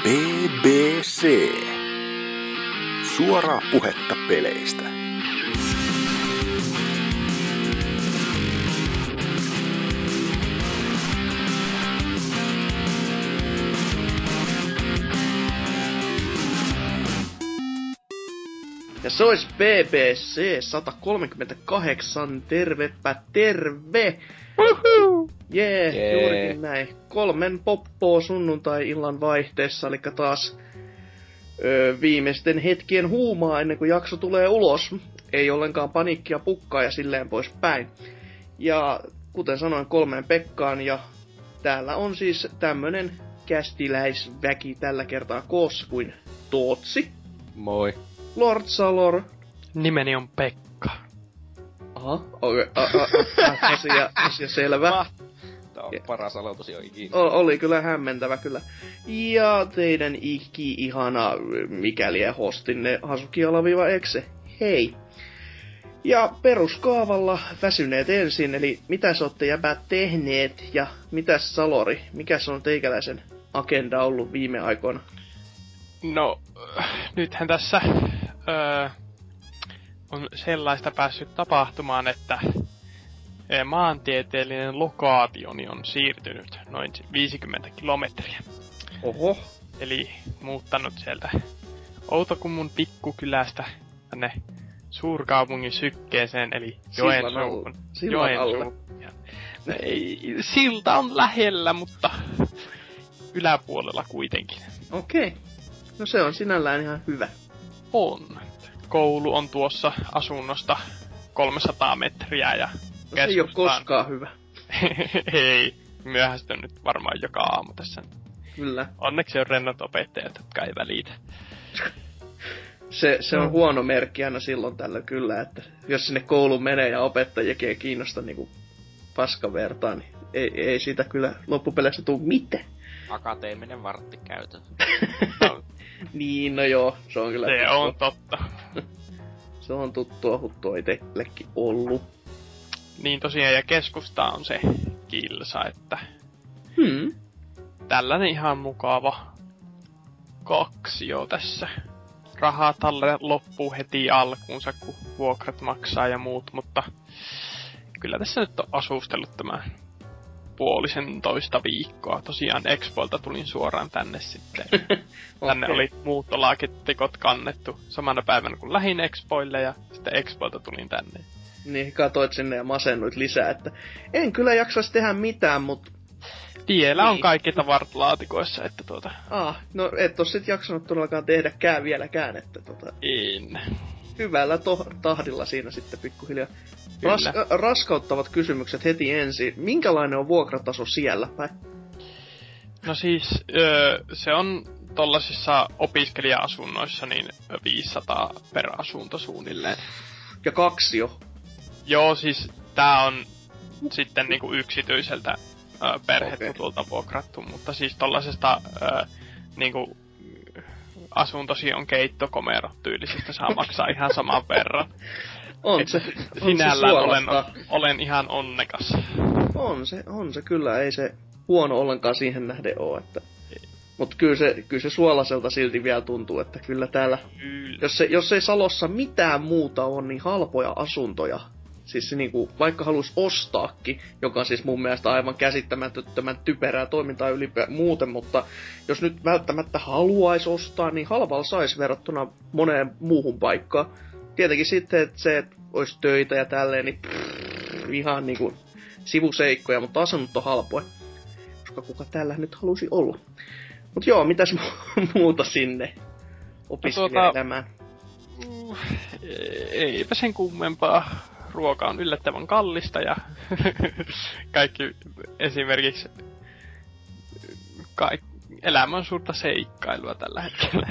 BBC. Suoraa puhetta peleistä. Ja se olisi BBC 138, tervepä terve! Woohoo! Jee, juurikin näin. 3 poppoo sunnuntai-illan vaihteessa, eli taas viimeisten hetkien huumaa ennen kuin jakso tulee ulos. Ei ollenkaan paniikkia pukkaa ja silleen pois päin. Ja kuten sanoin, 3 Pekkaan, ja täällä on siis tämmönen kästiläisväki tällä kertaa koossa kuin Tootsi. Moi. Lord Salor. Nimeni on Pekka. Aha, asia selvä. Tää on paras aloitus jo ikinä. Oli kyllä hämmentävä kyllä. Ja teidän ihana mikäli hostinne Hasuki-Exe. Hei. Ja peruskaavalla väsyneet ensin, eli mitä sä ootte jäbät tehneet ja mitäs Salori, mikäs on teikäläisen agenda ollut viime aikoina? No, nythän tässä on sellaista päässyt tapahtumaan, että maantieteellinen lokaationi on siirtynyt noin 50 kilometriä. Oho. Eli muuttanut sieltä Outokummun pikkukylästä tänne suurkaupungin sykkeeseen, eli Joensuuhun. Sillan alle. Silta on lähellä, mutta yläpuolella kuitenkin. Okei. No se on sinällään ihan hyvä. On. Koulu on tuossa asunnosta 300 metriä ja no se ei oo koskaan hyvä. Ei. Myöhästyn nyt varmaan joka aamu tässä. Kyllä. Onneksi on rennot opettajat, jotka ei välitä. Se on huono merkki aina silloin tällöin kyllä, että jos sinne kouluun menee ja opettajakin ei kiinnosta niinku paskavertaa, niin ei siitä kyllä loppupeleissä tuu mitään. Akateeminen varttikäytö. Niin, no joo, se on kyllä se tuttua. on totta. Se on tuttua huttua itsellekin ollut. Niin tosiaan, ja keskusta on se kilsa, että tällainen ihan mukava kaksio tässä. Rahaa talle loppuu heti alkuunsa, kun vuokrat maksaa ja muut, mutta kyllä tässä nyt on asustellut tämä 1,5 viikkoa. Tosiaan Expoilta tulin suoraan tänne sitten. Tänne oli muuttolaaketikot kannettu samana päivänä kun lähin Expoille ja sitten Expoilta tulin tänne. Niin, katoit sinne ja masennuit lisää, että en kyllä jaksais tehdä mitään, mut vielä niin. on kaikki tavarat laatikoissa, että no et oo sit jaksanut todellakaan tehdäkään vieläkään, että En. Hyvällä tahdilla siinä sitten pikkuhiljaa. Raskauttavat kysymykset heti ensin. Minkälainen on vuokrataso siellä päin? No siis, se on tollasissa opiskelija-asunnoissa niin 500 per asunto suunnilleen. Ja kaksio? Joo, siis tää on sitten niinku yksityiseltä perhetutulta vuokrattu, mutta siis tollasesta niinku asuntosi on keittokomero tyylisistä saa maksaa ihan saman verran. Sinällään olen ihan onnekas. On se kyllä, ei se huono ollenkaan siihen nähden oo, että mut kyllä se suolaselta silti vielä tuntuu, että kyllä täällä jos ei Salossa mitään muuta on, niin halpoja asuntoja. Siis se niinku, vaikka halus ostaakin, joka on siis mun mielestä aivan käsittämättömän typerää toimintaa muuten, mutta jos nyt välttämättä haluais ostaa, niin halvalla sais verrattuna moneen muuhun paikkaan. Tietenkin sitten, että se, että ois töitä ja tälleen, niin ihan niinku sivuseikkoja, mutta asunnot on halpoja. Koska kuka täällä nyt halusi olla. Mut joo, mitäs muuta sinne opiskelijaelämään? Eipä sen kummempaa. Ruoka on yllättävän kallista ja kaikki esimerkiksi elämä on suurta seikkailua tällä hetkellä.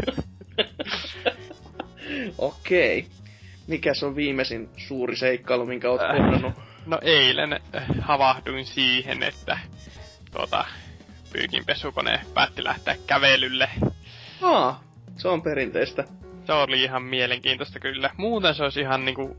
Okei. Mikäs on viimeisin suuri seikkailu, minkä oot kohdannut? No eilen havahduin siihen, että pyykinpesukone päätti lähteä kävelylle. Se on perinteistä. Se oli ihan mielenkiintoista kyllä. Muuten se olisi ihan niinku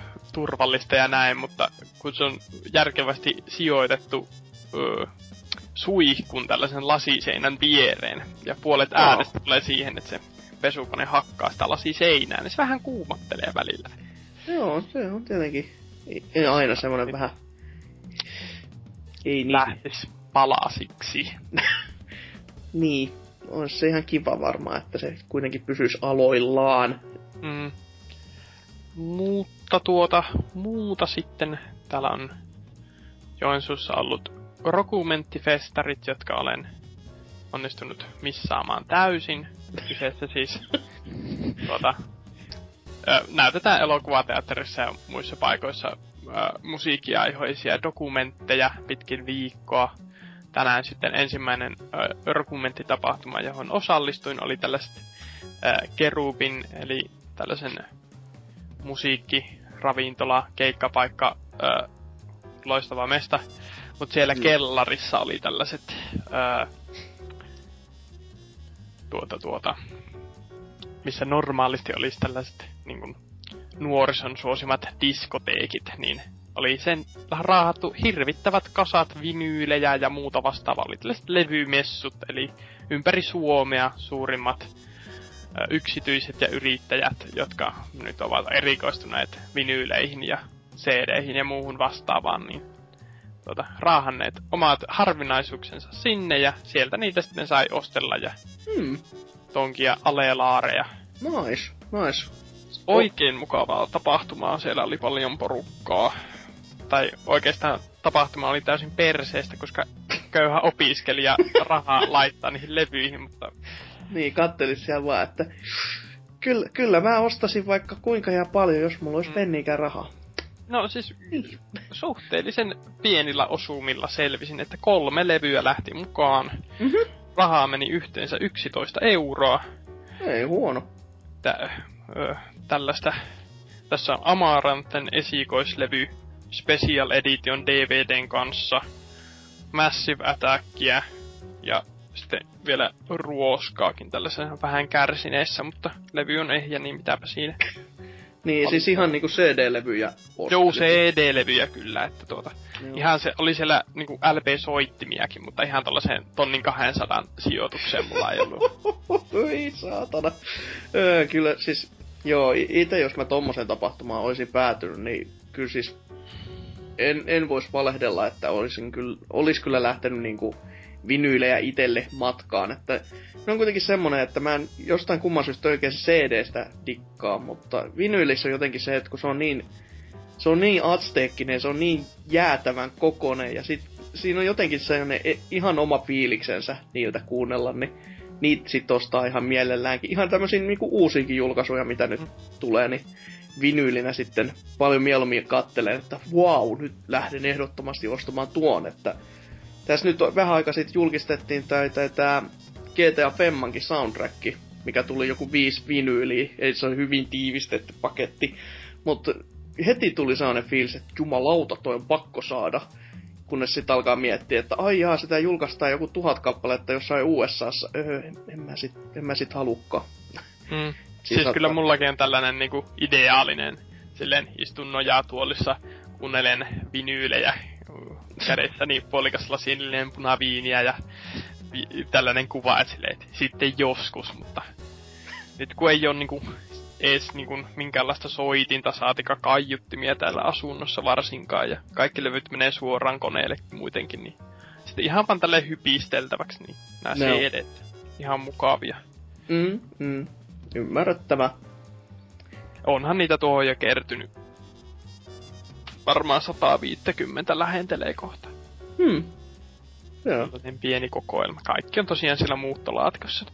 turvallista ja näin, mutta kun se on järkevästi sijoitettu suihkun tällaisen lasiseinän viereen. Ja puolet äänestä tulee siihen, että se pesukone hakkaa sitä lasiseinää, niin se vähän kuumottelee välillä. Joo, se on tietenkin aina semmonen vähän... Ei niin... Lähtis palasiksi. Niin, on se ihan kiva varmaan, että se kuitenkin pysyisi aloillaan. Mutta muuta sitten täällä on Joensuussa ollut dokumenttifestarit, jotka olen onnistunut missaamaan täysin. Kyseessä siis näytetään elokuvateatterissa ja muissa paikoissa musiikkiaiheisia dokumentteja pitkin viikkoa. Tänään sitten ensimmäinen dokumenttitapahtuma, johon osallistuin, oli tällaiset Kerubin, eli tällaisen musiikkiravintola, keikkapaikka, loistava mesta. Mut siellä kellarissa oli tällaiset missä normaalisti olisi tällaiset niin kuin nuorison suosimat diskoteekit, niin oli sen raahattu hirvittävät kasat vinyylejä ja muuta vastaavaa. Oli tällaiset levymessut, eli ympäri Suomea suurimmat yksityiset ja yrittäjät, jotka nyt ovat erikoistuneet vinyyleihin ja CD-ihin ja muuhun vastaavaan, niin raahanneet omat harvinaisuuksensa sinne ja sieltä niitä sitten sai ostella ja tonkia alelaareja. Nice. Oikein mukavaa tapahtumaa, siellä oli paljon porukkaa. Tai oikeastaan tapahtuma oli täysin perseestä, koska köyhä opiskelija rahaa laittaa niihin levyihin, mutta... Niin, kattelis siellä vaan, että kyllä mä ostasin vaikka kuinka ja paljon, jos mulla olisi penniikään rahaa. No siis suhteellisen pienillä osumilla selvisin, että 3 levyä lähti mukaan. Rahaa meni yhteensä 11 €. Ei huono. Tällaista. Tässä on Amaranten esikoislevy Special Edition DVDn kanssa, Massive Attackia ja sitten vielä ruoskaakin tällaisen vähän kärsineessä, mutta levy on ehjä, niin mitäpä siinä. Niin, siis ihan niinku CD-levyjä ostelin. Joo, CD-levyjä kyllä, että ihan se oli siellä niinku LP-soittimiakin, mutta ihan tollasen 1200 sijoitukseen mulla ei ollut. Oi saatana. Kyllä siis, joo, ite jos mä tommosen tapahtumaan olisin päätynyt, niin kyllä siis en vois valehdella, että olis kyllä lähtenyt niinku vinyylejä itelle matkaan, että ne on kuitenkin semmonen, että mä en jostain kumman syystä oikein CDstä dikkaa, mutta vinyylissä on jotenkin se, että kun se on niin azteekkinen, se on niin jäätävän kokonen, ja sit siinä on jotenkin sellainen ihan oma fiiliksensä niiltä kuunnella, niin niitä sit ostaa ihan mielelläänkin. Ihan tämmösiä niinku uusiakin julkaisuja, mitä nyt tulee, niin vinyylinä sitten paljon mieluummin kattelen, että wow, nyt lähden ehdottomasti ostamaan tuon, että tässä nyt vähän aika sitten julkistettiin tää GTA Femmankin soundtrack, mikä tuli joku 5 vinyyliä, eli se on hyvin tiivistetty paketti. Mutta heti tuli sellainen fiilis, että jumalauta, toi on pakko saada. Kunnes sit alkaa miettiä, että ai jaa, sitä julkaistaan joku 1000 kappaletta jossain USAssa. En mä sit halukkaan. Siis kyllä mullakin on tällainen niinku ideaalinen, silleen istun nojatuolissa, kuunnelen vinyylejä kädessäni puolikas lasillinen punaviiniä ja tällainen kuva, että silleen, että sitten joskus, mutta nyt kun ei oo niinku ees niinku minkäänlaista soitinta saatika kaiuttimia täällä asunnossa varsinkaan ja kaikki levyt menee suoraan koneelle muutenkin, niin sitten ihan vaan tälleen hypisteltäväksi, niin nää CDt ihan mukavia. Ymmärrettävä. Onhan niitä tuohon jo kertynyt. Varmaan 150 lähentelee kohta. Joo. Tällainen pieni kokoelma. Kaikki on tosiaan siellä muuttolaatikossa.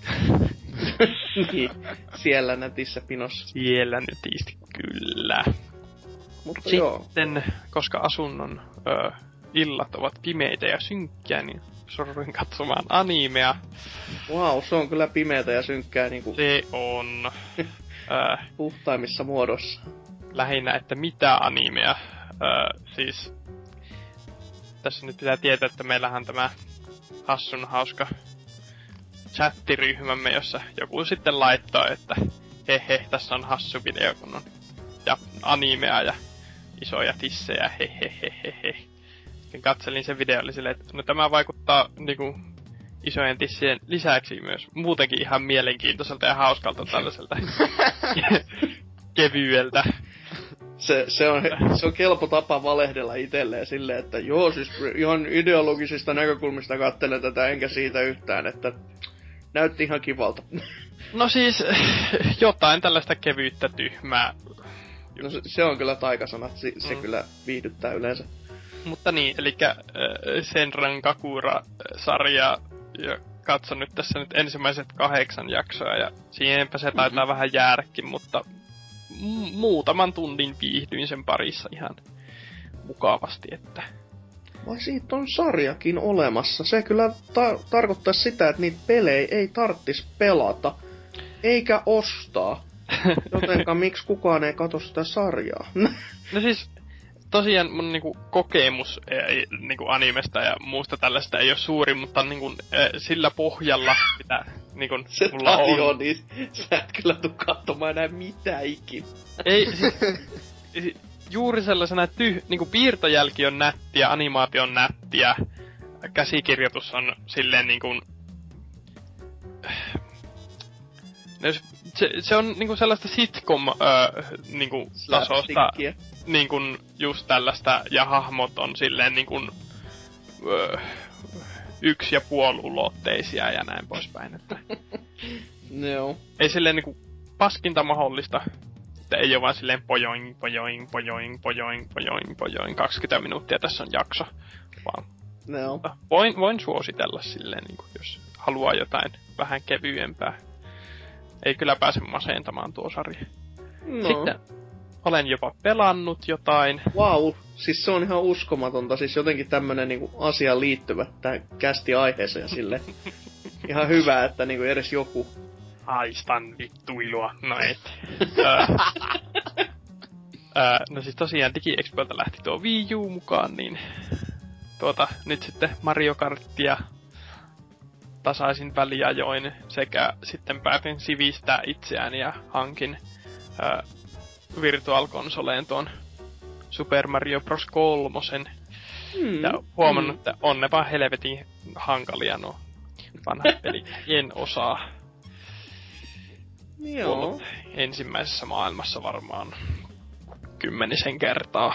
Niin, siellä nätissä pinossa. Siellä netisti, kyllä. Mutta sitten, koska asunnon illat ovat pimeitä ja synkkiä, niin sorruin katsomaan animea. Wow, se on kyllä pimeätä ja synkkää niinku... Se on. puhtaimmissa muodossa. Lähinnä, että mitä animea. Siis... Tässä nyt pitää tietää, että meillähän tämä hassun hauska chattiryhmämme, jossa joku sitten laittoi, että hehe, tässä on hassu video, kun on ja animea ja isoja tissejä, hehehehehe. katselin sen videon, oli silleen, että no tämä vaikuttaa niinku isojen tissien lisäksi myös muutenkin ihan mielenkiintoiselta ja hauskalta tällaiselta kevyeltä. Se on kelpo tapa valehdella itselleen silleen, että joo, siis ihan ideologisista näkökulmista katselen tätä, enkä siitä yhtään, että näytti ihan kivalta. No siis, jotain tällaista kevyyttä tyhmää. No se on kyllä taikasanat, se kyllä viihdyttää yleensä. Mutta niin, elikkä Senran Kakura-sarja, ja katson nyt tässä nyt ensimmäiset 8 jaksoa, ja siinäpä se taitaa vähän jäädäkin, mutta muutaman tunnin viihdyin sen parissa ihan mukavasti, että... Vai siitä on sarjakin olemassa. Se kyllä tarkoittaa sitä, että niitä pelejä ei tarttis pelata, eikä ostaa. Jotenka miksi kukaan ei katso sitä sarjaa? No siis, tosiaan mun niinku kokemus niinku animesta ja muusta tällaista ei ole suuri, mutta niinku sillä pohjalla, mitä niinku mulla on... niin sä et kyllä tuu katsomaan enää mitään ikinä. Ei, siis, juuri sellaisena, että niinku piirtojälki on nättiä, animaatio on nättiä, käsikirjoitus on silleen niinku... Se on niinku sellaista sitcom niinku tasosta niinku just tällaista, ja hahmot on silleen niinku 1,5-ulotteisia ja näin poispäin, että... Joo. Ei silleen niinku paskinta mahdollista, että ei oo vaan silleen pojoing, 20 minuuttia tässä on jakso, vaan... No. Voin suositella silleen niinku, jos haluaa jotain vähän kevyempää. Ei kyllä pääse masentamaan tuo sarja. No. Sitten olen jopa pelannut jotain. Wow, siis se on ihan uskomatonta. Siis jotenkin tämmönen niinku asiaan liittyvä tähän kästi aiheeseen sille. Ihan hyvä, että niinku edes joku. Haistan vittuilua. No et. No siis tosiaan DigiExpoilta lähti tuo Wii U mukaan, niin nyt sitten Mario Karttia tasaisin väliajoin sekä sitten päätin sivistää itseään ja hankin Virtual Consoleen tuon Super Mario Bros. 3. Ja huomannut, että on ne vaan helvetin hankalia nuo vanhat pelit. En osaa. Joo. Ensimmäisessä maailmassa varmaan 10 kertaa.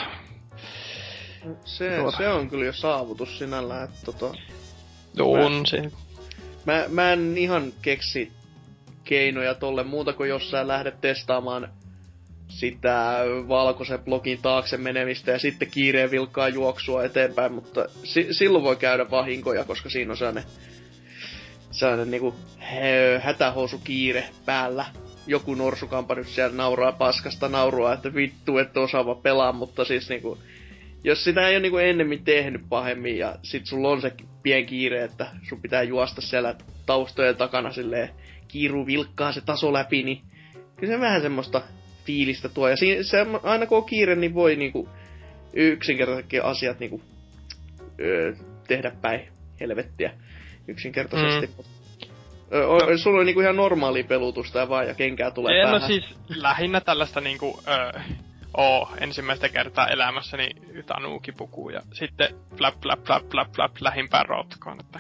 Se on kyllä jo saavutus sinällään, että On se. Mä en ihan keksi keinoja tolle muuta kuin jos sä lähdet testaamaan sitä valkoisen blogin taakse menemistä ja sitten kiireen vilkkaa juoksua eteenpäin, mutta silloin voi käydä vahinkoja, koska siinä on sellainen niinku hätähousukiire päällä. Joku norsukampa nyt siellä nauraa paskasta naurua, että vittu et osaava pelaa, mutta siis niinku... Jos sitä ei ole niinku ennemmin tehnyt pahemmin ja sit sulla on se pien kiire, että sun pitää juosta siellä taustojen takana silleen kiiru vilkkaa se taso läpi, niin kyllä se vähän semmoista fiilistä tuo. Ja se, aina kun on kiire, niin voi niinku yksinkertaisesti asiat niinku tehdä päin helvettiä yksinkertaisesti. Sulla on niinku ihan normaalia pelutusta ja vaan ja kenkää tulee päähän. No siis lähinnä tällaista niinku... ensimmäistä kertaa elämässäni tanuukipukuun ja sitten flap lähimpään rotkoon, että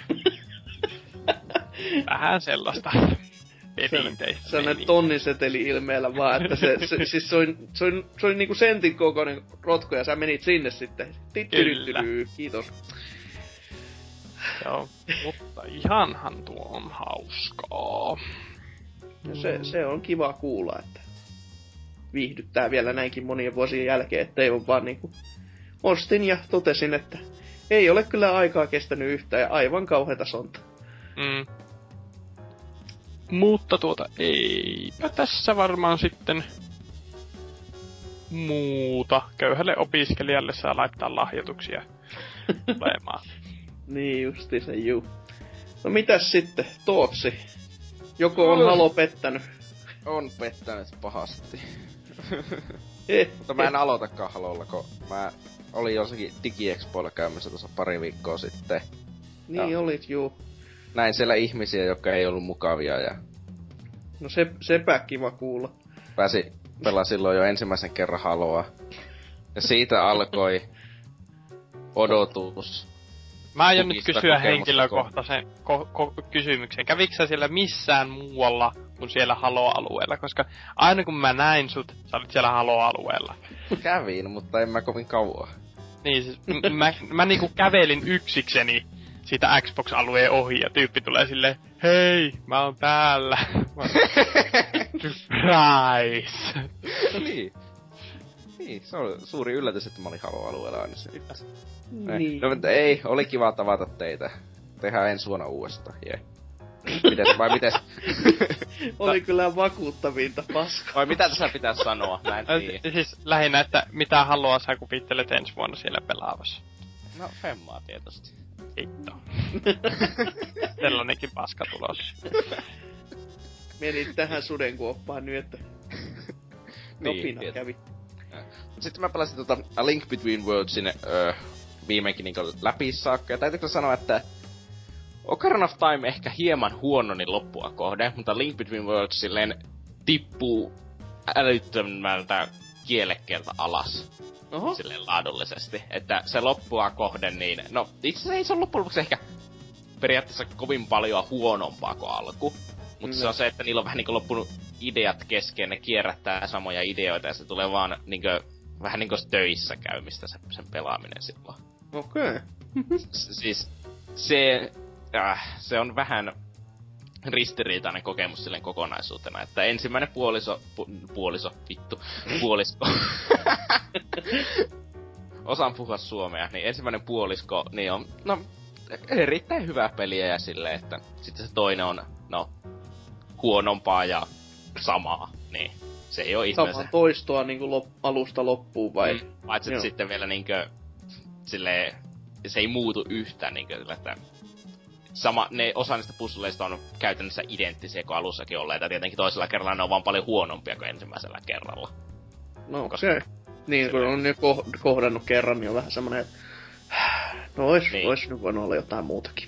vähän sellaista perinteistä. Sellainen tonniseteli ilmeellä vaan, että se on niinku sentin kokoinen rotko ja sä menit sinne sitten. Kyllä. Kiitos. Joo, mutta ihanhan tuo on hauskaa. Se on kiva kuulla, että viihdyttää vielä näinkin monien vuosien jälkeen, ettei ole vaan niinku... Ostin ja totesin, että ei ole kyllä aikaa kestänyt yhtään ja aivan kauheeta sonta. Mutta eipä tässä varmaan sitten muuta. Köyhälle opiskelijalle saa laittaa lahjoituksia olemaan. Niin justi se juu. No mitäs sitten, Tootsi? Joko on Halo pettänyt? On pettänyt pahasti. Mutta mä en aloitakaan Halolla, kun mä olin jossakin DigiExpoilla käymässä tuossa pari viikkoa sitten. Niin ja olit, juu. Näin siellä ihmisiä, jotka ei ollut mukavia ja... No sepä kiva kuulla. Pelaa silloin jo ensimmäisen kerran Haloa. Ja siitä alkoi odotus. Mä aion nyt kysyä henkilökohtaisen kysymyksen. Kävikö sä siellä missään muualla kuin siellä Halo-alueella? Koska aina kun mä näin sut, sä olit siellä Halo-alueella. Kävin, mutta en mä kovin kauan. Niin, siis mä niinku kävelin yksikseni siitä Xbox-alueen ohi ja tyyppi tulee silleen, hei, mä oon täällä. Surprise! Niin. Niin, se on suuri yllätys, että mä olin Halo-alueella aina sitten. Niin. No, mutta ei, oli kiva tavata teitä. Tehdään ensi vuonna uudestaan, jee. Mites? Oli kyllä vakuuttavinta paskaa. Vai mitä tässä pitäis sanoa? Mä en tiedä. Siis lähinnä, että mitä Haloa sä kuvittelet ensi vuonna siellä pelaavassa? No, femmaa tietysti. Hitto. Sellainenkin paska tulos. Menit tähän sudenkuoppaan nyt, että Topina niin, kävi. Sitten mä pelasin A Link Between Worldsin viimeinkin niinku läpi saakka. Ja täytyykö sanoa, että Ocarina of Time ehkä hieman huononi loppua kohden, mutta Link Between Worlds silleen tippuu älyttömältä kielekkeeltä alas. Oho. Silleen laadullisesti. Että se loppua kohden niin, no itse asiassa ei se on loppujen lopuksi ehkä periaatteessa kovin paljon huonompaa kuin alku. Mutta se on se, että niillä on vähän niinku loppunut ideat kesken, ne kierrättää samoja ideoita ja se tulee vaan niinku vähän niinku töissä käymistä sen pelaaminen silloin. Okei. Siis se on vähän ristiriitainen kokemus silleen kokonaisuutena, että ensimmäinen puolisko. Osaan puhua suomea, niin ensimmäinen puolisko niin on, no, erittäin hyvää peliä ja silleen, että sitten se toinen on, no, huonompaa ja samaa, niin se ei oo ihmeessä. Samaa toistoa niinku alusta loppuun vai? Paitsi sitten vielä niinkö silleen, se ei muutu yhtään niinkö, että osa niistä puzzleista on käytännössä identtisiä kuin alussakin olleet, ja tietenkin toisella kerralla ne on vaan paljon huonompia kuin ensimmäisellä kerralla. No okei. Okay. Niin, kun on nyt kohdannut kerran, niin on vähän semmonen, että no ois nyt voinut olla jotain muutakin.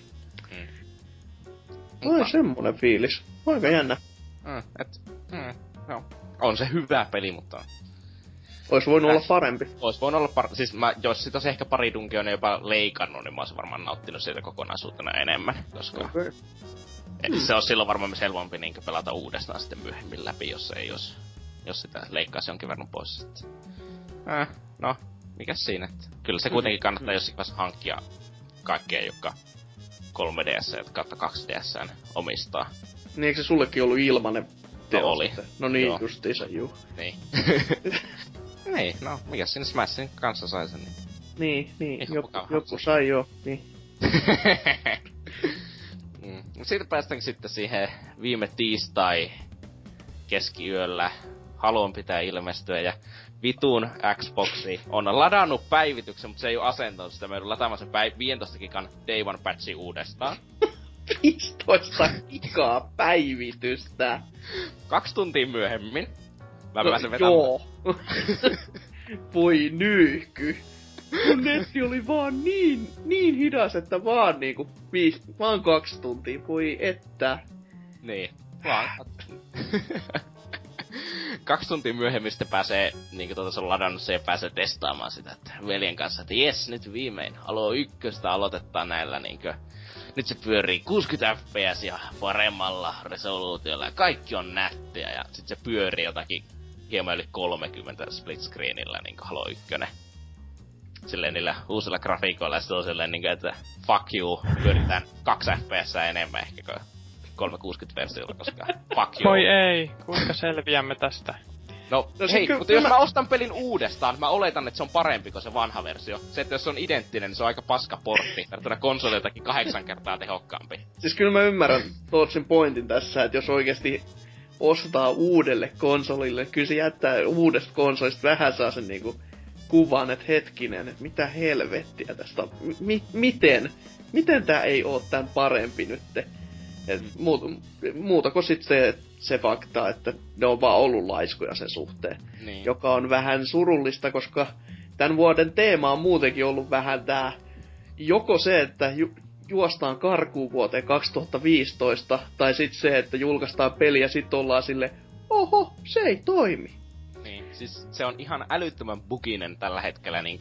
Oi, semmonen fiilis. Aika jännä. No. On se hyvä peli, mutta ois voinut olla parempi. Ois voinut olla siis jos sit olisi ehkä pari Dungeonia jopa leikannut, niin mä ois varmaan nauttinut siitä kokonaisuutena enemmän, koska okay. Se on silloin varmaan helpompi niinkö pelata uudestaan sitten myöhemmin läpi, jos sitä leikkaisi jonkin verran pois sitten. No, mikäs siinä, että kyllä se kuitenkin kannattaa jossakin vaiheessa hankkia kaikkea, joka 3DS ja kautta 2DS omistaa. Niin, eikö se sullekin ollut ilmanen teos? No oli. No niin, joo. Justiinsa, juu. Niin. Ei, no, mikäs sinne Smashin kanssa sai sen, niin. Niin, joku sai joo, niin. Siitä päästäänkin sitten siihen viime tiistai keskiyöllä. Haloon pitää ilmestyä ja vitun Xboxi on ladannut päivityksen, mutta se ei oo asentanut sitä. Mä joudun lataamaan sen 15 gigan Day One patchi uudestaan. 15 gigaa päivitystä! 2 tuntia myöhemmin. Mä pääsen vetämään. Joo. Voi nyyhky. Mun netti oli vaan niin hidas, että vaan niinku vaan 2 tuntia. Voi että. Niin. Vaan 2 tuntia myöhemmin sitten pääsee, niinku se on ladannut se ja pääsee testaamaan sitä, että veljen kanssa, että jes, nyt viimein Halo 1 aloitetaan näillä niinkö. Nyt se pyörii 60 fps ja paremmalla resoluutiolla ja kaikki on nättiä ja sit se pyörii jotakin hieman yli 30 split screenillä niinku Halo 1. Silleen niillä uusilla grafiikoilla ja sit on silleen niinkö, että fuck you, pyöritään 2 fps enemmän ehkä kuin 360-versiolla, koska fuck you. Voi ei, kuinka selviämme tästä? No hei, mutta jos mä ostan pelin uudestaan, mä oletan, että se on parempi kuin se vanha versio. Se, että jos se on identtinen, niin se on aika paska portti. Verrattuna konsoliltakin 8 kertaa tehokkaampi. Siis kyllä mä ymmärrän Tootsin pointin tässä, että jos oikeesti ostaa uudelle konsolille, kyllä se jättää uudesta konsolista vähän saa sen niinku kuvan, että hetkinen, että mitä helvettiä tästä on. Miten tää ei oo tän parempi nytte? Et muuta kuin sit se fakta, että ne on vaan ollut laiskoja sen suhteen. Niin. Joka on vähän surullista, koska tän vuoden teema on muutenkin ollut vähän tää joko se, että juostaan karkuun vuoteen 2015, tai sit se, että julkaistaan peli ja sit ollaan sille, oho, se ei toimi. Niin, siis se on ihan älyttömän buginen tällä hetkellä niinkö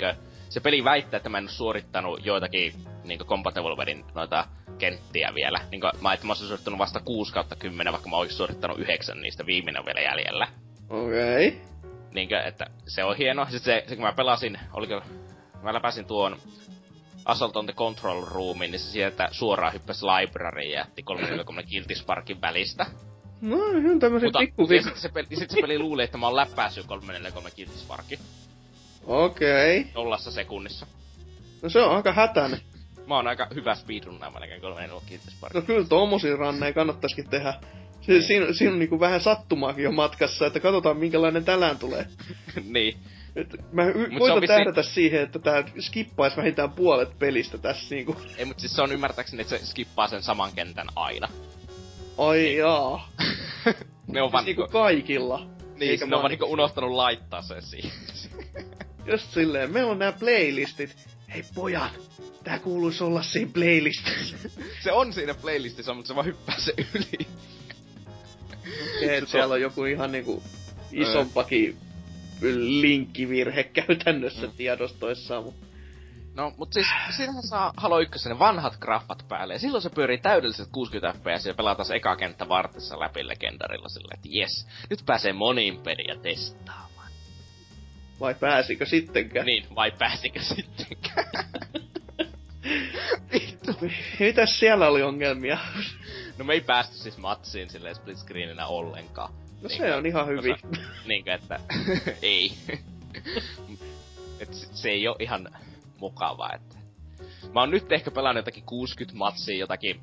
se peli väittää, että mä en oo suorittanut joitakin niinku Compatible Verin noita kenttiä vielä. Niinku mä oon suorittanut vasta 6/10, vaikka mä oon suorittanut 9 niistä, viimeinen on vielä jäljellä. Okei. Okay. Niinkö, että se on hieno. Sitten se kun mä pelasin, mä läpäsin tuon Assault on the Control Roomin, niin se sieltä suoraan hyppäsi libraryin ja jätti 340 Kiltisparkin välistä. No, ihan tämmöset pikkuviikko. Sitten se peli luuli, että mä oon läpäissyt 343 Kiltisparkin. Okei. Okay. 0 sekunnissa. No se on aika hätäinen. Mä oon aika hyvä speedrunner, mä näkään 343 Kiltisparkin. No kyllä tommosia ranneja kannattaisikin tehdä. Siinä on niinku vähän sattumaakin jo matkassa, että katsotaan minkälainen tänään tulee. Niin. Mä koitan tähdätä siihen, että tää skippais vähintään puolet pelistä tässä niinku. Ei, mut siis se on ymmärtääkseni, että se skippaa sen saman kentän aina. Ai niin. Jaa. Ne on vaan niinku kaikilla. Niin, se ne on vaan niinku unohtanut laittaa sen siihen. Just silleen, meillä on nää playlistit. Hei pojat, tää kuuluis olla siinä playlistissä. Se on siinä playlistissä, mutta se vaan hyppää se yli. Okei, okay, siellä on joku ihan niinku isompakin linkkivirhe käytännössä tiedostoissaan, No, mut siis, siinähän saa Halo 1 ne vanhat graffat päälle, ja silloin se pyörii täydelliset 60 fps ja pelaa taas eka kenttä vartissa läpi legendarilla silleen, että jes, nyt pääsee moniin peliä testaamaan. Vai pääsikö sittenkään? Niin, vai pääsikö sittenkään? Mitäs siellä oli ongelmia? No me ei päästy siis matsiin silleen split screeninä ollenkaan. No se on ihan hyvin. Niinkö, että ei. Et se ei oo ihan mukavaa, että... Mä oon nyt ehkä pelannut jotakin 60 matsia, jotakin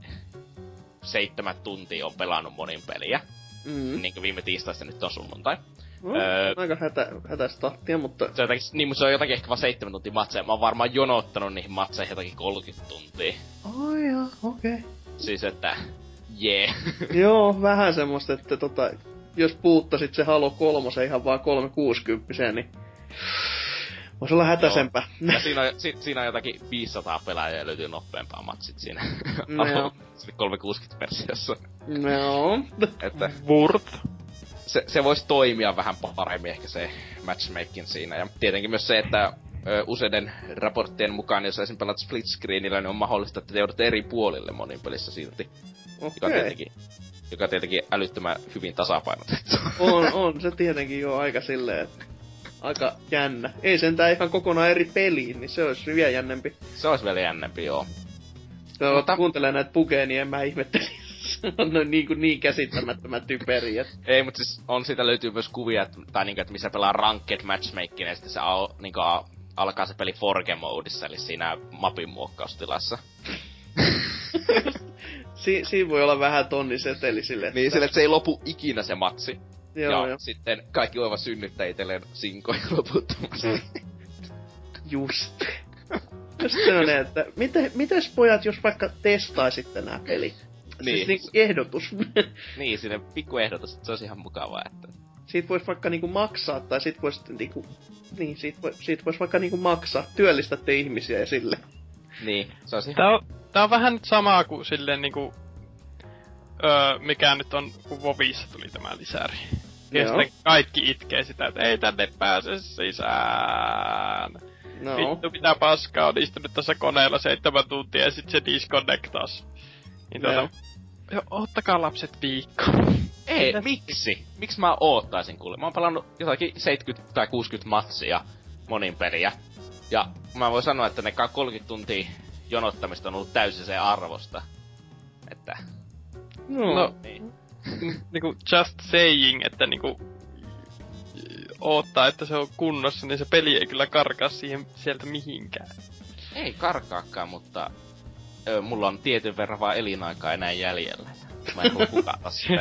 7 tuntia on pelannut monin peliä. Niinkö viime tiistaista nyt on sunnuntai. Aika hätäistä tahtia, mutta... Se on jotakin ehkä vaan 7 tuntia matseja. Mä oon varmaan jonottanut niihin matseihin jotakin 30 tuntia. Jaa, okei. Okay. Siis että... Jee. Joo, vähän semmoista, että jos puuttasit se Halo 3 ihan vaan 360, niin... Vois olla hätäsempää. Ja siinä on jotakin 500 pelaajaa löytyy nopeampaa matsit siinä. No. 360-versiossa. No. Että... Word. Se voisi toimia vähän paremmin ehkä se matchmaking siinä. Ja tietenkin myös se, että useiden raporttien mukaan, jos esim. Pelat split screenillä, niin on mahdollista, että te joudut eri puolille monin pelissä silti. Okei. Joka tietenkin älyttömän hyvin tasapainotettu. On se tietenkin jo aika silleen, että aika jännä. Ei sentään ihan kokonaan eri peliin, niin se olisi vielä jännempi. Se olisi vielä jännempi, joo. Mutta kuuntelee näitä pukeja, niin en mä ihmetteli. Se on niin käsittämättömän typeriä. Ei, mutta siis siitä löytyy myös kuvia, että missä pelaa ranked matchmaking, ja sitten se alkaa se peli forge-modissa, eli siinä mapin muokkaustilassa. Siinä voi olla vähän tonniseteli silleen. Niin, sille, että se ei lopu ikinä se matsi. Joo. Sitten kaikki voivat synnyttää itselleen sinkoja loputtomasti. Just. Sellainen, että mites pojat, jos vaikka testaisitte nää pelit? Niin. Siis niinku ehdotus. Niin, sinne pikku ehdotus, että se olisi ihan mukavaa, että... Siitä vois vaikka niinku maksaa, tai sit vois niinku... Niin, siitä vois vaikka niinku maksaa. Työllistätte ihmisiä ja sille. Niin, se olisi Tää on vähän nyt samaa kuin silleen niinku... mikä nyt on, kun Vovissa tuli tämä lisäri. Ja sitten kaikki itkee sitä, että ei tänne pääse sisään. No. Vittu mitä paskaa on istunut tässä koneella 7 tuntia ja sit se disconnectas. Niin ottakaa lapset viikko. Ei, miksi? Miksi mä oottaisin kuule? Mä oon pelannut jotakin 70 tai 60 matsia monin peliä. Ja mä voin sanoa, että ne 30 tuntia jonottamista on ollut täysin sen arvosta. Että... No. Niin. Niinku just saying, että niinku... Oottaa, että se on kunnossa, niin se peli ei kyllä karkaa sieltä mihinkään. Ei karkaakaan, mutta... mulla on tietyn verran vaan elinaikaa enää jäljellä. Mä en voi hukata sitä.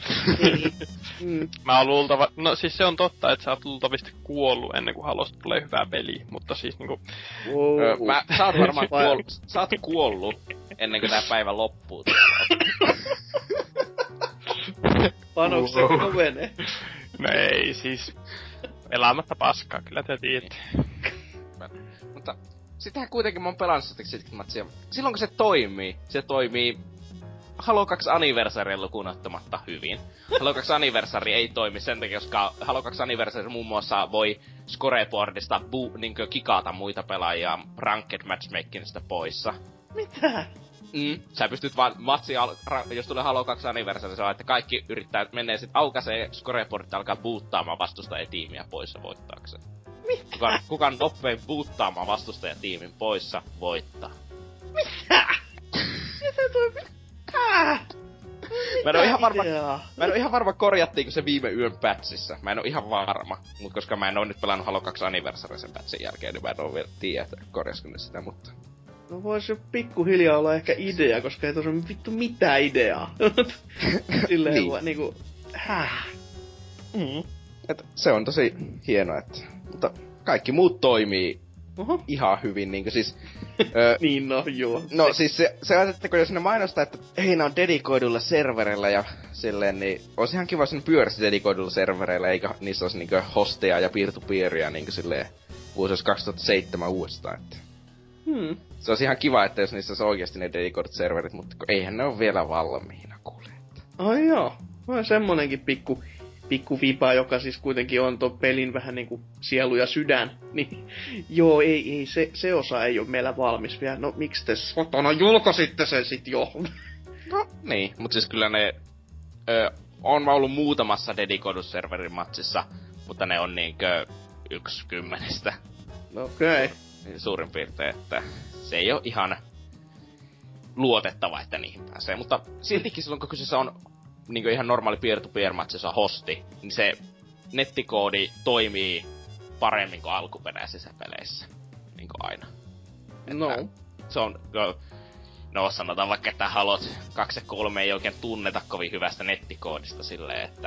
Mä oon no siis se on totta, että sä oot luultavasti kuollut ennen kuin Halosta tulee hyvää peliä, mutta siis niinku... Sä oot varmaan sä oot kuollut ennen kuin tää päivä loppuu. Panokset kovenee. No ei siis... Pelaamatta paskaa, kyllä te tiedätte. Mutta sitähän kuitenkin mä oon pelannut sitä matsia. Silloin kun se toimii Halo 2 Anniversary lukuun ottamatta hyvin. Halo 2 Anniversary ei toimi sen takia, koska Halo 2 Anniversary muun muassa voi scoreboardista niinkö kikata muita pelaajia ranked matchmakingista poissa. Mitä? Sä pystyt vaan jos tulee Halo 2 Anniversary, se on, että kaikki yrittää menee sit aukaisee scoreboardit alkaa boottaamaan vastustajatiimiä poissa voittaakseen. Mitä? Kuka nopein boottaamaan vastustajatiimin poissa voittaa. Mitä? Mitä toi? Mä en oo ihan varma korjattiinko se viime yön patchissa. Mä en oo ihan varma. Mut koska mä en oo nyt pelannut Halo 2 Anniversary sen patchin jälkeen, niin mä en oo vielä tiedä, että korjasko ne sitä, mutta... No vois jo pikkuhiljaa olla ehkä idea, koska ei tosi vittu mitään ideaa. Silleen niin. vaan niinku... Et se on tosi hienoa, että... Mutta kaikki muut toimii ihan hyvin, niinkö siis... niin no, joo. No siis se on, että kun jos ne mainostaa, että hei, ne on dedikoidulla serverillä ja silleen, niin olisi ihan kiva, jos ne pyörisi dedikoidulla servereillä, eikä niissä olisi niinkö hosteja ja peer-to-peeria niinkö silleen vuosi olisi 2007 uudestaan, että... Se olisi ihan kiva, että jos niissä olisi oikeesti ne dedikoidut serverit, mutta eihän ne ole vielä valmiina, kuule. Ai joo, no semmonenkin pikku vipa, joka siis kuitenkin on ton pelin vähän niinku sielu ja sydän. Niin joo, ei se osa ei ole meillä valmis vielä. No miksi te satana julkaisitte sen sit jo? No niin, mut siis kyllä ne on ollut muutamassa dedikoidus serverin matsissa, mutta ne on niinkö 1/10. No okei. Okay. Suurin piirtein, että se ei oo ihan luotettava, että niihin pääsee. Mutta siltikin silloin, kun kyseessä on niinkö ihan normaali peer-to-peer-matsissa hosti, niin se nettikoodi toimii paremmin kuin alkuperäisissä peleissä. Niinkö aina. No. Että se on... No sanotaan vaikka, että Halot 2 ja 3 ei oikein tunneta kovin hyvästä nettikoodista silleen, että...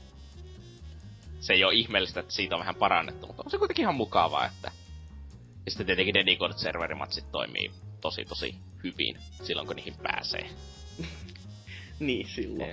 Se ei oo ihmeellistä, että siitä on vähän parannettu, mutta on se kuitenkin ihan mukavaa, että... Ja sitten tietenkin dedikoidut serverimatsit toimii tosi hyvin silloin, kun niihin pääsee. Niin, silloin.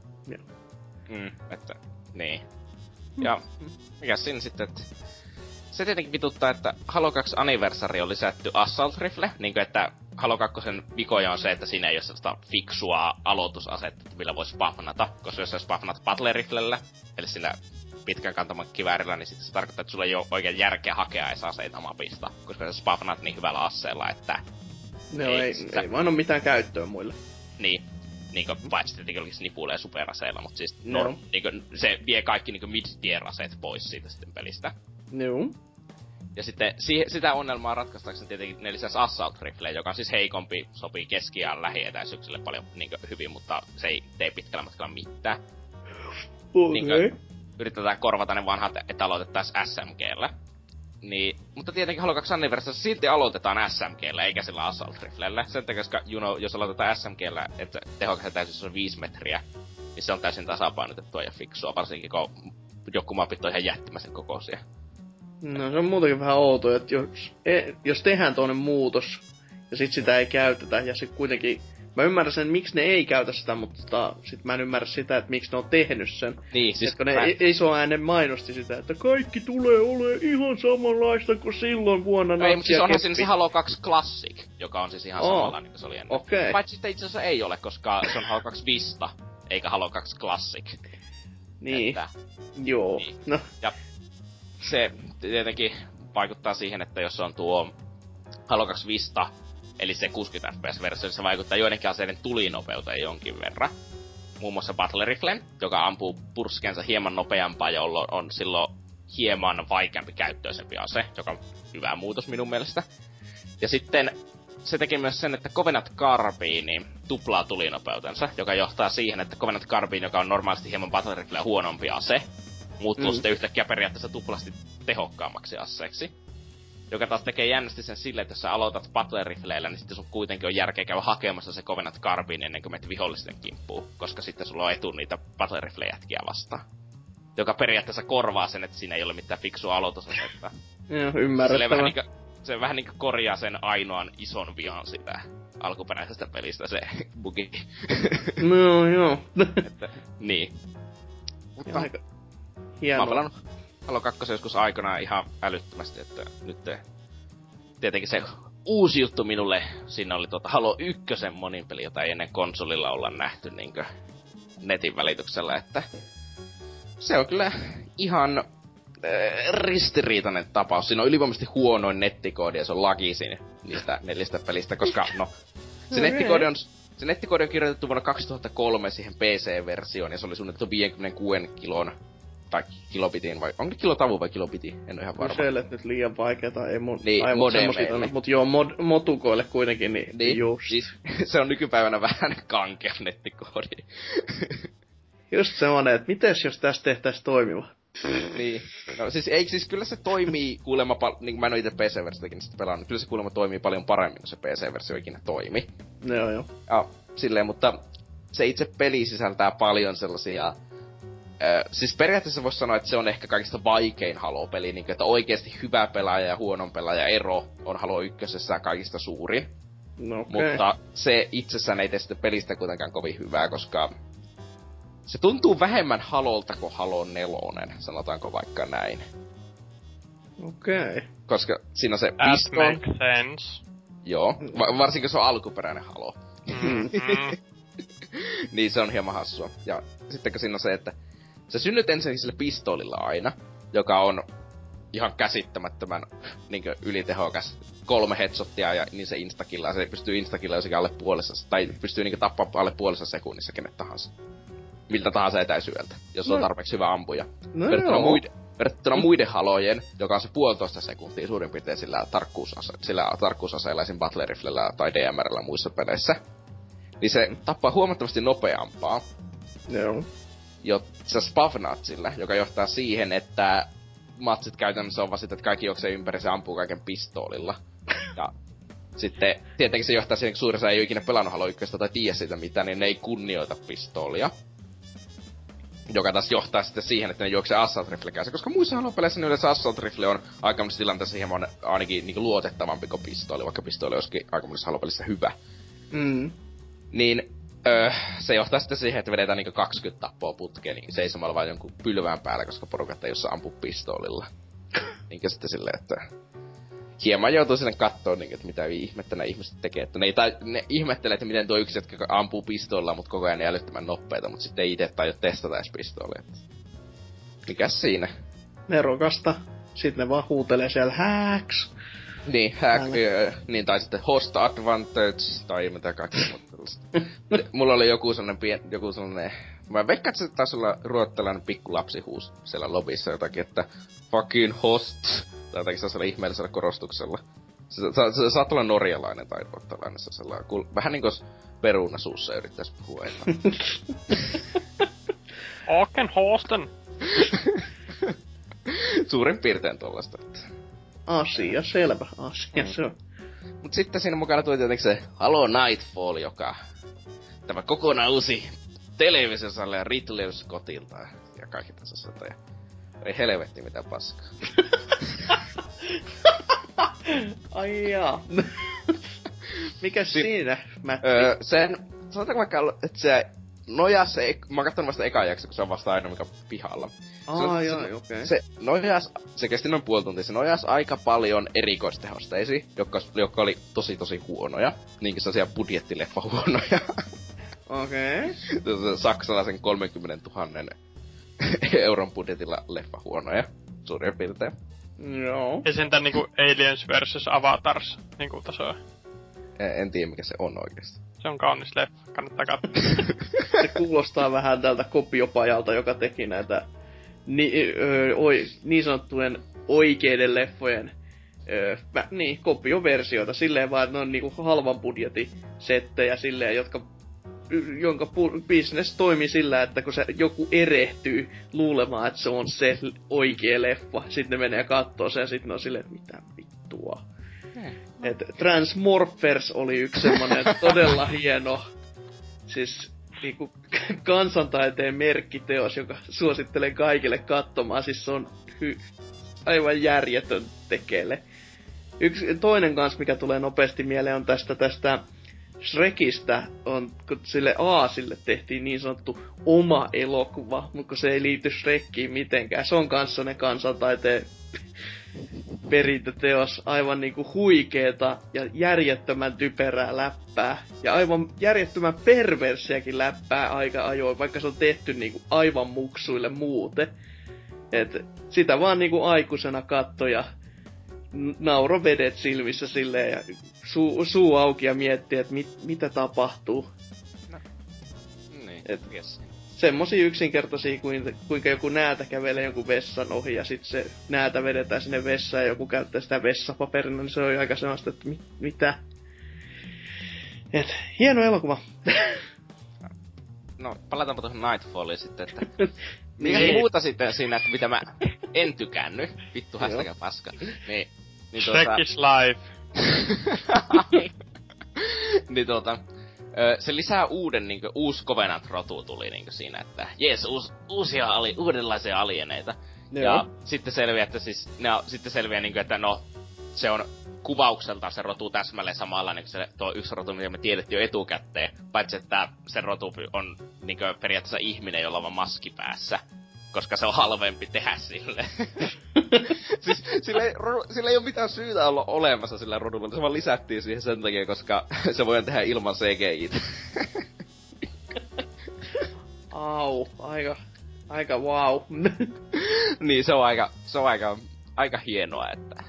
Että, niin. Ja mikä siinä sitten, että... Se tietenkin vituttaa, että Halo 2 Anniversary on lisätty Assault Rifle, niinkö että Halo 2 vikoja on se, että siinä ei oo sellaista fiksua aloitusasetta, millä vois spawnata, koska jos sä spawnat Battle Riflellä, eli sillä pitkän kantaman kiväärillä, niin sitten se tarkoittaa, että sulla ei oo oikein järkeä hakea edes aseita mapista, koska sä spawnat niin hyvällä asseella, että... No ei vaan oo mitään käyttöä muille. Niin. Niinkö, paitsi tietenkin olis nipuilla ja superaseilla, mut siis niinkö, se vie kaikki niinkö mid-tier-aseet pois siitä sitten pelistä. Joo. Ja sitten sitä ongelmaa ratkaistakseni tietenkin ne lisäs Assault Rifle, joka on siis heikompi, sopii keski- ja lähietäisyyksille paljon niinkö hyvin, mutta se ei tee pitkällä matkalla mitään. Niinkö, yritetään korvata ne vanhat, että aloitettaisiin SMG:llä. Niin, mutta tietenkin Halo 2 Anniversary silti aloitetaan SMG:llä, eikä sillä Assault Riflellä. Sen takia, koska jos aloitetaan SMG:llä, että tehokas etäisyys on 5 metriä, niin se on täysin tasapainotettua ja fiksua, varsinkin kun joku mapit on ihan jättimäisen kokoisia. No se on muutenkin vähän outoa, että jos tehdään toinen muutos, ja sit sitä ei käytetä, ja sit kuitenkin... Mä ymmärrän sen, miksi ne ei käytä sitä, mutta sit mä en ymmärrä sitä, että miksi ne on tehnyt sen. Niin, siis... Että ne iso äänen mainosti sitä, että kaikki tulee olemaan ihan samanlaista kuin silloin vuonna ei, mutta siis onhan siinä se Halo 2 Classic, joka on siis ihan samanlainen kuin se oli ennen. Okay. Paitsi sitten itse asiassa ei ole, koska se on Halo 2 Vista, eikä Halo 2 Classic. Niin. Että, joo. Niin. No. Ja se tietenkin vaikuttaa siihen, että jos on tuo Halo 2 Vista, eli se 60 fps-versio, se vaikuttaa joidenkin aseiden tulinopeuteen jonkin verran. Muun muassa Battle Riflen, joka ampuu purskensa hieman nopeampaa, jolloin on silloin hieman vaikeampi käyttöisempi ase, joka on hyvä muutos minun mielestä. Ja sitten se teki myös sen, että Covenant Carbine tuplaa tulinopeutensa, joka johtaa siihen, että Covenant Carbine, joka on normaalisti hieman Battle Riflea huonompi ase, muuttuu sitten yhtäkkiä periaatteessa tuplasti tehokkaammaksi aseeksi. Joka taas tekee jännästi sen silleen, että jos sä aloitat Battle Rifleillä, niin sitten sun kuitenkin on järkeä käydä hakemassa se Covenant Carbine ennen kuin menet vihollisten kimppuun, koska sitten sulla on etu niitä Battle Rifle-jätkiä vastaan. Joka periaatteessa korvaa sen, että siinä ei ole mitään fiksua aloitusasetta. Joo, ymmärrettävä. Se vähän niinku korjaa sen ainoan ison vihan sitä alkuperäisestä pelistä, se bugi. No joo. Että, niin. Mutta aika hienoa. Mä oon Halo 2 joskus aikanaan ihan älyttömästi, että nyt tietenkin se uusi juttu minulle. Siinä oli Halo 1 monin peli, jota ei ennen konsolilla olla nähty niinkö netin välityksellä, että se on kyllä ihan ristiriitainen tapaus. Siinä on ylivoimaisesti huonoin nettikoodi ja se on lagisin niistä 4 pelistä, koska se nettikoodi on kirjoitettu vuonna 2003 siihen PC-versioon ja se oli suunniteltu 56 kilon tai kilobitin vai onko kilotavu vai kilobiti? En ole ihan varma. Kyselet nyt liian vaikeeta, ei mun modemeille. Mut joo, motukoille kuitenkin, niin just. Siis, se on nykypäivänä vähän kankea nettikoodi. Just semmonen, että mites jos tästä tehtäis toimiva? Niin. No siis kyllä se toimii kuulemma niin mä en oo ite PC-versiotakin sitä pelannut, kyllä se kuulemma toimii paljon paremmin, kun se PC-versio ikinä toimi. Joo. Ja silleen, mutta se itse peli sisältää paljon sellaisia siis periaatteessa vois sanoa, että se on ehkä kaikista vaikein Halo-peli, niin että oikeesti hyvä pelaaja ja huonon pelaaja ero on Halo 1 kaikista suurin. No, okay. Mutta se itsessään ei tee sitä pelistä kuitenkaan kovin hyvää, koska se tuntuu vähemmän Halolta kuin Halo 4, sanotaanko vaikka näin. Okei. Okay. Koska siinä on se pistol. That makes sense. Joo, varsinkin se on alkuperäinen Halo. Niin se on hieman hassua. Ja sitten kun siinä on se, että sä synnyt ensinnäkin sille pistoolilla aina, joka on ihan käsittämättömän niinkö ylitehokas. 3 headshottia ja niin se instakillaa. Se pystyy instakillaa jossakin alle puolessa, tai pystyy niinkö tappaa alle puolessa sekunnissa kenet tahansa. Miltä tahansa etäisyydeltä, jos on tarpeeksi hyvä ampuja. Verrattuna muiden halojen, joka on se 1,5 sekuntia suurin piirtein sillä tarkkuusaseella, esim. Battle Riflellä tai DMRllä muissa peleissä. Niin se tappaa huomattavasti nopeampaa. Joo. Sä spavnaat sillä, joka johtaa siihen, että matsit käytännössä on vaan sitä, että kaikki juoksee ympäri, se ampuu kaiken pistoolilla. Ja sitten tietenkin se johtaa siihen, kun suurin osa ei ole ikinä pelannut Halo 1 tai tiedä siitä mitään, niin ne ei kunnioita pistoolia. Joka taas johtaa sitten siihen, että ne juoksee Assault Rifle käsin. Koska muissa Halo-peleissä niin yleensä Assault Rifle on aikamoisessa tilanteessa hieman ainakin niin luotettavampi kuin pistooli, vaikka pistooli olisikin aikamoisessa Halo-pelissä hyvä. Niin se johtaa sitten siihen, että vedetään niinku 20 tappoa putkeen niin seisomalla vaan jonkun pylvään päällä, koska porukat ei osaa ampua pistoolilla. Niinkö sitten silleen, että hieman joutuu sinne kattoo, niin, että mitä ihmettä nämä ihmiset tekee. Että ne ihmettelee, että miten tuo yksi, jotka ampuu pistoolilla, mutta koko ajan älyttömän nopeita, mutta sitten ei itse tajua testata edes pistoolia. Mikäs siinä? Nerokasta. Sitten ne vaan huutelee siellä hacks. Niin, niin tai sitten host advantage, tai mitä kaikkea muuta. Mulla oli joku sellainen, mä veikkaan, että se taisi olla ruottalainen pikkulapsi huus siellä lobissa jotakin, että fucking host, tai jotakin sellaisella ihmeellisellä korostuksella. Se saat olla norjalainen tai ruottalainen sellainen, vähän niinku peruna suussa yrittäis puhua enää. Åken hosten! Suurin piirtein tollasta, että asia, selvä asia se on. Mut sitten siinä mukana tuli tietenkin se Halo Nightfall, joka tämä kokonaan uusi televisiosarja ja Ridley Scottilta ja kaikki tässä ja ei helvetti mitään paskaa. Ai jaa. Mikäs siinä, Matti? Sanotaanko vaikka, että se nojas, mä oon kattonut vasta ekan jakso, kun se on vasta aina mikä pihalla. Okei. Se nojas, se kesti noin puoli tuntia, se nojas aika paljon erikoistehosteisiin, jotka oli tosi huonoja. Niinkin sellaisia budjettileffa huonoja. Okei. Saksalaisen 30 000 euron budjetilla leffa huonoja, suurin piirtein. Joo. Ja sentään niinku Aliens vs. Avatars niinku tasoa. En tiedä mikä se on oikeesti. Se on kaunis leffa, kannattaa katsoa. Se kuulostaa vähän tältä kopiopajalta, joka teki näitä niin sanottujen oikeiden leffojen kopioversioita. Silleen vaan, että ne on niinku halvan budjetin settejä silleen, jonka business toimii sillä, että kun se joku erehtyy luulemaan, että se on se oikea leffa, sitten ne menee kattoo sen ja sitten ne on silleen, että mitä vittua. Et Transmorphers oli yksi semmonen todella hieno, siis niinku kansantaiteen merkkiteos, joka suosittelen kaikille katsomaan. Siis se on aivan järjetön tekele. Toinen kans, mikä tulee nopeasti mieleen, on tästä Shrekistä, on, kun sille Aasille tehtiin niin sanottu oma elokuva, mutta se ei liity Shrekkiin mitenkään. Se on kans ne kansantaiteen perintöteos, aivan niinku huikeeta ja järjettömän typerää läppää. Ja aivan järjettömän perversiäkin läppää aika ajoin, vaikka se on tehty niinku aivan muksuille muuten. Et sitä vaan niinku aikuisena kattoja nauro vedet silmissä silleen ja suu auki ja miettii, että mitä tapahtuu. No. Niin, yes. Semmosia yksinkertaisia, kuinka joku näätä kävelee jonkun vessan ohi ja sit se näätä vedetään sinne vessaan ja joku käyttää sitä vessapaperina, niin se on aika sellaista, että mitä? Et, hieno elokuva. No, palataanpa tuohon Nightfalliin sitten, että mikä muuta sitten siinä, että mitä mä en tykännyt, vittu hästäkään paska, niin Shrek is life. niin se lisää uusi Covenant-rotu tuli niinku siinä, että jes, uudenlaisia alieneita. Joo. Ja sitten selviää, että sitten selviää niinku, että no, se on kuvaukselta se rotu täsmälleen samanlainen kuin se tuo yksi rotu, mitä me tiedettiin jo etukäteen. Paitsi, että se rotu on niinku periaatteessa ihminen, jolla on vaan maski päässä. Koska se on halvempi tehdä sille. Siis sillä ei ole mitään syytä olla olemassa sillä rodulla. Se vaan lisättiin siihen sen takia, koska se voidaan tehdä ilman CGI:tä. Au, aika wow. Niin, se on aika hienoa, että...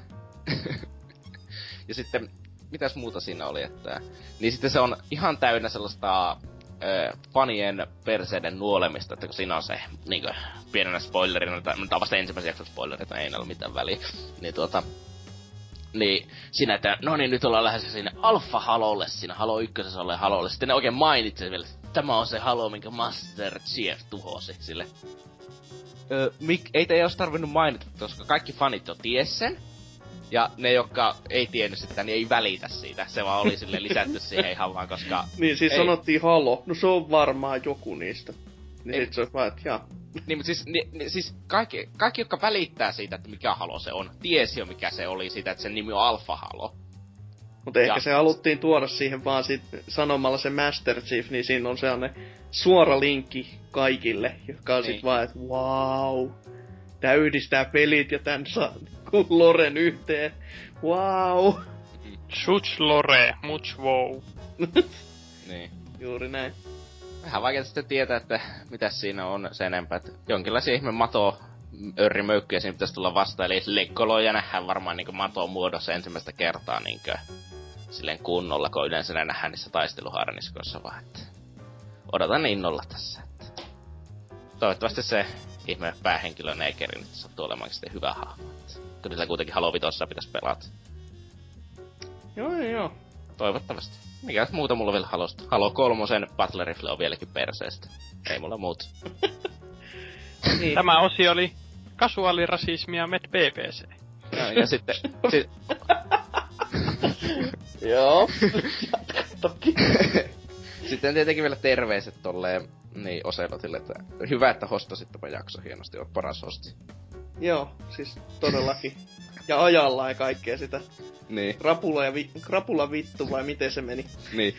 Ja sitten, mitäs muuta siinä oli, että... Niin sitten se on ihan täynnä sellaista... fanien perseiden nuolemista, että kun siinä on se niinku pienenä spoilerina, tai on vasta ensimmäisen jakson spoilerit, ei ole mitään väliä, niin niin siinä, että no niin, nyt ollaan lähdössä sinne Alpha-halolle, siinä Halo 1:ssä olleen halolle, sitten ne oikein mainitsee vielä, että tämä on se halo, minkä Master Chief tuhosi, sille. Ei te olisi tarvinnut mainita, koska kaikki fanit jo ties sen, ja ne, jotka ei tiennyt sitä, niin ei välitä siitä. Se vaan oli sille lisätty siihen ihan vaan, koska... Niin, siis sanottiin Halo. No se on varmaan joku niistä. Niin sit se olisi vaan, että jaa. Niin, mutta siis kaikki, jotka välittää siitä, että mikä Halo se on, tiesi jo mikä se oli siitä, että sen nimi on Alpha Halo. Mutta ehkä se haluttiin tuoda siihen vaan sanomalla se Master Chief, niin siinä on sellainen suora linkki kaikille, jotka on sit vaan, että wow. Tää yhdistää pelit ja tän saa Loren yhteen. Wow. Such lore, much wow. Niin. Juuri näin. Vähän vaikea sitten tietää, että mitäs siinä on sen enempää, että jonkinlaisia ihme örrimöykkyjä siinä pitäisi tulla vastaan, eli lekkoloja nähdään varmaan niinku maton muodossa ensimmäistä kertaa niinkö silleen kunnolla, kun yleensä ne nähdään niissä taisteluharniskoissa vaan, että odotan innolla tässä, että toivottavasti se ihme päähenkilö Neekeri nyt sattuu olemaankin sitten hyvä hahmo, että kyllä sillä kuitenkin Halo 5 pitäisi pelata. Joo. Toivottavasti. Mikä muuta mulla vielä Halosta? Halo 3 Battle Rifle on vieläkin perseestä. Ei mulla muuta. Niin. Tämä osio oli kasuaalirasismia med BBC. No, ja sitten... Joo. Jatka toki. Sitten tietenkin vielä terveiset tolleen niin Oselotille, että hyvä, että hostasit tämä jakso hienosti, oot paras hosti. Joo, siis todellakin. Ja ajallaan ja kaikkea sitä. Niin. Krapula vittu vai miten se meni? Niin.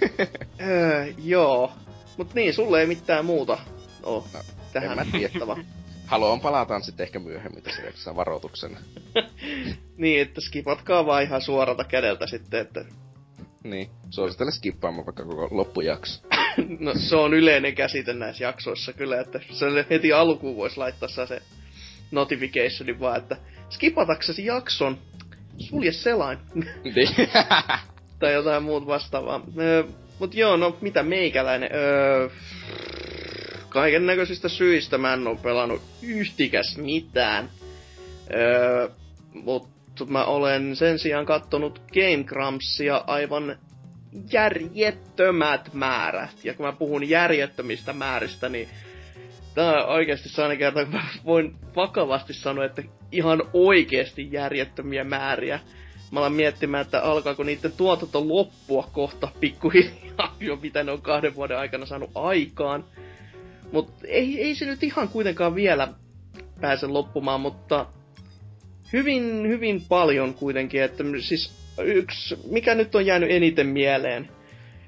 Joo. Mut niin, sulle ei mitään muuta oo tähän tiettävä. Haluan palataan sitten ehkä myöhemmin tässä jaksossa varoituksena. Niin, että skipatkaa vaan ihan suoralta kädeltä sitten, että... Niin, suosittelen skippaamaan vaikka koko loppujakso. No se on yleinen käsite näissä jaksoissa kyllä, että se heti alkuun vois laittaa se notificationin vaan, että skipataksesi jakson, sulje selain. Tai jotain muut vastaavaa. Mut joo, no mitä meikäläinen? Kaiken näköisistä syistä mä en oo pelannut yhtikäs mitään. Mutta mä olen sen sijaan kattonut Game Grumpsia aivan järjettömät määrät. Ja kun mä puhun järjettömistä määristä, niin tää on oikeesti sellainen kerta, kun mä voin vakavasti sanoa, että ihan oikeesti järjettömiä määriä. Mä alan miettimään, että alkaako niiden tuotanto loppua kohta pikkuhiljaa, jo mitä ne on 2 vuoden aikana saanut aikaan. Mut ei se nyt ihan kuitenkaan vielä pääse loppumaan, mutta hyvin paljon kuitenkin, että siis mikä nyt on jäänyt eniten mieleen,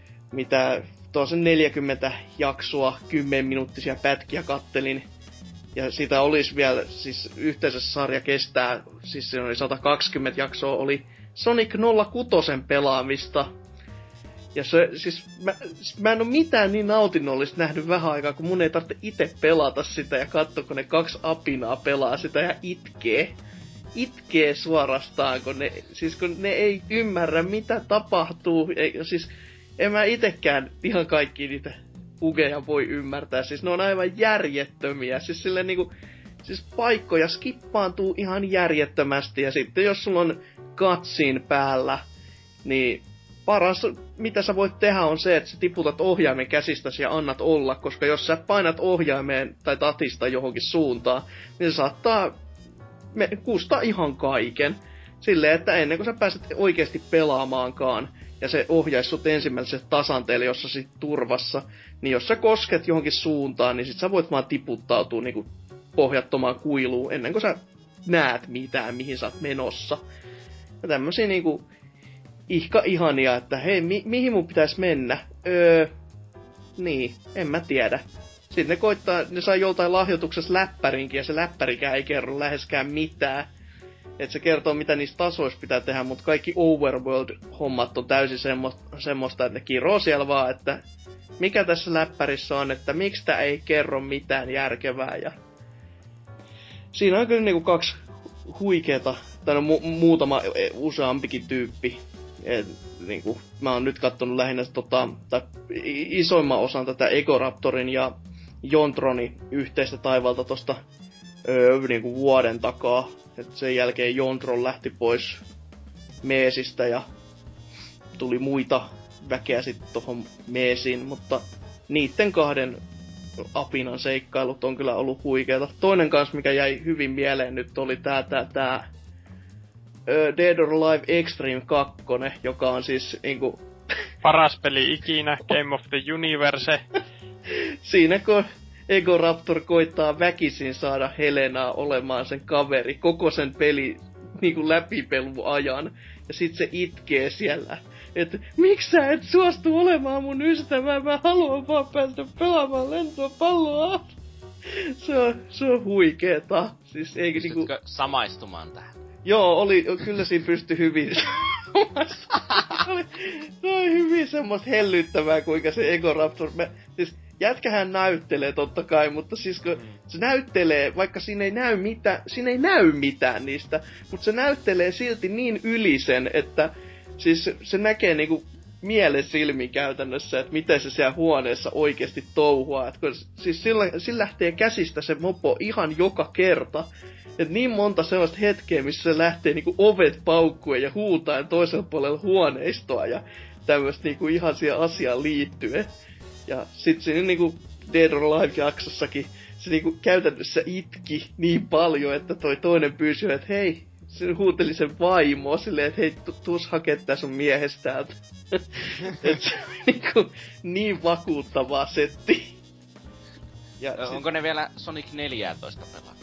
mitä tuossa 40 jaksoa, 10-minuuttisia pätkiä kattelin, Ja sitä olisi vielä, siis yhteensä sarja kestää, siis se oli 120 jaksoa, oli Sonic 06 pelaamista. Ja se, siis mä en oo mitään niin nautinnollista nähnyt vähän aikaa, kun mun ei tarvitse itse pelata sitä ja katsoa, kun ne 2 apinaa pelaa sitä ja itkee. Itkee suorastaan, kun ne ei ymmärrä, mitä tapahtuu. Siis en mä itekään ihan kaikki niitä ugeja voi ymmärtää. Siis ne on aivan järjettömiä. Siis silleen niinku, siis paikkoja skippaantuu ihan järjettömästi. Ja sitten jos sulla on cutscene päällä, niin paras, mitä sä voit tehdä, on se, että sä tiputat ohjaimen käsistäsi ja annat olla, koska jos sä painat ohjaimeen tai tatista johonkin suuntaan, niin se saattaa kustaa ihan kaiken. Silleen, että ennen kuin sä pääset oikeasti pelaamaankaan, ja se ohjaisi sut ensimmäiselle tasanteelle, jossa sit turvassa, niin jos sä kosket johonkin suuntaan, niin sit sä voit vaan tiputtautua niinku pohjattomaan kuiluun, ennen kuin sä näet mitään, mihin sä oot menossa. Ja tämmösiä niinku ihania, että hei, mihin mun pitäis mennä? Niin, en mä tiedä. Sitten ne koittaa, ne saa joltain lahjoituksessa läppärinkin, ja se läppärikään ei kerro läheskään mitään. Että se kertoo, mitä niistä tasoista pitää tehdä, mutta kaikki Overworld-hommat on täysin semmoista, että ne kiroo siellä vaan, että mikä tässä läppärissä on, että miksi tää ei kerro mitään järkevää. Ja siinä on kyllä niinku 2 huikeeta, tai no muutama useampikin tyyppi. Niinku, mä oon nyt kattonut lähinnä isoimman osan tätä Egoraptorin ja Jontronin yhteistä taivalta tosta niinku vuoden takaa. Et sen jälkeen Jontron lähti pois Meesistä ja tuli muita väkeä sitten tohon Meesiin, mutta niitten 2 apinan seikkailut on kyllä ollut huikeeta. Toinen kans, mikä jäi hyvin mieleen nyt, oli tää Dead or Alive Extreme 2, joka on siis niinku paras peli ikinä, Game of the Universe. Siinä kun Egoraptor koittaa väkisin saada Helenaa olemaan sen kaveri koko sen peli niinku läpipeluajan. Ja sit se itkee siellä, että miksi sä et suostu olemaan mun ystävä, mä haluan vaan päästä pelaamaan lentopalloa. Se on huikeeta. Siis eikä niinku samaistumaan tähän? Joo, kyllä siinä pystyi hyvin. Se oli hyvin semmoista hellyttävää, kuinka se Egoraptor... Siis jätkähän näyttelee totta kai, mutta siis kun se näyttelee, vaikka siinä ei näy mitään niistä, mutta se näyttelee silti niin ylisen, että siis se näkee niinku mielen silmin käytännössä, että miten se siellä huoneessa oikeasti touhuaa. Et kun, siis sillä lähtee käsistä se mopo ihan joka kerta. Et niin monta sellaista hetkeä, missä se lähtee niinku ovet paukkuen ja huutaen toisella puolella huoneistoa ja tämmöstä niinku ihan siihen asiaan liittyen. Ja sit siinä niinku Dead or Alive-jaksossakin se niinku käytännössä itki niin paljon, että toi toinen pyysi, että hei, se huuteli sen vaimoa silleen, että hei, tuus hakee tää sun miehestä täältä. Et se on niinku niin vakuuttavaa setti. Ja onko ne vielä Sonic 14 pelaa?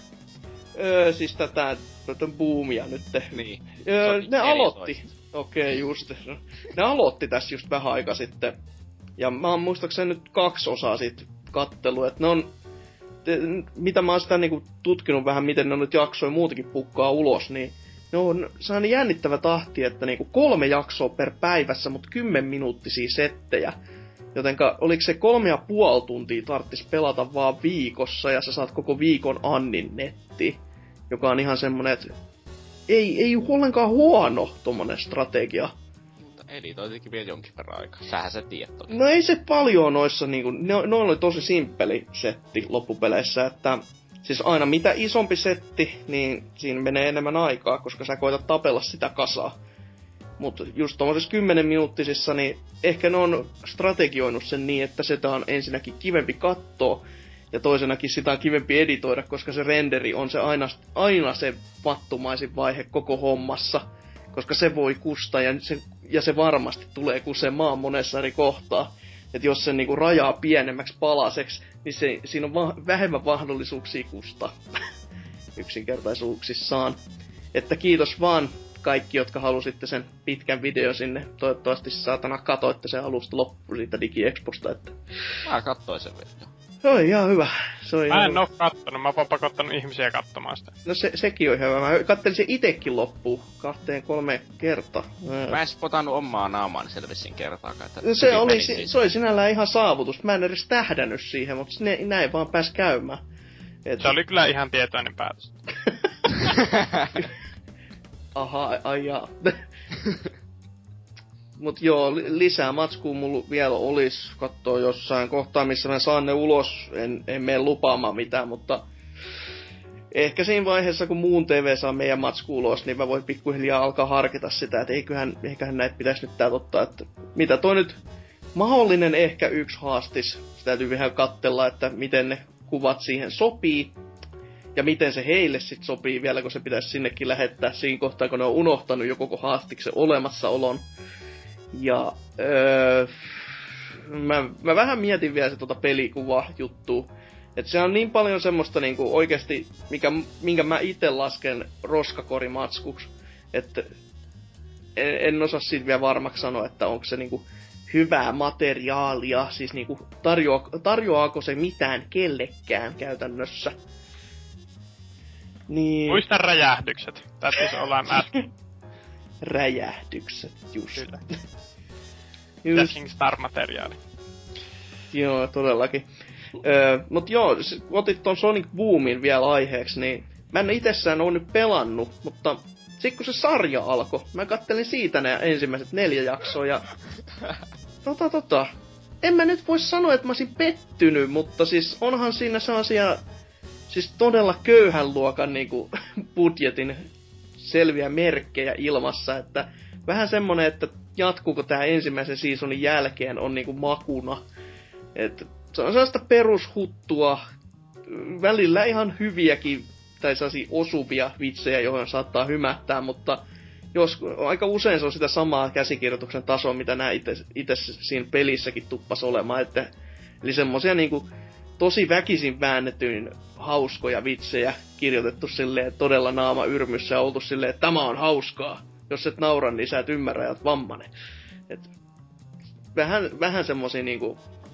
Siis tätä boomia nyt. Niin. Ne aloitti. Okei, just. Ne aloitti tässä just vähän aika sitten. Ja mä oon muistaakseni nyt 2 osaa siitä kattelu, että ne on... mitä mä oon sitä niinku tutkinut vähän, miten ne on nyt jaksoja muutenkin pukkaa ulos, niin ne on sellainen jännittävä tahti, että niinku 3 jaksoa per päivässä, mut 10-minuuttisia settejä. Jotenka oliko se 3,5 tuntia tarttis pelata vaan viikossa, ja sä saat koko viikon annin netti. Joka on ihan semmonen, että ei ollenkaan huono tommonen strategia. Mutta editoitikin vielä jonkin verran aikaa. Sähän sä tiedät toki. No ei se paljon noissa niinku, ne oli tosi simppeli setti loppupeleissä, että siis aina mitä isompi setti, niin siinä menee enemmän aikaa, koska sä koetat tapella sitä kasaa. Mut just tommosissa 10-minuuttisissa, niin ehkä ne on strategioinut sen niin, että sitä on ensinnäkin kivempi kattoo, ja toisenakin sitä on kivempi editoida, koska se renderi on se aina se vattumaisin vaihe koko hommassa. Koska se voi kustaa, ja se varmasti tulee kusemaan monessa eri kohtaa. Että jos se niinku rajaa pienemmäksi palaseksi, niin siinä on vähemmän mahdollisuuksia kustaa yksinkertaisuuksissaan. Että kiitos vaan kaikki, jotka halusitte sen pitkän video sinne. Toivottavasti saatana katoitte sen alusta loppuun siitä DigiExposta. Että... Mä kattoin sen vielä. Se on ihan hyvä. Se on Mä ihan en hyvä. oo kattonut, mä oon vaan pakottanut ihmisiä katsomaan sitä. No sekin on ihan hyvä. Mä kattelin sen itekin loppuun 2-3 kertaa. Mä en spotannut omaa naamaani selvisin kertaakaan. Että No se oli sinällään ihan saavutus. Mä en edes tähdännyt siihen, mutta näin vaan pääs käymään. Se oli kyllä ihan tietoinen päätös. Aha, ai jaa. Mut joo, lisää matskua mulla vielä olis kattoo jossain kohtaa, missä mä saan ne ulos. En mene lupaamaan mitään, mutta ehkä siinä vaiheessa, kun muun TV saa meidän matsku ulos, niin mä voin pikkuhiljaa alkaa harkita sitä, että eiköhän näitä pitäisi nyt tää ottaa, että mitä toi nyt mahdollinen ehkä yksi haastis. Sitä täytyy vähän katsella, että miten ne kuvat siihen sopii. Ja miten se heille sit sopii vielä, kun se pitäisi sinnekin lähettää siinä kohtaa, kun ne on unohtanut jo koko haastiksen olemassaolon. Ja mä vähän mietin vielä se pelikuva-juttua. Että se on niin paljon semmoista niinku oikeesti, minkä mä ite lasken roskakorimatskuksi. Että en osaa siitä vielä varmaksi sanoa, että onko se niinku hyvää materiaalia. Siis niinku tarjoaako se mitään kellekään käytännössä. Niin. Muista räjähdykset. Täytyisi olla Räjähdykset, just. Kyllä. Just. Star-materiaali. Joo, todellakin. Mut joo, kun otit ton Sonic Boomin vielä aiheeksi, niin mä en itsessään oo nyt pelannut, mutta sit kun se sarja alkoi, mä kattelin siitä ne ensimmäiset 4 jaksoa ja en mä nyt vois sanoa, että mä olisin pettynyt, mutta siis onhan siinä sellaisia siis todella köyhän luokan niinku budjetin selviä merkkejä ilmassa, että vähän semmonen, että jatkuuko tää ensimmäisen seasonin jälkeen on niinku makuna. Et se on sellaista perushuttua, välillä ihan hyviäkin tai sellaisia osuvia vitsejä, joihin saattaa hymähtää, mutta aika usein se on sitä samaa käsikirjoituksen tasoa, mitä nää itse siinä pelissäkin tuppas olemaan, eli semmosia niinku tosi väkisin väännetyin hauskoja vitsejä kirjoitettu silleen todella naama yrmyssä ja oltu silleen, että tämä on hauskaa. Jos et naura, niin sä et ymmärrä ja oot vammanen. Et vähän semmosia niinku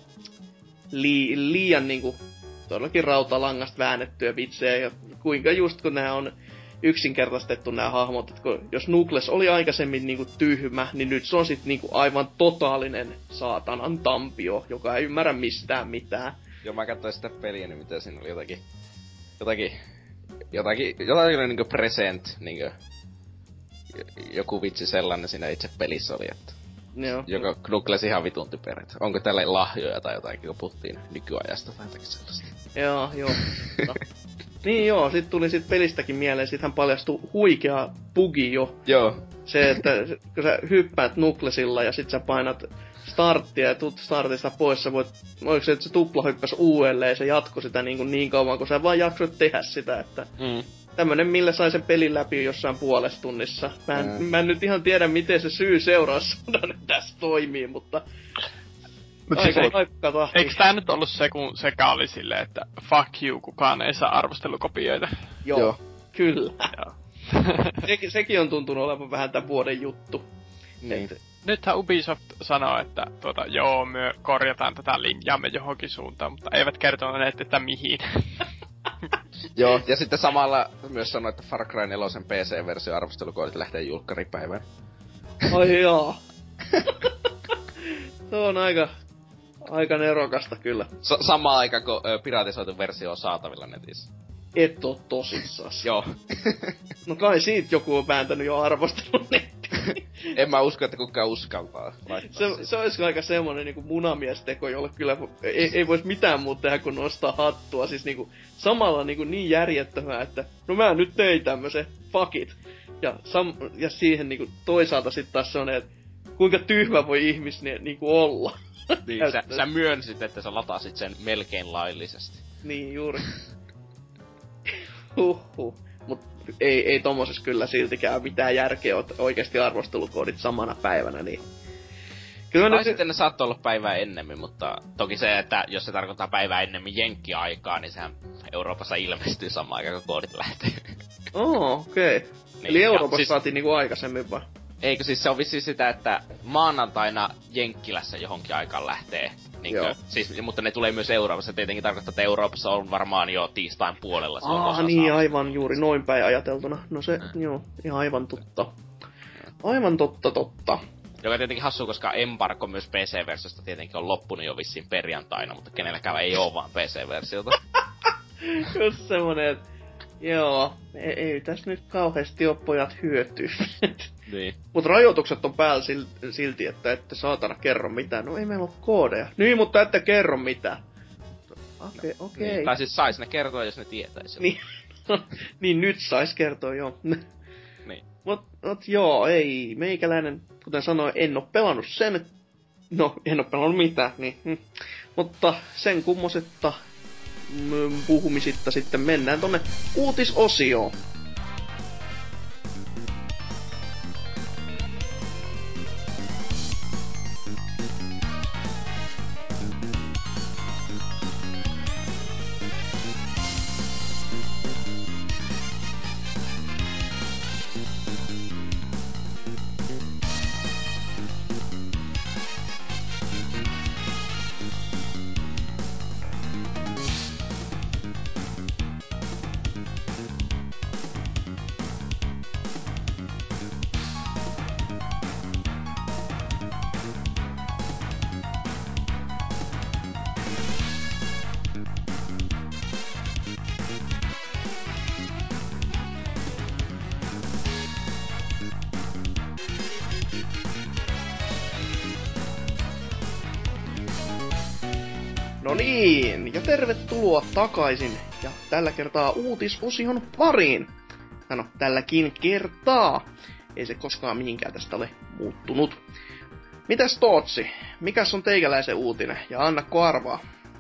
liian niinku todellakin rautalangasta väännettyjä vitsejä. Ja kuinka just kun nää on yksinkertaistettu nämä hahmot, että jos Knuckles oli aikaisemmin niinku tyhmä, niin nyt se on sit niinku aivan totaalinen saatanan tampio, joka ei ymmärrä mistään mitään. Joo, mä katsoin sitä peliä, niin mitä siinä oli jotakin niinku present, niinku joku vitsi sellainen siinä itse pelissä oli, että Joo. joka Knuckles ihan vitun typerä. Onko tälle lahjoja tai jotain, kun puhuttiin nykyajasta tai jotakin sellaista. Joo. Niin joo, sit tuli pelistäkin mieleen, sit hän paljastui huikea bugi jo. Joo. Se, että kun sä hyppäät Knucklesilla ja sit sä painat starttia ja tuut startista pois, sä voit, oliko se, että se tupla hyppäs uudelleen ja se jatkoi sitä niin kauan, kun sä vaan jaksoit tehdä sitä, että tämmönen, millä sai sen pelin läpi jossain puolessa tunnissa. Mä en nyt ihan tiedä, miten se syy-seuraussuhde nyt tässä toimii, mutta aika eiks tää nyt ollut se, kun sekä oli silleen, että fuck you, kukaan ei saa arvostelukopioita? Joo. Kyllä. Joo. Sekin on tuntunut olevan vähän tämän vuoden juttu. Niin. Nythän Ubisoft sanoo, että joo, me korjataan tätä linjaamme johonkin suuntaan, mutta eivät kertoneet, että mihin. Joo, ja sitten samalla myös sanoi, että Far Cry 4 PC-versio arvostelukoodit lähtee julkkaripäivään. Ai jaa. Se on aika nerokasta kyllä. Samaan aikaan, kun piratisoitu versio on saatavilla netissä. Et oo tosissas. Joo. No kai siitä joku on vääntänyt jo arvostelun nettiin. En mä usko, että kukaan uskaltaa laittaa se olisi aika semmonen niinku munamiesteko, jolle kyllä ei vois mitään muuta tehdä kuin nostaa hattua. Siis niinku samalla niinku niin järjettömää, että no mä nyt tein tämmösen, fuck it. Ja siihen niinku toisaalta sit taas semmonen, että kuinka tyhmä voi ihminen niinku olla. Niin, sä myönsit, että sä latasit sen melkein laillisesti. Niin, juuri. Mut ei tommosessa kyllä siltikään mitään järkeä oikeesti arvostelukoodit samana päivänä, niin kyllä tai sitten ne saattoi olla päivää ennemmin, mutta toki se, että jos se tarkoittaa päivää ennemmin jenkkiaikaa, niin sehän Euroopassa ilmestyy samaan aikaan, kun koodit lähtee. Okei. Niin, eli Euroopassa siis saatiin niinku aikaisemmin vai? Eikö siis se on vissiin sitä, että maanantaina Jenkkilässä johonkin aikaan lähtee. Niinkö? Siis, mutta ne tulee myös Euroopassa. Tietenkin tarkoittaa, että Euroopassa on varmaan jo tiistain puolella. Niin, aivan juuri noin päin ajateltuna. No se, joo, ihan aivan totta. Aivan totta. Joka tietenkin hassua, koska embargo myös PC-versiosta tietenkin on loppunut jo vissiin perjantaina, mutta kenelläkään ei oo vaan PC-versiota. Just semmonen, että joo, ei tässä nyt kauheasti oo pojat hyötyä. Niin. Mut rajoitukset on päällä silti, että ette saatana kerro mitään. No ei meillä oo koodeja. Niin, mutta ette kerro mitään. Okei. Niin. Tai siis sais ne kertoa, jos ne tietäis. Niin, niin nyt sais kertoa, joo. Niin. Mut joo, ei. Meikäläinen, kuten sanoin, en oo pelannut sen. No, en oo pelannut mitään, niin. Mutta sen kummosetta puhumisitta sitten mennään tonne uutisosioon. No niin, ja tervetuloa takaisin, ja tällä kertaa uutisosion pariin. No, tälläkin kertaa. Ei se koskaan mihinkään tästä ole muuttunut. Mitäs Tootsi? Mikäs on teikäläisen uutinen? Ja annakko arvaa?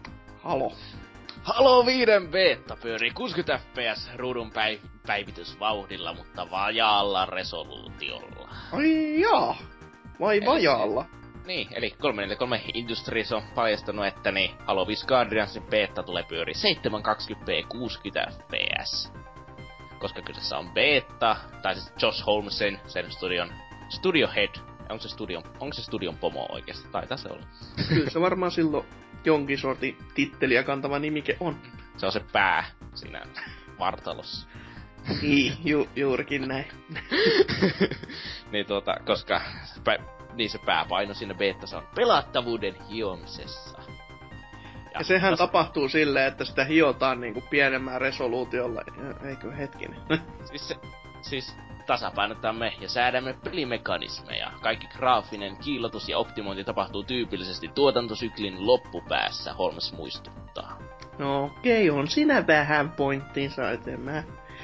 Halo 5 beta pyörii 60 fps ruudun päivitysvauhdilla, mutta vajaalla resoluutiolla. Ai jaa, vai vajaalla? Niin, eli 343 Industries on paljastanut, että niin Halo 5 Guardiansin beta tulee pyörii 720p 60 fps. Koska kyseessä on beta, tai siis Josh Holmesin, sen studio head. Onko se studion pomo oikeesti? Taitaa se olla. Kyllä se varmaan silloin jonkin sortin titteliä kantava nimike on. Se on se pää siinä vartalossa. Niin, juurikin näin. Niin koska niin se pääpaino siinä beetassa on pelattavuuden hiomisessa. Ja sehän tapahtuu silleen, että sitä hiotaan niinku pienemmän resoluutiolla. Eikö hetkinen? Siis tasapainotamme ja säädämme pelimekanismeja. Kaikki graafinen kiillotus ja optimointi tapahtuu tyypillisesti tuotantosyklin loppupäässä, Holmes muistuttaa. No okei, on siinä vähän pointtinsa, että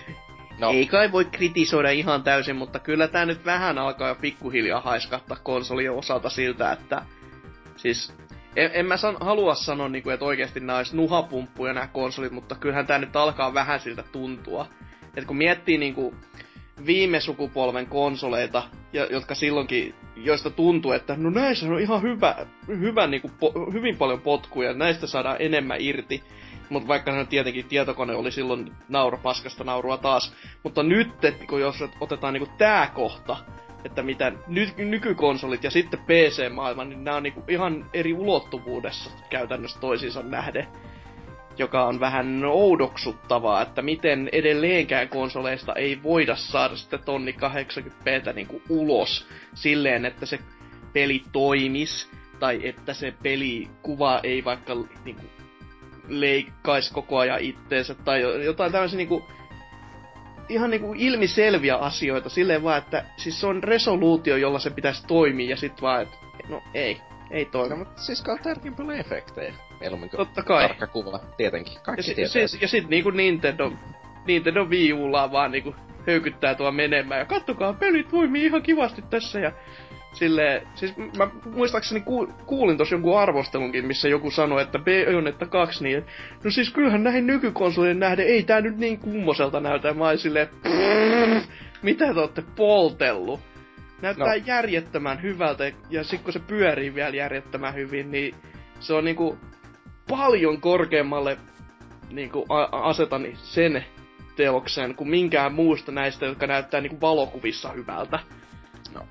ei kai voi kritisoida ihan täysin, mutta kyllä tää nyt vähän alkaa jo pikkuhiljaa haiskahtaa konsolien osalta siltä, että siis en mä halua sanoa, niinku, että oikeesti nää ois nuhapumppuja nää konsolit, mutta kyllähän tää nyt alkaa vähän siltä tuntua. Et kun miettii niinku viime sukupolven konsoleita, jotka silloinkin, joista tuntuu, että no näissä on ihan hyvä niinku, hyvin paljon potkuja, näistä saadaan enemmän irti. Mutta vaikka se tietenkin tietokone oli silloin paskasta naurua taas. Mutta nyt, jos otetaan niinku tää kohta, että mitä nykykonsolit ja sitten PC-maailma, niin nämä on niinku ihan eri ulottuvuudessa käytännössä toisiinsa nähden. Joka on vähän oudoksuttavaa, että miten edelleenkään konsoleista ei voida saada sitä 1080ptä niinku ulos silleen, että se peli toimis, tai että se pelikuva ei vaikka niinku leikkais koko ajan itteensä, tai jotain tämmöisiä niinku ihan niinku ilmiselviä asioita silleen vaan, että siis se on resoluutio, jolla se pitäisi toimia, ja sit vaan, että no ei toimi. No, mutta siis on tärkein paljon efektejä. Mieluummin totta kai. Tarkka kuva, tietenkin. Kaikki ja sit niinku Nintendo Wii Ulla vaan niinku höykyttää tuo menemään, ja kattokaa, peli toimii ihan kivasti tässä, ja silleen, siis mä muistaakseni kuulin tossa jonkun arvostelunkin, missä joku sanoi, että Bayonetta 2, niin no siis kyllähän näihin nykykonsolien nähden ei tää nyt niin kummoselta näytä, ja mä olin silleen, mitä te ootte poltellut? Näyttää järjettömän hyvältä, ja sit kun se pyörii vielä järjettömän hyvin, niin se on niinku paljon korkeammalle niinku asetani sen teoksen kuin minkään muusta näistä, jotka näyttää niinku valokuvissa hyvältä.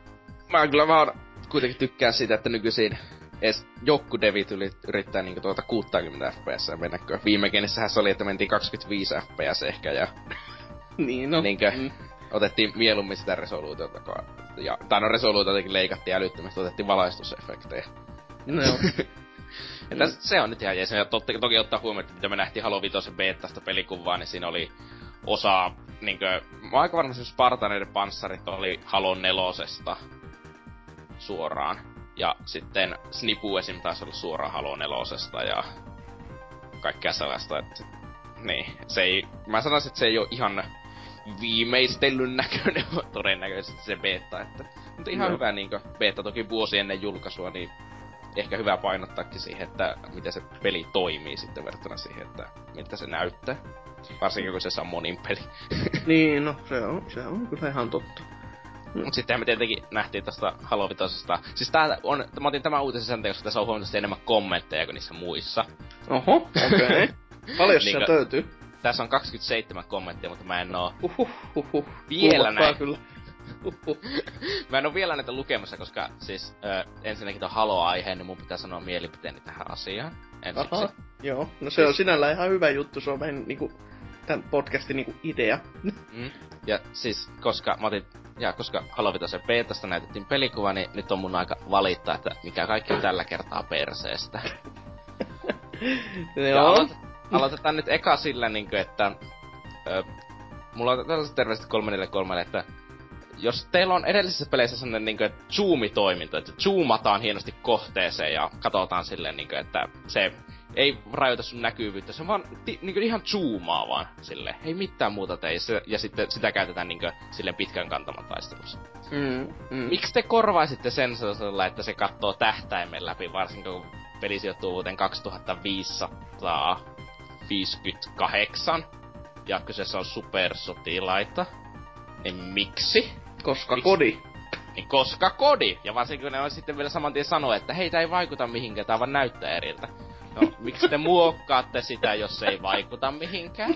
Mä kyllä vaan kuitenkin tykkään siitä, että nykyisin edes jokkudevit yrittää niinku 60 fps mennäkö. Viime genissähän se oli, että mentiin 25 fps ehkä ja... Niin no. Niinkö, otettiin mieluummin sitä resoluutiota, tai no resoluutiotakin leikattiin älyttömästi, otettiin valaistusefektejä. No joo. Ja se on nyt ihan jees. Ja toki ottaa huomioon, että mitä me nähtiin Halo 5 beettasta pelikuvaa, niin siinä oli osa, niinkö, mä oon aika varmasti Spartaneiden panssarit oli Halo 4:sta suoraan. Ja sitten Snipu esim. Taisi olla suoraan Halo 4:sta ja kaikkea sellaista, että niin, se ei, mä sanoisin, että se ei oo ihan viimeistellyn näköinen todennäköisesti se beta, että, mutta ihan hyvä niinkö beta toki vuosi ennen julkaisua, niin ehkä hyvä painottaakin siihen, että miten se peli toimii sitten verrattuna siihen, että miltä se näyttää. Varsinkin kun se on monin peli. Niin, no se on kyllä ihan totta. Mut sittenhän me tietenkin nähtiin tosta Halo 5:sta. Siis mä otin tämän uutisen sen koska tässä on huomattavasti enemmän kommentteja kuin niissä muissa. Oho, okei. Okay. Paljon siellä löytyy? Tässä on 27 kommenttia, mutta mä en oo vielä näin. Kyllä. Mä en oo vielä näitä lukemassa, koska siis ensinnäkin ton Halo-aiheen, niin mun pitää sanoa mielipiteeni tähän asiaan ensiksi. Aha, joo. No se on sinällään ihan hyvä juttu, se on vähän niinku tän podcastin niinku idea. Ja siis, koska Halo 5 betasta näytettiin pelikuva, niin nyt on mun aika valittaa, että mikä kaikki on tällä kertaa perseestä. Ja aloitetaan nyt eka sillä niinkö, että mulla on tällaiset terveiset 343, että jos teillä on edellisissä peleissä sellainen niinkö zoomitoiminto, että zoomataan hienosti kohteeseen ja katsotaan silleen niinkö, että se ei rajoita sun näkyvyyttä, se vaan niinkö ihan zoomaa vaan silleen, ei mitään muuta tee, ja sitten sitä käytetään niinkö silleen pitkän kantaman taistelussa. Miksi te korvaisitte sen sellaisella, että se kattoo tähtäimen läpi, varsinkin kun peli sijoittuu vuoteen 2558, ja kyseessä on supersotilaita, niin miksi? Kodi. Niin koska kodi! Ja varsinkin kun ne on sitten vielä saman tien sanoa, että hei, tää ei vaikuta mihinkään, tää vaan näyttää eriltä. No, miksi te muokkaatte sitä, jos se ei vaikuta mihinkään?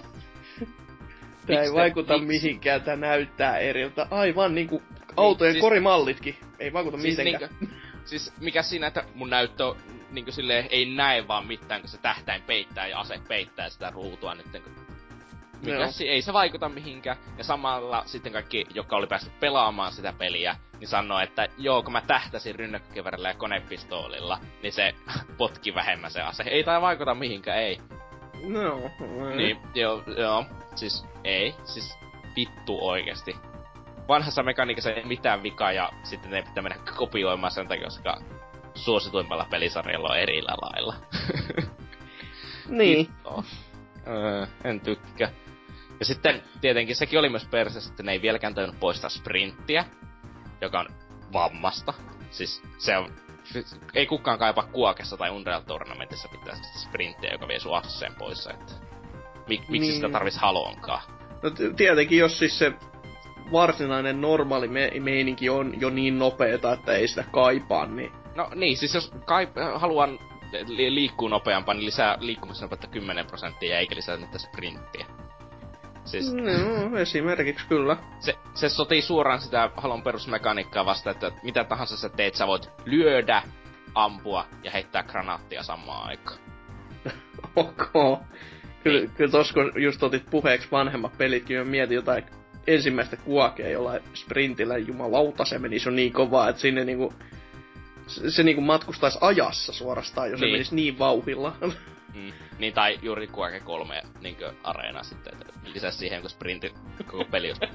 Tää ei vaikuta mihinkään, tää näyttää eriltä. Aivan niinku autojen korimallitkin. Ei vaikuta mitenkään. Siis mikä siinä, että mun näyttö niinku silleen ei näe vaan mitään, kun se tähtäin peittää ja ase peittää sitä ruutua nyt. Ei se vaikuta mihinkään. Ja samalla sitten kaikki, jotka oli päässyt pelaamaan sitä peliä, niin sanoo, että joo, kun mä tähtäsin rynnäkkökivärillä ja konepistoolilla, niin se potki vähemmän se ase. Ei tää vaikuta mihinkään, ei. No. Niin, joo. Siis ei. Siis vittu oikeesti. Vanhassa mekaniikassa ei mitään vikaa ja sitten ne pitää mennä kopioimaan sen takia, koska suosituimmalla pelisarjalla on erillä lailla. Niin. En tykkää. Ja sitten tietenkin sekin oli myös perseessä, että ne ei vieläkään tajunnut poistaa sprinttiä, joka on vammasta. Siis se on... Ei kukaan kaipaa Kuakessa tai Unreal Tournamentissa pitää sitä sprinttiä, joka vie sun asseen pois, että... Miksi sitä tarvis Haloonkaan? No tietenkin, jos siis se varsinainen normaali meininki on jo niin nopeeta, että ei sitä kaipaa, niin... No niin, siis jos haluan liikkuu nopeampaa, niin lisää liikkumisnopeutta 10% eikä lisää niitä sprinttiä. Siis... No, esimerkiksi kyllä. Se sotii suoraan sitä Halon perusmekaniikkaa vasta, että mitä tahansa sä teet, sä voit lyödä, ampua ja heittää granaattia samaan aikaan. Okay. Kyllä tossa kun just otit puheeksi vanhemmat pelitkin, mä mietin jotain ensimmäistä Quakea jollain sprintillä, jumalauta se menisi jo niin kovaa, että sinne niinku... Se niinku matkustaisi ajassa suorastaan, jos se menisi niin vauhilla. Niin, tai juuri Quake 3 niinkö areena sitten, että lisäs siihen, kun sprintin koko peli on.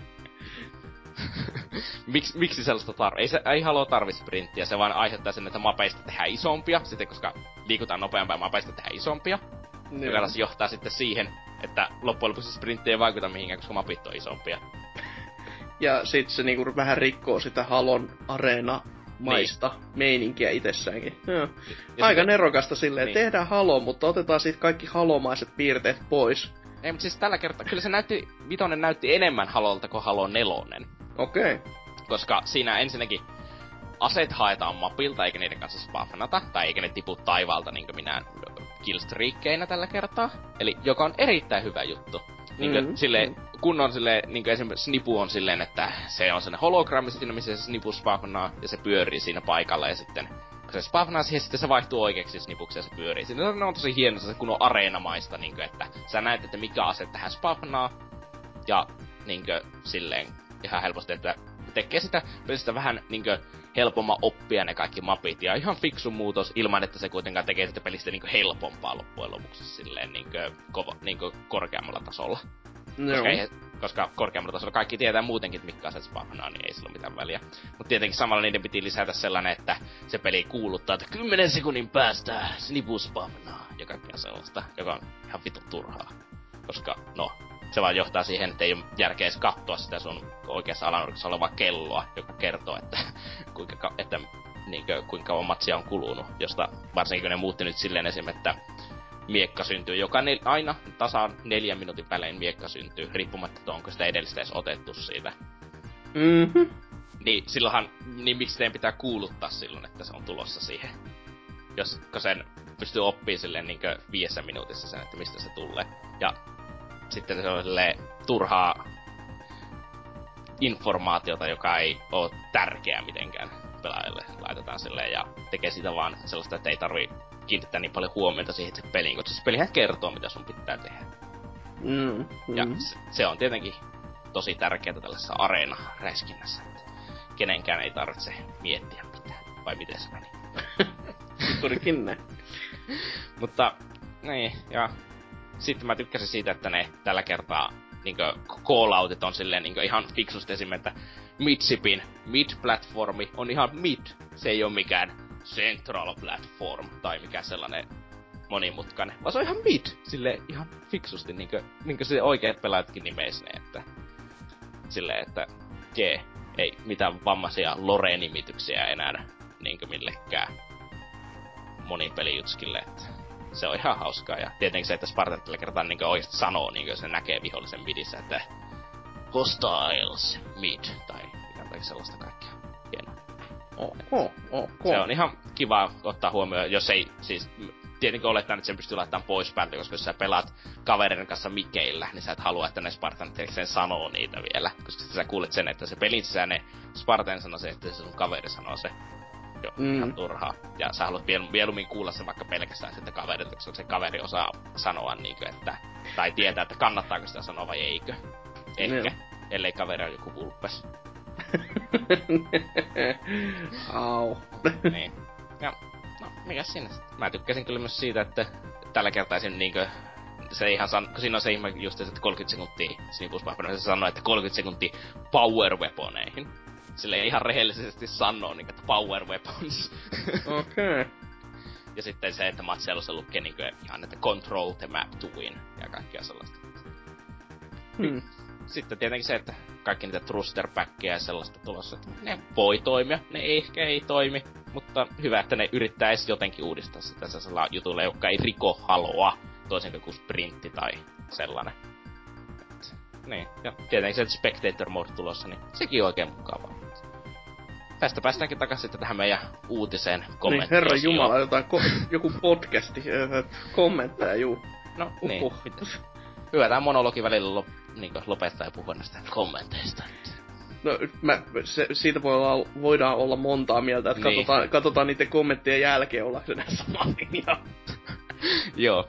Miksi sellaista ei halua tarvi sprinttiä, se vaan aiheuttaa sen, että mapeista tehdään isompia, sitten koska liikutaan nopeampaa ja mapeista tehdään isompia. Joka taas johtaa sitten siihen, että loppujen lopuksi sprintti ei vaikuta mihinkään, koska mapit on isompia. Ja sit se niinku vähän rikkoo sitä Halon areena maista meininkiä itsessäänkin. Aika nerokasta silleen, että tehdään Halo, mutta otetaan siitä kaikki halomaiset piirteet pois. Ei, mutta siis tällä kertaa, kyllä se Vitoinen näytti enemmän Halolta kuin Halo 4. Okei. Koska siinä ensinnäkin aseet haetaan mapilta, eikä niiden kanssa spawnata, tai eikä ne tipu taivaalta niinkö minä killstreakkeinä tällä kertaa. Eli joka on erittäin hyvä juttu. Niinkö silleen, kun on silleen, niinkö esimerkiksi Snipu on silleen, että se on sellainen hologrammi siinä, missä se Snipu spawnaa, ja se pyörii siinä paikalla, ja sitten kun se spawnaa siihen, sitten se vaihtuu oikeaksi Snipuksi, ja se pyörii siinä. Ne on tosi hienoa, se kun on areenamaista, niinkö, että sä näet, että mikä ase tähän spawnaa, ja niinkö silleen ihan helposti, että tekee sitä pelistä vähän niinkö helpomman oppia ne kaikki mapit, ja ihan fiksu muutos ilman, että se kuitenkaan tekee sitä pelistä niinkö helpompaa loppujen lopuksi silleen niinkö korkeammalla tasolla. Koska korkeammalla tasolla kaikki tietää muutenkin, että mitkä aset spawnaa, niin ei sillä ole mitään väliä. Mut tietenkin samalla niiden piti lisätä sellainen, että se peli kuuluttaa, että 10 sekunnin päästä Snipu spawnaa, ja kaikkea sellaista, joka on ihan vitun turhaa. Koska, no, se vaan johtaa siihen, että ei ole järkeä edes katsoa sitä sun oikeassa alanurkassa olevaa kelloa, joka kertoo, että kuinka kauan matsia on kulunut. Josta varsinkin kun ne muutti nyt silleen esim. Että miekka syntyy aina tasaan 4 minuutin välein miekka syntyy, riippumatta, että onko sitä edellistä edes otettu siitä. Mhm. Niin silloinhan, niin miksi teidän pitää kuuluttaa silloin, että se on tulossa siihen? Josko sen pystyy oppimaan silleen niinkö 5 minuutissa sen, että mistä se tulee. Ja sitten se on silleen turhaa informaatiota, joka ei oo tärkeää mitenkään pelaajalle. Laitetaan silleen ja tekee sitä vaan sellaista, että ei tarvii kiinnittää niin paljon huomiota siihen itse peliin, koska se pelihän kertoo, mitä sun pitää tehdä. Ja se on tietenkin tosi tärkeää tällaisessa areena-räiskinnässä, että kenenkään ei tarvitse miettiä mitään. Vai miten se meni? Juurikin näin. Mutta, niin, ja sitten mä tykkäsin siitä, että ne tällä kertaa niinkö call-outit on silleen niinkö ihan fiksusti esimerkiksi, että Midsipin mid-platformi on ihan mid. Se ei oo mikään central platform tai mikään sellainen monimutkainen, vaan se on ihan mid. Silleen ihan fiksusti niinkö se oikeat pelaajatkin nimeis ne, että silleen, että ei mitään vammaisia lore-nimityksiä enää niinkö millekään monipelijutskille, että se on ihan hauskaa, ja tietenkin se, että Spartan tällä kertaa niinkö oikeesti sanoo, niinkö se näkee vihollisen midissä, että hostiles mid, tai mitään sellaista kaikkea. Hienoa. Se on ihan kiva ottaa huomioon, jos ei, siis tietenkin oletaan, että sen pystyy laittamaan pois päältä, koska jos sä pelaat kaverin kanssa mikeillä, niin sä et halua, että ne Spartanit sen sanoo niitä vielä, koska sä kuulet sen, että se pelin sisään ne Spartan sanoo se, että se sun kaveri sanoo se. Joo, ihan turhaa. Ja sä haluat mieluummin kuulla sen vaikka pelkästään sitten kaverilta, koska se kaveri osaa sanoa niinkö, että tai tietää, että kannattaako sitä sanoa vai eikö. Ehkä, ellei kaveri on joku vulpes. Au. Niin. Ja, no, mikäs siinä sitten? Mä tykkäsin kyllä myös siitä, että tällä kertaa esim. Niinkö se ihan kun siinä on se ihme just, että 30 sekuntia Snipuspappana, se sanoo, että 30 sekuntia power weaponeihin. Silleen ihan rehellisesti sanoo, niin, että power weapons. Okei. Ja sitten se, että Matselussa lukee niin kuin, ihan, että control the map to win. Ja kaikkea sellaista. Sitten tietenkin se, että kaikki niitä thruster-päkkejä ja sellaista tulossa, että ne voi toimia, ne ehkä ei toimi. Mutta hyvä, että ne yrittää edes jotenkin uudistaa sitä sellaisella jutulla, joka ei riko haloa. Toisin kuin sprintti tai sellainen. Niin, ja tietenkin se, että spectator mode tulossa, niin sekin on oikein mukavaa. Tästä päästäänkin takaisin sitten tähän meidän uutiseen kommenttiosioon. Niin, herran jumala, joku podcasti kommentteja, juu. No niin, hyvä tää monologi välillä lopettaa ja puhua näistä kommenteista. No, siitä voidaan olla montaa mieltä, että niin. katsotaan niiden kommenttien jälkeen, ollaanko ne samaa linjaa. Joo.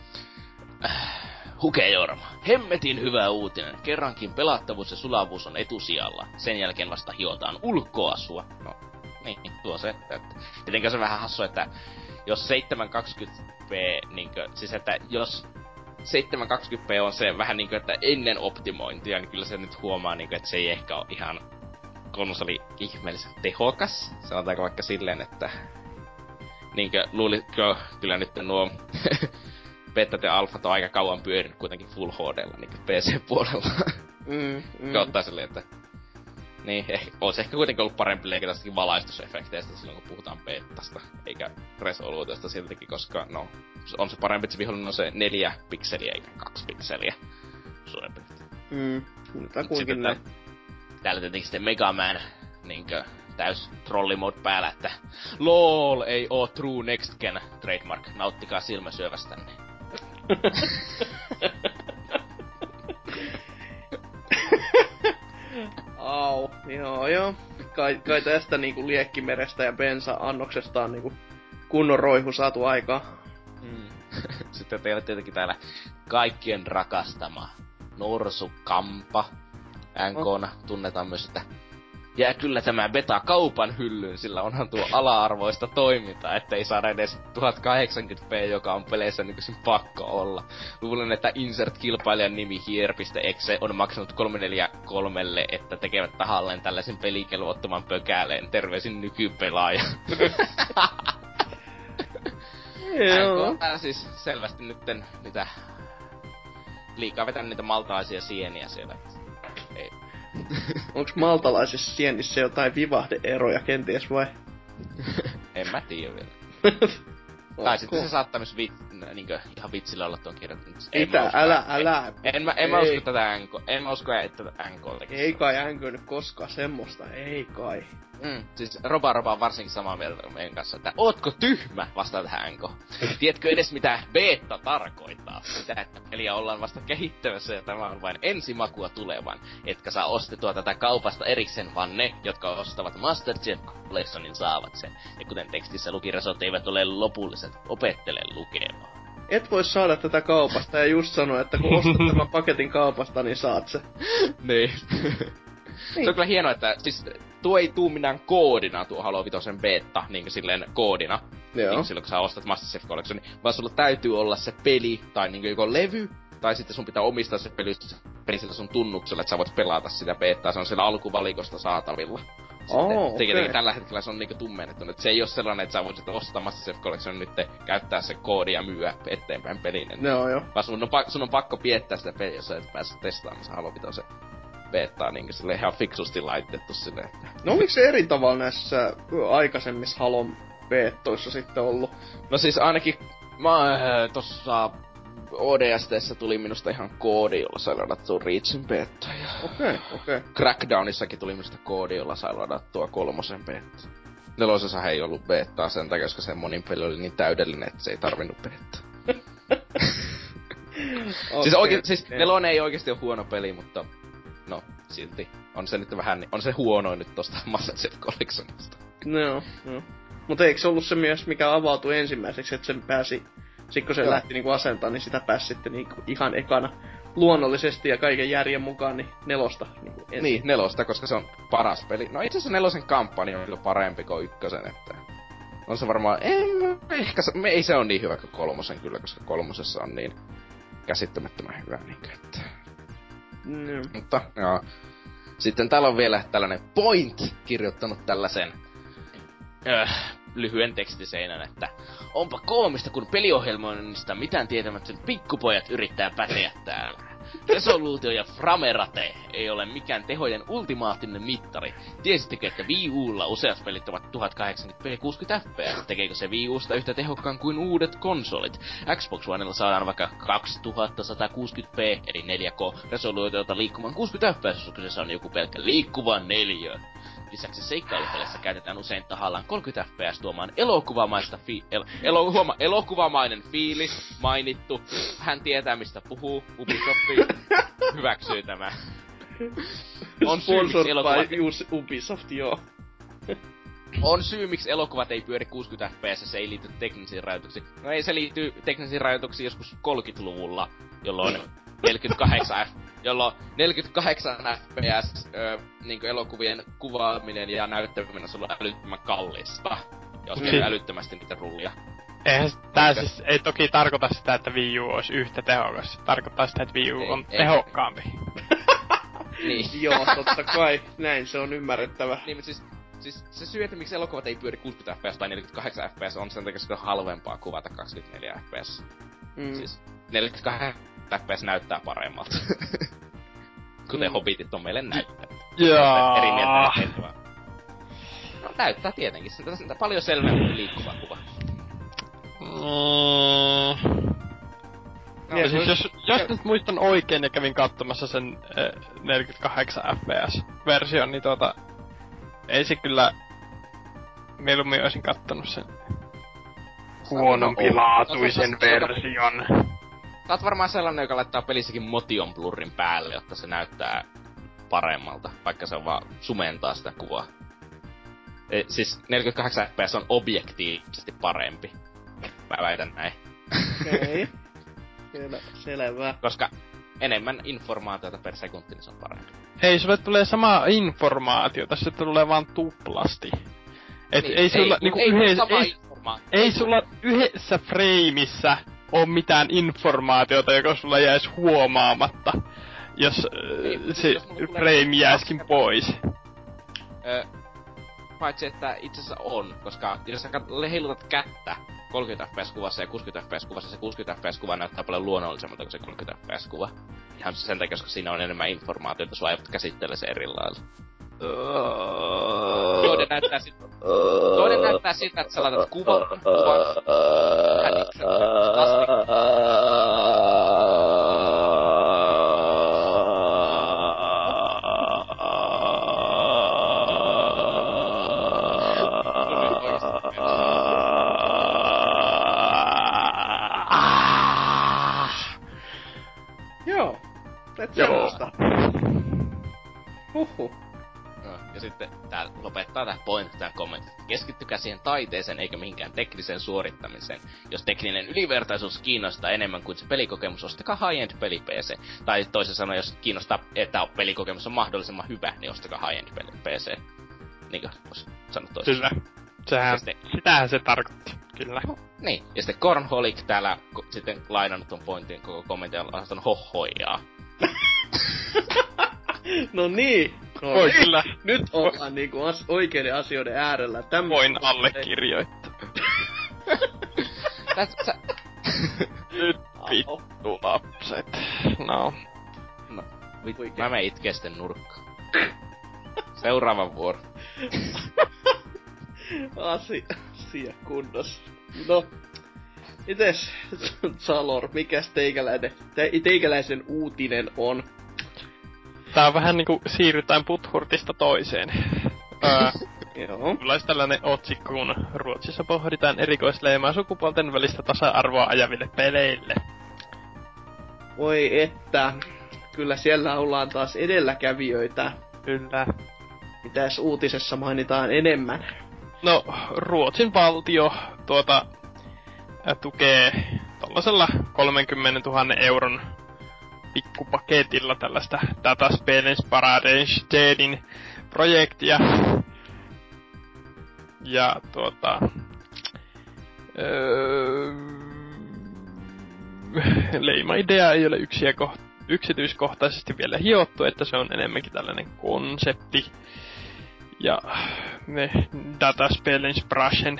Huke Jorma. Hemmetin hyvä uutinen. Kerrankin pelattavuus ja sulavuus on etusijalla. Sen jälkeen vasta hiotaan ulkoasua. No, niin, tuo se. Tietenkin se on vähän hassu, että jos 720p, niinkö, siis että jos 720p on se vähän niinkö, että ennen optimointia, niin kyllä se nyt huomaa niinkö, että se ei ehkä ole ihan konsoli ihmeellisen tehokas. Sanotaanko vaikka silleen, että niinkö, luulitko kyllä nyt nuo betat ja alfat on aika kauan pyörinyt kuitenkin Full HD:lla niinku PC-puolella. Kauttaa silleen, että niin, ois ehkä kuitenkin ollut parempi leikata tästäkin valaistusefekteistä silloin, kun puhutaan betasta, eikä resoluutiosta siltikin, koska no, on se parempi, että se vihollinen on se 4 pikseliä eikä 2 pikseliä. Suurin piirtein. Kuinkin näin. Täällä tietenkin sitten Mega Man, niinkö, täys trollimode päällä, että LOL ei oo True Next Gen trademark, nauttikaa silmäsyövästänne. Joo. Kai tästä niinku Liekkimerestä ja bensa-annoksesta on niinku kunnon roihu saatu aikaan. Sitten teillä tietenkin täällä kaikkien rakastama Norsu-Kampa. NK:na tunnetaan myös, että jää kyllä tämä beta kaupan hyllyyn, sillä onhan tuo ala-arvoista toimintaa, ettei saada edes 1080p, joka on peleissä nykyisin pakko olla. Luulen, että insert-kilpailijan nimi hier.exe on maksanut 343, että tekevät tahalleen tällaisen pelikelvottoman pökäleen. Terveisin nykypelaaja. Joo. NK siis selvästi nytten niitä liikaa vetänyt niitä maltalaisia sieniä siellä. Ei. Onks maltalaisissa sienissä jotain vivahde-eroja kenties vai? En mä tiedä vielä. Tai sitten se saattaa myös niinkö ihan vitsillä olla tuon kirjoittanut. Mitä? Älä. En mä usko tätä NK. En mä usko, että NK tekisi. Ei kai NK nyt koskaan semmoista, ei kai. Siis Roba on varsinkin samaa mieltä meidän kanssa, että ootko tyhmä vastaa tähän NK. Tiedätkö edes mitä beta tarkoittaa? Sitä, että peliä ollaan vasta kehittämässä ja tämä on vain ensimakua tulevan. Etkä saa ostettua tätä kaupasta erikseen, vaan ne, jotka ostavat Master Chief Collectionin saavat sen. Ja kuten tekstissä lukiresot eivät ole lopulliset, opettele lukemaan. Et voi saada tätä kaupasta ja just sanoa, että kun ostat tämän paketin kaupasta, niin saat se. Niin. Se on kyllä hienoa, että siis tuo ei tuu minään koodina tuo Halo 5 beta, niinkö silleen koodina. Joo. Niin silloin kun sä ostat Master Chief Collection, vaan sulla täytyy olla se peli, tai niinkö joko levy, tai sitten sun pitää omistaa se peli sillä sun tunnuksella, että sä voit pelata sitä betaa, se on siellä alkuvalikosta saatavilla. Tietenkin tällä hetkellä se on niinku tummennettu, että se ei oo sellainen, että sä voisit ostaa Master Chief Collection nyt käyttää se koodi ja myyä eteenpäin pelin. Joo. Vaan sun on pakko piettää sitä peliä, jos sä et pääse testaamassa Halo 5 betaa niinkö silleen ihan fiksusti laitettu silleen, että... No oliko se eri tavalla näissä aikaisemmissa Halon beettoissa sitten ollut? No siis ainakin tossa ODST:ssä tuli minusta ihan koodi, jolla sai ladattua Reachin beta. Okei. Crackdownissakin tuli minusta koodi, jolla sai ladattua 3 beta. 4 ei ollut betaa sen takia, koska se monin peli oli niin täydellinen, että se ei tarvinnut betaa. Siis 4 ei oikeesti oo huono peli, mutta no, silti. On se nyt vähän, on se huonoin nyt tosta Master Chief Collectionista. No. Mutta eikö se ollut se myös, mikä avautui ensimmäiseksi, että sen pääsi, sit kun se lähti niinku asentaa, niin sitä pääsi sitten niinku ihan ekana luonnollisesti ja kaiken järjen mukaan, niin 4 niinku ensin. Niin, 4, koska se on paras peli. No itse asiassa 4 kampanja on kyllä parempi kuin 1, että... On se varmaan, ei se on niin hyvä kuin 3 kyllä, koska 3 on niin käsittämättömän hyvä niinkö, että... Mutta, joo. Sitten täällä on vielä tällainen Point kirjoittanut tällaisen lyhyen tekstiseinän, että onpa koomista, kun peliohjelmoinnista mitään tietämättömät pikkupojat yrittää päteä täällä. Resoluutio ja framerate ei ole mikään tehojen ultimaattinen mittari. Tiesittekö, että Wii Ulla useat pelit ovat 1080p 60 fps? Tekeekö se Wii Usta yhtä tehokkaan kuin uudet konsolit? Xbox Onella saadaan vaikka 2160p eli 4K resoluutiota liikkumaan 60 fps, jos kyseessä on joku pelkkä liikkuva 4. Lisäksi seikkailupeleissä käytetään usein tahallaan 30 fps tuomaan elokuvamainen fiilis mainittu. Hän tietää mistä puhuu, Ubisoft hyväksyy tämä. On syy miksi elokuvat... Ubisoft, joo. On syy miksi elokuvat ei pyöri 60 fps, se ei liity teknisiin rajoituksiin. No ei se liittyy teknisiin rajoituksiin joskus 30-luvulla, jolloin 48 fps niinku elokuvien kuvaaminen ja näyttäminen on ollut älyttömän kallista. Jos älyttömästi niitä rullia. Eihän tää siis ei toki tarkoita sitä, että Wii U olisi yhtä tehokas. Se tarkoittaa sitä, että Wii U on tehokkaampi. Niin. Joo, totta kai. Näin se on ymmärrettävä. Niin, mutta siis se syy, että miksi elokuvat ei pyöri 60 fps tai 48 fps on sen takia, koska on halvempaa kuvata 24 fps. Siis 48 FPS näyttää paremmalta. Kuten Hobbitit on meille näyttänyt. Jaa. Eri mieltä no näyttää tietenkin. Se on paljon selvempi liikkuva kuva. No, siis jos nyt muistan oikein ja kävin katsomassa sen 48 fps-version, niin ei se kyllä... Mieluummin olisin kattonut sen huonompilaatuisen version. Sä oot varmaan sellainen, joka laittaa pelissäkin motion blurrin päälle, jotta se näyttää paremmalta, vaikka se on vaan sumentaa sitä kuvaa. Siis 48 fps on objektiivisesti parempi. Mä väitän näin. Okei. Selvä. Koska enemmän informaatiota per sekunti, niin se on parempi. Ei, sulle tulee sama informaatiota, se tulee vaan tuplasti. Et Niin, ei sulla niinku ei ei sulla yhdessä frameissa oo mitään informaatiota, joka sulla jäis huomaamatta, jos se jos mulla tulee frame jääskin pois. Paitsi että itse asiassa on, koska jos sä heilutat kättä 30 fps-kuvassa ja 60 fps-kuvassa, se 60 fps-kuva näyttää paljon luonnollisemmalta kuin se 30 fps-kuva. Ihan sen takia, koska siinä on enemmän informaatiota, sua ei käsittele se eri lailla. Toinen näyttää siltä, että sä laitat kuvan. Joo. Semmoista. Ja sitten tää lopettaa tää kommentti. Keskittykää siihen taiteeseen eikä mihinkään tekniseen suorittamiseen. Jos tekninen ylivertaisuus kiinnostaa enemmän kuin se pelikokemus, ostakaa high-end peli PC. Tai toisin sanoen, jos kiinnostaa, että pelikokemus on mahdollisimman hyvä, niin ostakaa high-end peli PC. Niinkö vois sanoa toisin? Kyllä. Sitähän se tarkoitti. Kyllä. Niin. Ja sitten Cornholic täällä sitten lainannut ton pointin koko kommentin ja on hohojaa. No niin. No, Voi kyllä. Nyt ollaan niinku oikeiden asioiden äärellä. Voin allekirjoittaa. Nyt vittu lapset. No. Mä menen itkee sitten nurkkaan. Seuraava vuoro. Asia kunnossa. No. Mites, Salor, mikäs teikäläisen uutinen on? Tää on vähän niinku siirrytään Butthurtista toiseen. Joo. Mulla olisi tällainen otsikko, kun Ruotsissa pohditaan erikoisleimaa sukupuolten välistä tasa-arvoa ajaville peleille. Voi että. Kyllä siellä ollaan taas edelläkävijöitä. Kyllä. Mitäs uutisessa mainitaan enemmän? No, Ruotsin valtio tukee tollasella 30 000 euron pikkupaketilla tällaista Dataspelens Paradestedin projektia. Ja leima-idea ei ole yksityiskohtaisesti vielä hiottu, että se on enemmänkin tällainen konsepti. Ja ne Dataspelens Brashen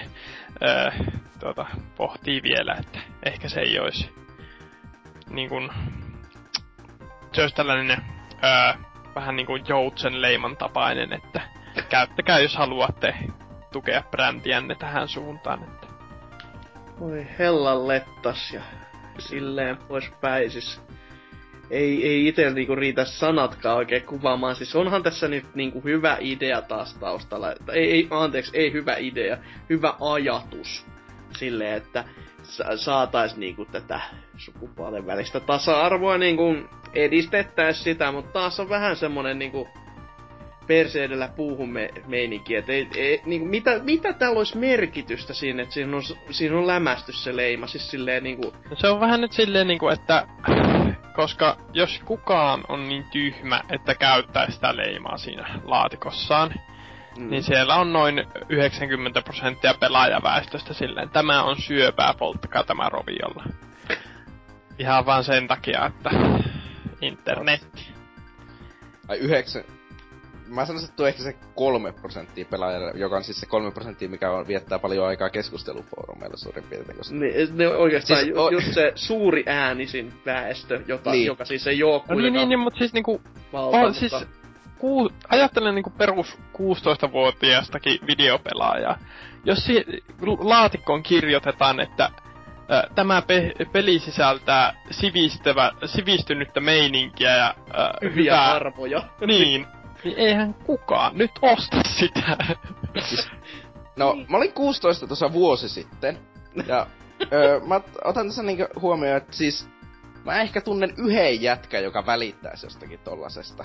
pohtii vielä, että ehkä se ei olisi niin kuin, se olisi tällainen vähän niin kuin joutsen leiman tapainen, että käyttäkää jos haluatte tukea brändiänne tähän suuntaan. Että. Voi hellan lettas ja silleen poispäin. Siis ei ite niinku riitä sanatkaan oikein kuvaamaan. Siis onhan tässä nyt niinku hyvä idea taas taustalla. Ei hyvä idea. Hyvä ajatus. Silleen, että saatais niinku tätä sukupuolen välistä tasa-arvoa niinku edistettäis sitä, mutta taas on vähän semmonen niinku perse edellä puuhun meininki, et niinku, mitä täällä olisi merkitystä siinä, että siinä on lämästys se leima, siis silleen niinku. Se on vähän nyt silleen niinku, että koska jos kukaan on niin tyhmä, että käyttää sitä leimaa siinä laatikossaan, niin siellä on noin 90% pelaajaväestöstä silleen, tämä on syöpää, polttakaa tämä roviolla. Ihan vaan sen takia, että internetti. Ai 9... Mä sanoisin, että tuo ehkä se 3% pelaajalle, joka on siis se 3%, mikä viettää paljon aikaa keskustelufoorumeilla suurin piirtein. Koska. Ne oikeastaan siis just se suuri äänisin väestö, joka siis ei oo kuitenkaan niin, mutta siis niinku. valta, siis ajattelen niinku perus 16-vuotiaastakin videopelaajaa. Jos laatikkoon kirjoitetaan, että tämä peli sisältää sivistynyttä meininkiä ja hyviä arvoja. Niin eihän kukaan nyt osta sitä. No, mä olin 16 tuossa vuosi sitten. Ja mä otan tässä niinku huomioon, että siis mä ehkä tunnen yhden jätkän, joka välittäisi jostakin tollasesta.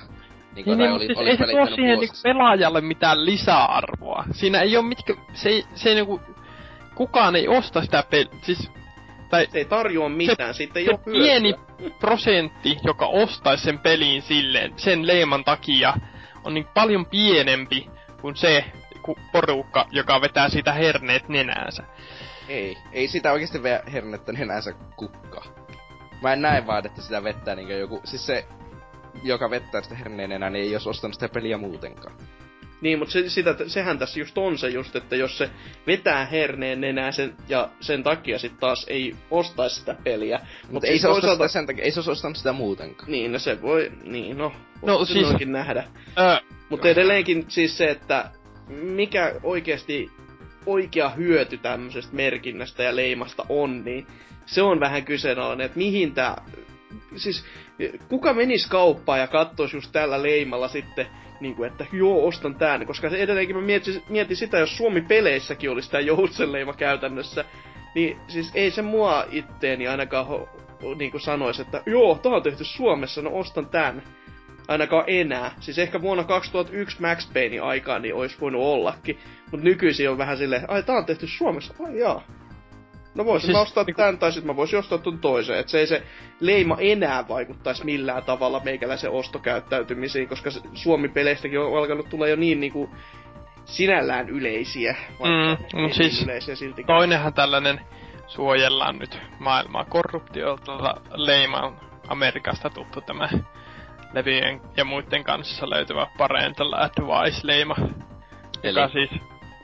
Niinku, niin, mutta siis ei se tuo siihen niinku pelaajalle mitään lisäarvoa. Siinä ei oo se ei niinku... Kukaan ei osta sitä siis... Tai se ei tarjoa mitään, siitä ei oo hyötyä. Pieni prosentti, joka ostaisi sen pelin silleen, sen leiman takia, on niin paljon pienempi kuin se porukka, joka vetää siitä herneet nenäänsä. Ei sitä oikeesti veä hernettä nenäänsä kukka. Mä en näe vaan, että sitä vettää niinkö joku... Siis se, joka vettää sitä herneen nenää, niin ei jos ostanut sitä peliä muutenkaan. Niin, mutta sehän tässä just on se just, että jos se vetää herneen nenää ja sen takia sit taas ei ostaisi sitä peliä. Mutta ei se osta sitä sen takia, ei se ostanut sitä muutenkaan. Niin, no se voi, siis nähdä. Mutta edelleenkin siis se, että mikä oikeesti oikea hyöty tämmöisestä merkinnästä ja leimasta on, niin se on vähän kyseenalainen, että mihin siis kuka menisi kauppaan ja katsoisi just tällä leimalla sitten, niinku, että joo, ostan tän, koska se edelleenkin mä mietin sitä, jos Suomi-peleissäkin olisi tää joutsenleima käytännössä, niin siis ei se mua itteeni ainakaan niinku sanoisi, että joo, tää on tehty Suomessa, no ostan tän. Ainakaan enää. Siis ehkä vuonna 2001 Max Paynein aikaan niin olisi voinut ollakin. Mut nykyisin on vähän silleen, ai tää on tehty Suomessa, ai jaa. No voisin siis, mä ostaa tän, tai sit mä voisin ostaa ton toisen. Et se ei se leima enää vaikuttais millään tavalla meikäläisen ostokäyttäytymisiin, koska Suomi-peleistäkin on alkanut tulla jo niin niinku sinällään yleisiä. Mutta siis yleisiä toinenhan tällainen suojellaan nyt maailmaa korruptiolta leima Amerikasta tuttu tämä levyjen ja muiden kanssa löytyvä Parental Advice-leima. Eli? Joka siis...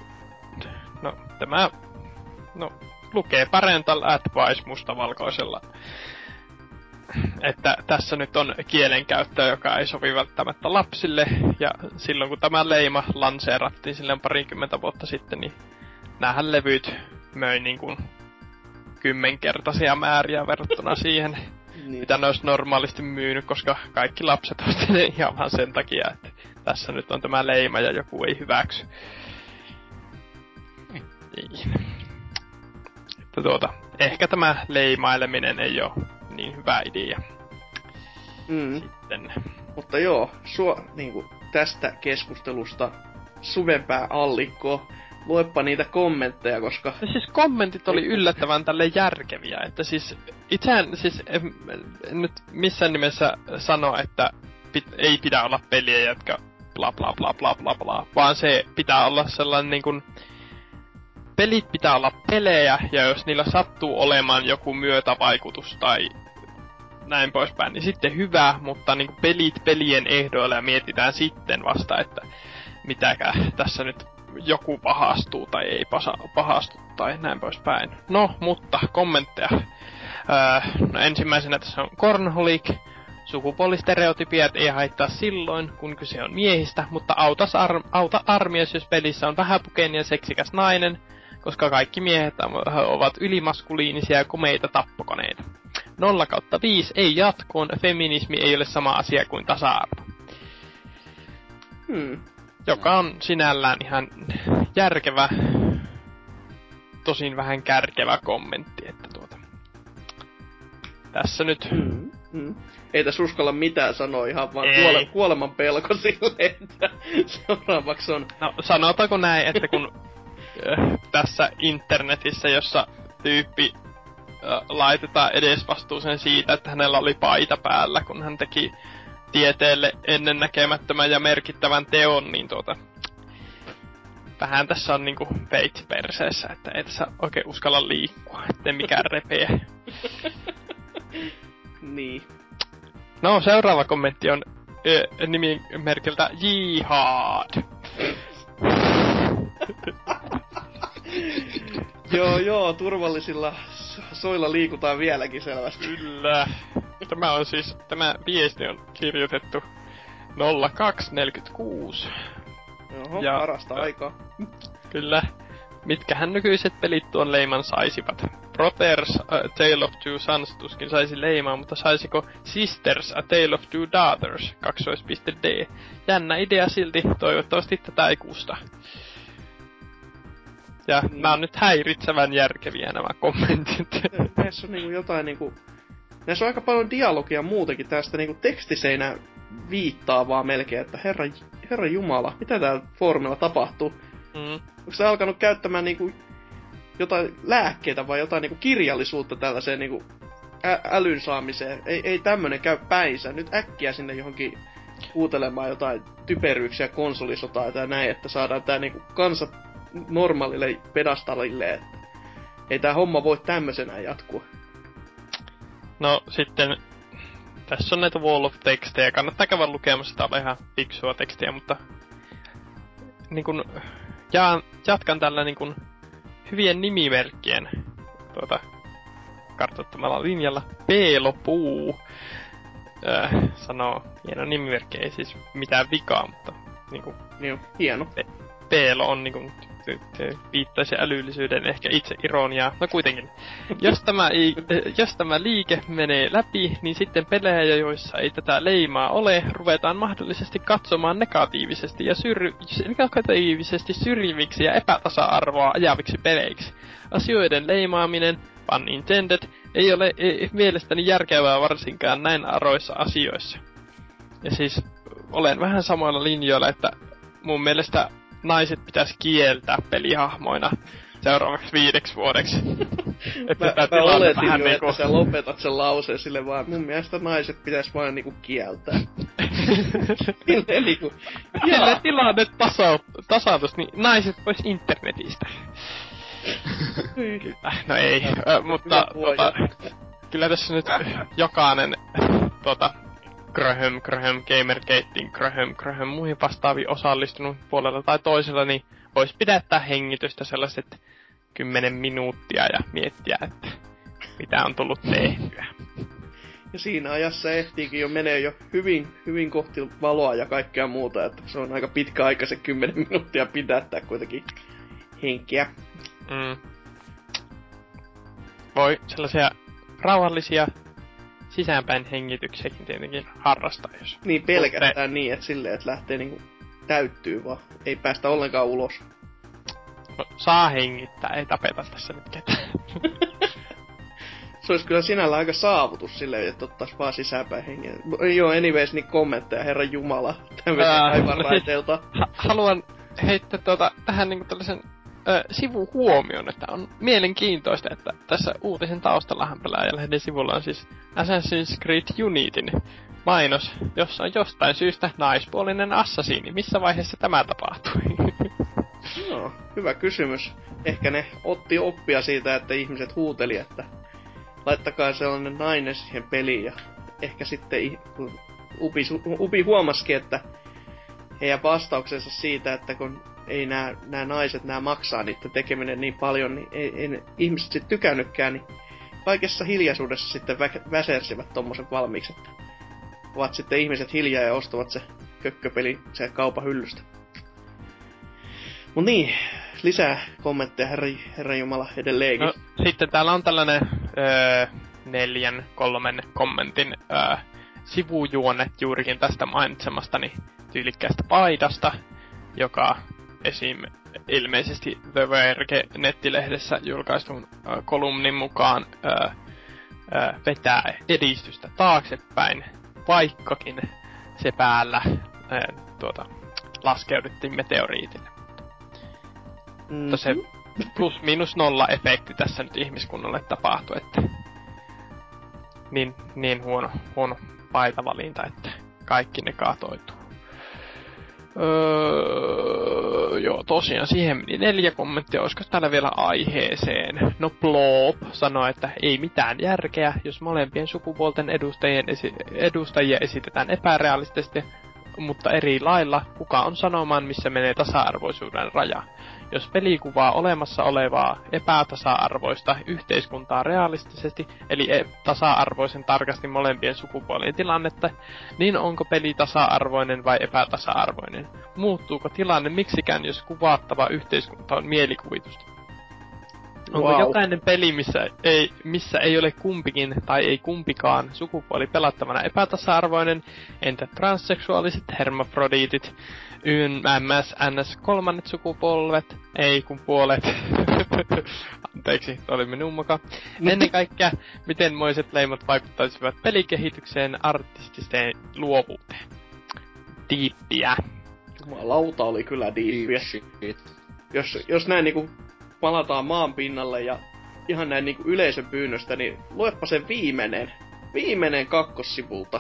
lukee Parental Advice mustavalkoisella. Että tässä nyt on kielenkäyttöä, joka ei sovi välttämättä lapsille. Ja silloin kun tämä leima lanseerattiin silleen 20 vuotta sitten, niin näähän levyt möi niin kuin 10-kertaisia määriä verrattuna siihen, niin. Mitä ne olisi normaalisti myynyt, koska kaikki lapset osti ne ihan vaan sen takia, että tässä nyt on tämä leima ja joku ei hyväksy. Niin. Että ehkä tämä leimaileminen ei ole niin hyvä idea. Sitten. Mutta joo, niinku tästä keskustelusta syvempää allikkoa. Luepa niitä kommentteja, koska... No siis kommentit oli yllättävän tälle järkeviä, että siis itseään siis en nyt missään nimessä sano, että ei pidä olla peliä, jotka bla bla bla bla bla bla, vaan se pitää olla sellainen niin kuin... Pelit pitää olla pelejä, ja jos niillä sattuu olemaan joku myötävaikutus tai näin poispäin, niin sitten hyvä, mutta niin kuin pelit pelien ehdoilla ja mietitään sitten vasta, että mitäkä tässä nyt joku pahastuu tai ei pahastu tai näin poispäin. No, mutta kommentteja. No ensimmäisenä tässä on Cornholic. Sukupuolistereotypiat ei haittaa silloin, kun kyse on miehistä, mutta auta armias, jos pelissä on vähäpukeinen ja seksikäs nainen, koska kaikki miehet ovat ylimaskuliinisia ja komeita tappokoneita. 0/5 ei jatkoon, feminismi ei ole sama asia kuin tasa-arvo. Joka on sinällään ihan järkevä, tosin vähän kärkevä kommentti, että tässä nyt... Ei tässä uskalla mitään sanoa, ihan vaan kuoleman pelko silleen, että seuraavaksi on... No sanotaanko näin, että kun tässä internetissä, jossa tyyppi laitetaan edesvastuuseen siitä, että hänellä oli paita päällä, kun hän teki tieteelle ennennäkemättömän ja merkittävän teon, niin vähän tässä on niinku peitsi perseessä, että ei tässä oikein uskalla liikkua, ettei mikään repee. Niin. No, seuraava kommentti on nimimerkiltä Jihad. joo, turvallisilla soilla liikutaan vieläkin selvästi. Kyllä. Tämä viesti on kirjoitettu 0246. Oho, ja parasta aikaa. Kyllä. Mitkähän nykyiset pelit tuon leiman saisivat? Brothers, A Tale of Two Sons tuskin saisi leimaa, mutta saisiko Sisters, A Tale of Two Daughters, !D. Jännä idea silti, toivottavasti tätä ei kusta. Ja nämä on nyt häiritsevän järkeviä nämä kommentit. Näissä on niinku jotain niinku... Näissä on aika paljon dialogia muutenkin tästä niinku tekstiseinä viittaavaa melkein, että herra jumala, mitä täällä foorumilla tapahtuu? Onko se alkanut käyttämään niinku jotain lääkkeitä vai jotain niinku kirjallisuutta tällaiseen niinku älyn saamiseen? Ei tämmönen käy päinsä. Nyt äkkiä sinne johonkin huutelemaan jotain typeryyksiä konsolisotaa tai näin, että saadaan tää niinku kansa normaalille pedastalille, että ei tää homma voi tämmösenään jatkua. No sitten, tässä on näitä wall of tekstejä, kannattaa käydä lukemassa, tää on ihan fiksua tekstiä, mutta niinkun jatkan tällä niinkun hyvien nimimerkkien kartoittamalla linjalla. Peelopuu sanoo, hieno nimimerkki, ei siis mitään vikaa, mutta niinku... Joo, hieno. Peelo on niinku viittaisi älyllisyyden ehkä itse ironiaa. No kuitenkin. Jos tämä liike menee läpi, niin sitten pelejä, joissa ei tätä leimaa ole, ruvetaan mahdollisesti katsomaan negatiivisesti syrjiviksi ja epätasa-arvoa ajaviksi peleiksi. Asioiden leimaaminen, pun intended, ei ole mielestäni järkevää varsinkaan näin aroissa asioissa. Ja siis olen vähän samoilla linjoilla, että mun mielestä naiset pitäisi kieltää pelihahmoina seuraavaksi 5 vuodeksi. Mä oletin jo, että sä lopetat sen lauseen sille vaan, mun mielestä naiset pitäisi vaan niinku kieltää. Silleen niinku, jaa. Tilanne tasautus, niin naiset pois internetistä. No ei, mutta kyllä tässä nyt jokainen Graham, Gamergatein Graham, muihin vastaaviin osallistunut puolella tai toisella, niin vois pidättää hengitystä sellaiset 10 minuuttia ja miettiä, että mitä on tullut tehtyä. Ja siinä ajassa ehtiikin jo menee jo hyvin kohti valoa ja kaikkea muuta, että se on aika pitkä aika se 10 minuuttia pidättää kuitenkin henkiä. Voi sellaisia rauhallisia sisäänpäin hengityksiäkin tietenkin harrastaa, jos... Niin, pelkästään niin, että silleen, että lähtee niinku täyttyy vaan. Ei päästä ollenkaan ulos. No, saa hengittää, ei tapeta tässä nyt ketään. Se olisi kyllä sinällä aika saavutus silleen, että ottais vaan sisäänpäin hengiä. Joo, anyways, niin kommentteja, herran jumala, tämmöisen aivan raiteelta. Haluan heittää tähän niinku tällaisen sivuhuomion, että on mielenkiintoista, että tässä uutisen taustallahan Pelaajalehden sivulla on siis Assassin's Creed Unityn mainos, jossa on jostain syystä naispuolinen assasiini. Missä vaiheessa tämä tapahtui? No, hyvä kysymys. Ehkä ne otti oppia siitä, että ihmiset huuteli, että laittakaa sellainen nainen siihen peliin, ja ehkä sitten Ubi huomasikin, että heidän vastauksensa siitä, että kun ei nää naiset maksaa niiden tekeminen niin paljon, niin ei ne ihmiset sit tykännytkään, niin kaikessa hiljaisuudessa sitten väsersivät tommosen valmiiksi, että ovat sitten ihmiset hiljaa ja ostavat se kökköpeli se kaupan hyllystä. Mut niin, lisää kommentteja herra jumala edelleenkin. No, sitten täällä on tällainen 3 kommentin sivujuonet juurikin tästä mainitsemastani tyylikkäästä paidasta, joka esim. Ilmeisesti The Verge-nettilehdessä julkaistun kolumnin mukaan vetää edistystä taaksepäin, vaikkakin se päällä laskeuduttiin meteoriitille. Mutta se plus-minus-nolla efekti tässä nyt ihmiskunnalle tapahtui, että niin huono paitavalinta, että kaikki ne katoituu. Joo, tosiaan siihen meni 4 kommenttia. Olisiko täällä vielä aiheeseen? No Blob sanoi, että ei mitään järkeä, jos molempien sukupuolten edustajia esitetään epärealistisesti, mutta eri lailla. Kuka on sanomaan, missä menee tasa-arvoisuuden raja? Jos peli kuvaa olemassa olevaa epätasa-arvoista yhteiskuntaa realistisesti, eli tasa-arvoisen tarkasti molempien sukupuolien tilannetta, niin onko peli tasa-arvoinen vai epätasa-arvoinen? Muuttuuko tilanne miksikään, jos kuvattava yhteiskunta on mielikuvitusta? Onko jokainen peli, missä ei ole kumpikin tai ei kumpikaan sukupuoli pelattavana epätasa-arvoinen? Entä transseksuaaliset hermafrodiitit? YMS kolmannet sukupolvet? Ei kun puolet. Anteeksi, toi oli minun muka. Ennen kaikkea, miten moiset leimat vaikuttaisivat pelikehitykseen artistiseen luovuuteen? diippiä. Jumalauta oli kyllä diippiä. Jos näin niinku palataan maan pinnalle ja ihan näin niinku yleisön pyynnöstä, niin luepa sen viimeinen kakkossivulta.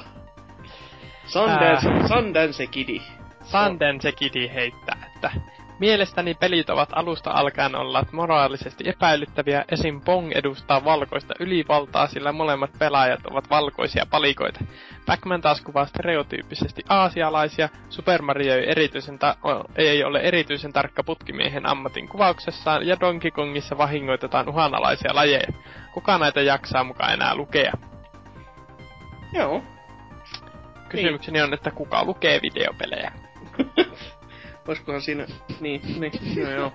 Sundance Kidi. Sundance Kidi heittää, että mielestäni pelit ovat alusta alkaen olleet moraalisesti epäilyttäviä. Esim. Pong edustaa valkoista ylivaltaa, sillä molemmat pelaajat ovat valkoisia palikoita. Pac-Man taas kuvaa stereotyyppisesti aasialaisia. Super Mario ei ole erityisen tarkka putkimiehen ammatin kuvauksessaan, ja Donkey Kongissa vahingoitetaan uhanalaisia lajeja. Kuka näitä jaksaa mukaan enää lukea? Joo. Kysymykseni on, että kuka lukee videopelejä? Oiskohan siinä... Niin, no joo.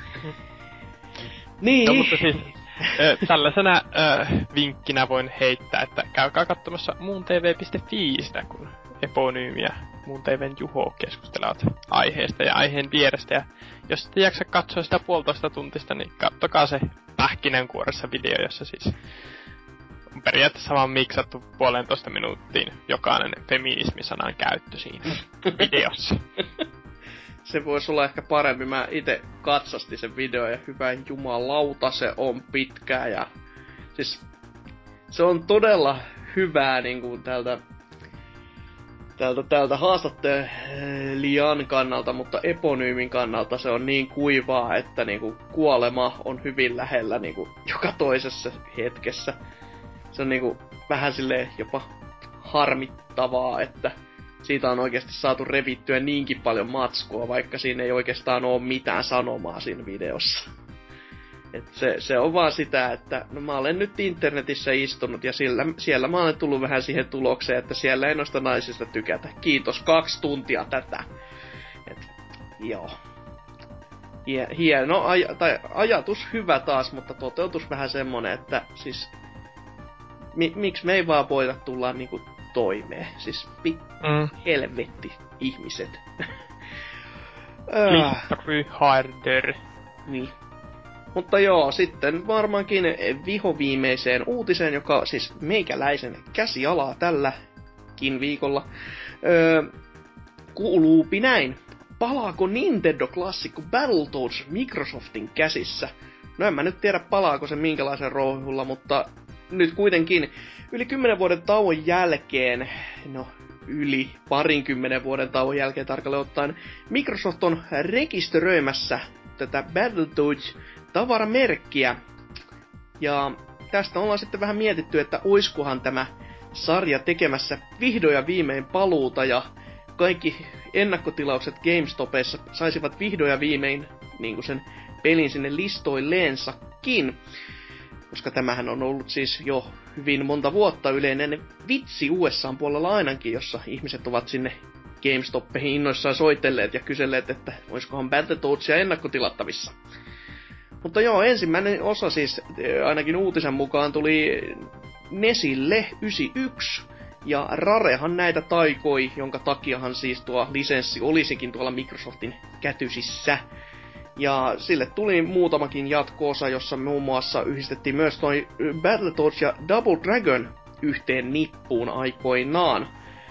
Niin. No, mutta siis tällaisena vinkkinä voin heittää, että käykää katsomassa muuntv.fiistä, kun Eponyymi ja Muun TV:n Juho keskustelevat aiheesta ja aiheen vierestä. Ja jos ette jaksa katsoa sitä 1,5 tuntista, niin kattokaa se pähkinänkuoressa video, jossa siis on periaatteessa vaan miksattu 1,5 minuuttiin jokainen feminismisanan käyttö siinä videossa. Se voisi olla ehkä parempi. Mä ite katsastin sen video ja hyvä jumalauta se on pitkää ja siis se on todella hyvää niinku tältä haastattelijan kannalta, mutta Eponyymin kannalta se on niin kuivaa, että niinku kuolema on hyvin lähellä niinku joka toisessa hetkessä. Se on niinku vähän silleen jopa harmittavaa, että siitä on oikeasti saatu revittyä niinkin paljon matskua, vaikka siinä ei oikeastaan ole mitään sanomaa siinä videossa. Et se on vaan sitä, että no mä olen nyt internetissä istunut ja siellä mä olen tullut vähän siihen tulokseen, että siellä ei noista naisista tykätä. Kiitos, 2 tuntia tätä. Et, joo. Hieno ajatus hyvä taas, mutta toteutus vähän semmonen, että siis miksi me ei vaan voida tulla niinku toimeen. Siis helvetti ihmiset. Try harder. Niin. Mutta joo, sitten varmaankin vihoviimeiseen uutiseen, joka siis meikäläisen käsialaa tälläkin viikolla, kuuluupi näin. Palaako Nintendo-klassikko Battletoads Microsoftin käsissä? No en mä nyt tiedä palaako se minkälaisen rouhulla, mutta nyt kuitenkin yli 10 vuoden tauon jälkeen, no yli 20 vuoden tauon jälkeen tarkalleen ottaen, Microsoft on rekisteröimässä tätä Battletoads-tavaramerkkiä. Ja tästä ollaan sitten vähän mietitty, että oiskohan tämä sarja tekemässä vihdoin ja viimein paluuta ja kaikki ennakkotilaukset GameStopissa saisivat vihdoin ja viimein niin sen pelin sinne listoilleensakin. Koska tämähän on ollut siis jo hyvin monta vuotta yleinen vitsi USA:n puolella ainakin, jossa ihmiset ovat sinne GameStoppeihin innoissaan soitelleet ja kyselleet, että olisikohan Battletoadsia ennakkotilattavissa. Mutta joo, ensimmäinen osa siis ainakin uutisen mukaan tuli Nesille 91, ja Rarehan näitä taikoi, jonka takiahan siis tuo lisenssi olisikin tuolla Microsoftin kätysissä. Ja sille tuli muutamakin jatko-osa, jossa muun muassa yhdistettiin myös toi Battletoads ja Double Dragon yhteen nippuun aikoinaan.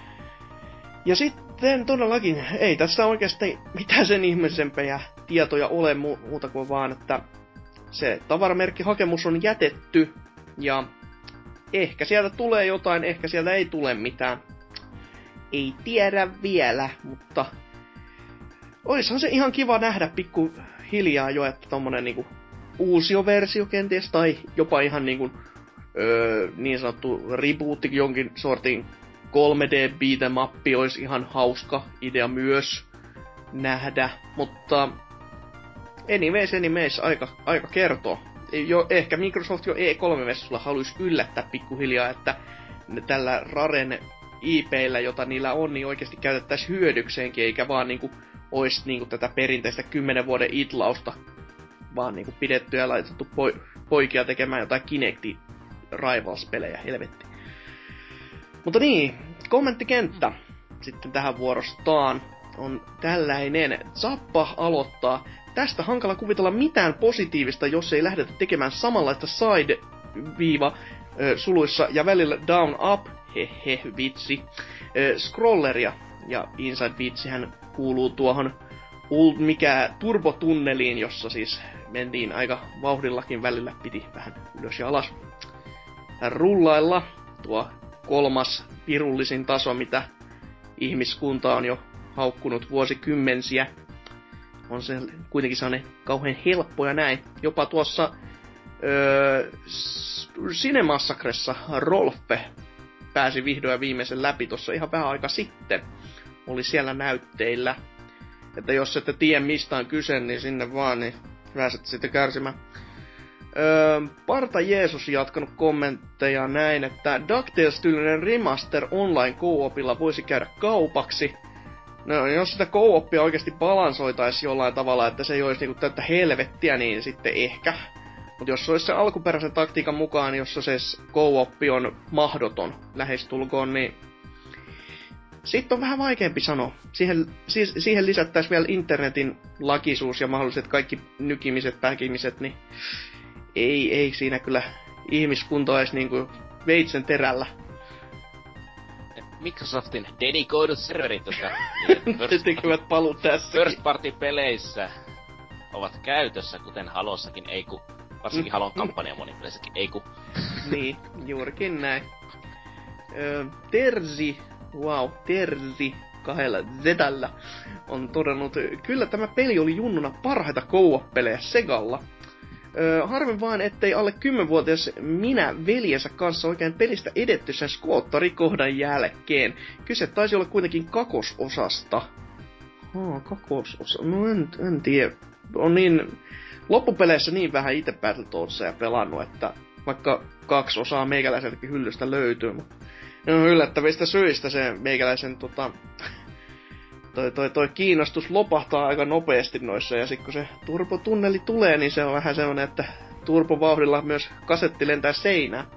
Ja sitten todellakin, ei tässä oikeasti mitään sen ihmeellisempiä tietoja ole muuta kuin vaan, että se tavaramerkkihakemus on jätetty ja ehkä sieltä tulee jotain, ehkä sieltä ei tule mitään. Ei tiedä vielä, mutta oishan se ihan kiva nähdä pikkuhiljaa jo, että tommonen niinku uusioversio kenties, tai jopa ihan niinku niin sanottu rebootti jonkin sortin 3D beat'em up olisi ihan hauska idea myös nähdä, mutta anyways aika kertoo. Ehkä Microsoft jo E3-messulla haluaisi yllättää pikkuhiljaa, että tällä Raren IP:llä, jota niillä on, niin oikeasti käytettäisiin hyödykseenkin, eikä vaan niinku olisi niinku tätä perinteistä 10 vuoden itlausta, vaan niinku pidetty ja laitettu poikia tekemään jotain Kinecti Rivals-pelejä, helvetti. Mutta niin, kommenttikenttä sitten tähän vuorostaan on tällainen. Zappa aloittaa. Tästä hankala kuvitella mitään positiivista, jos ei lähdetä tekemään samanlaista side-viiva suluissa ja välillä down up, hehe, vitsi, scrolleria. Ja Inside Beatsihän kuuluu tuohon turbotunneliin, jossa siis mentiin aika vauhdillakin välillä, piti vähän ylös ja alas rullailla. Tuo 3. pirullisin taso, mitä ihmiskunta on jo haukkunut vuosikymmensiä. On se kuitenkin sellainen kauhean helppo ja näin. Jopa tuossa Cinemassacressa Rolfe pääsi vihdoin ja viimeisen läpi tuossa ihan vähän aika sitten. Oli siellä näytteillä. Että jos ette tiedä mistä on kyse, niin sinne vaan, niin pääsette sitten kärsimään. Parta Jeesus jatkanut kommentteja näin, että DuckTales-tyylinen remaster online co-opilla voisi käydä kaupaksi. No, jos sitä co-opia oikeasti balansoitaisi jollain tavalla, että se ei olisi niinku täyttä helvettiä, niin sitten ehkä. Mutta jos se olisi se alkuperäisen taktiikan mukaan, jossa se co-oppi on mahdoton lähestulkoon, niin sitten on vähän vaikeampi sanoa. Siihen lisättäisiin vielä internetin lakisuus ja mahdolliset kaikki nykimiset, päkimiset, niin ei siinä kyllä ihmiskunta olisi niinku veitsen terällä. Microsoftin dedikoidut serverit, jotka tekevät paluut tässä. First party peleissä ovat käytössä, kuten Halossakin, ei ku. Varsinkin Halon kampanja monipeleissäkin, ei ku. Niin, juurikin näin. Terzi 2 on todennut, kyllä tämä peli oli junnuna parhaita co-op-pelejä Segalla. Harmin vaan, ettei alle 10-vuotias minä veljensä kanssa oikein pelistä edetty sen skoottarikohdan jälkeen. Kyse taisi olla kuitenkin kakososasta. Kakososa? No en tiedä. On niin loppupeleissä niin vähän itse Battletoadsia pelannut, että vaikka 2 osaa meikäläiseltäkin hyllystä löytyy, mutta no yllättävistä syistä se meikäläisen toi kiinnostus lopahtaa aika nopeasti noissa, ja sit kun se turbotunneli tulee, niin se on vähän semmonen, että turbovauhdilla myös kasetti lentää seinään.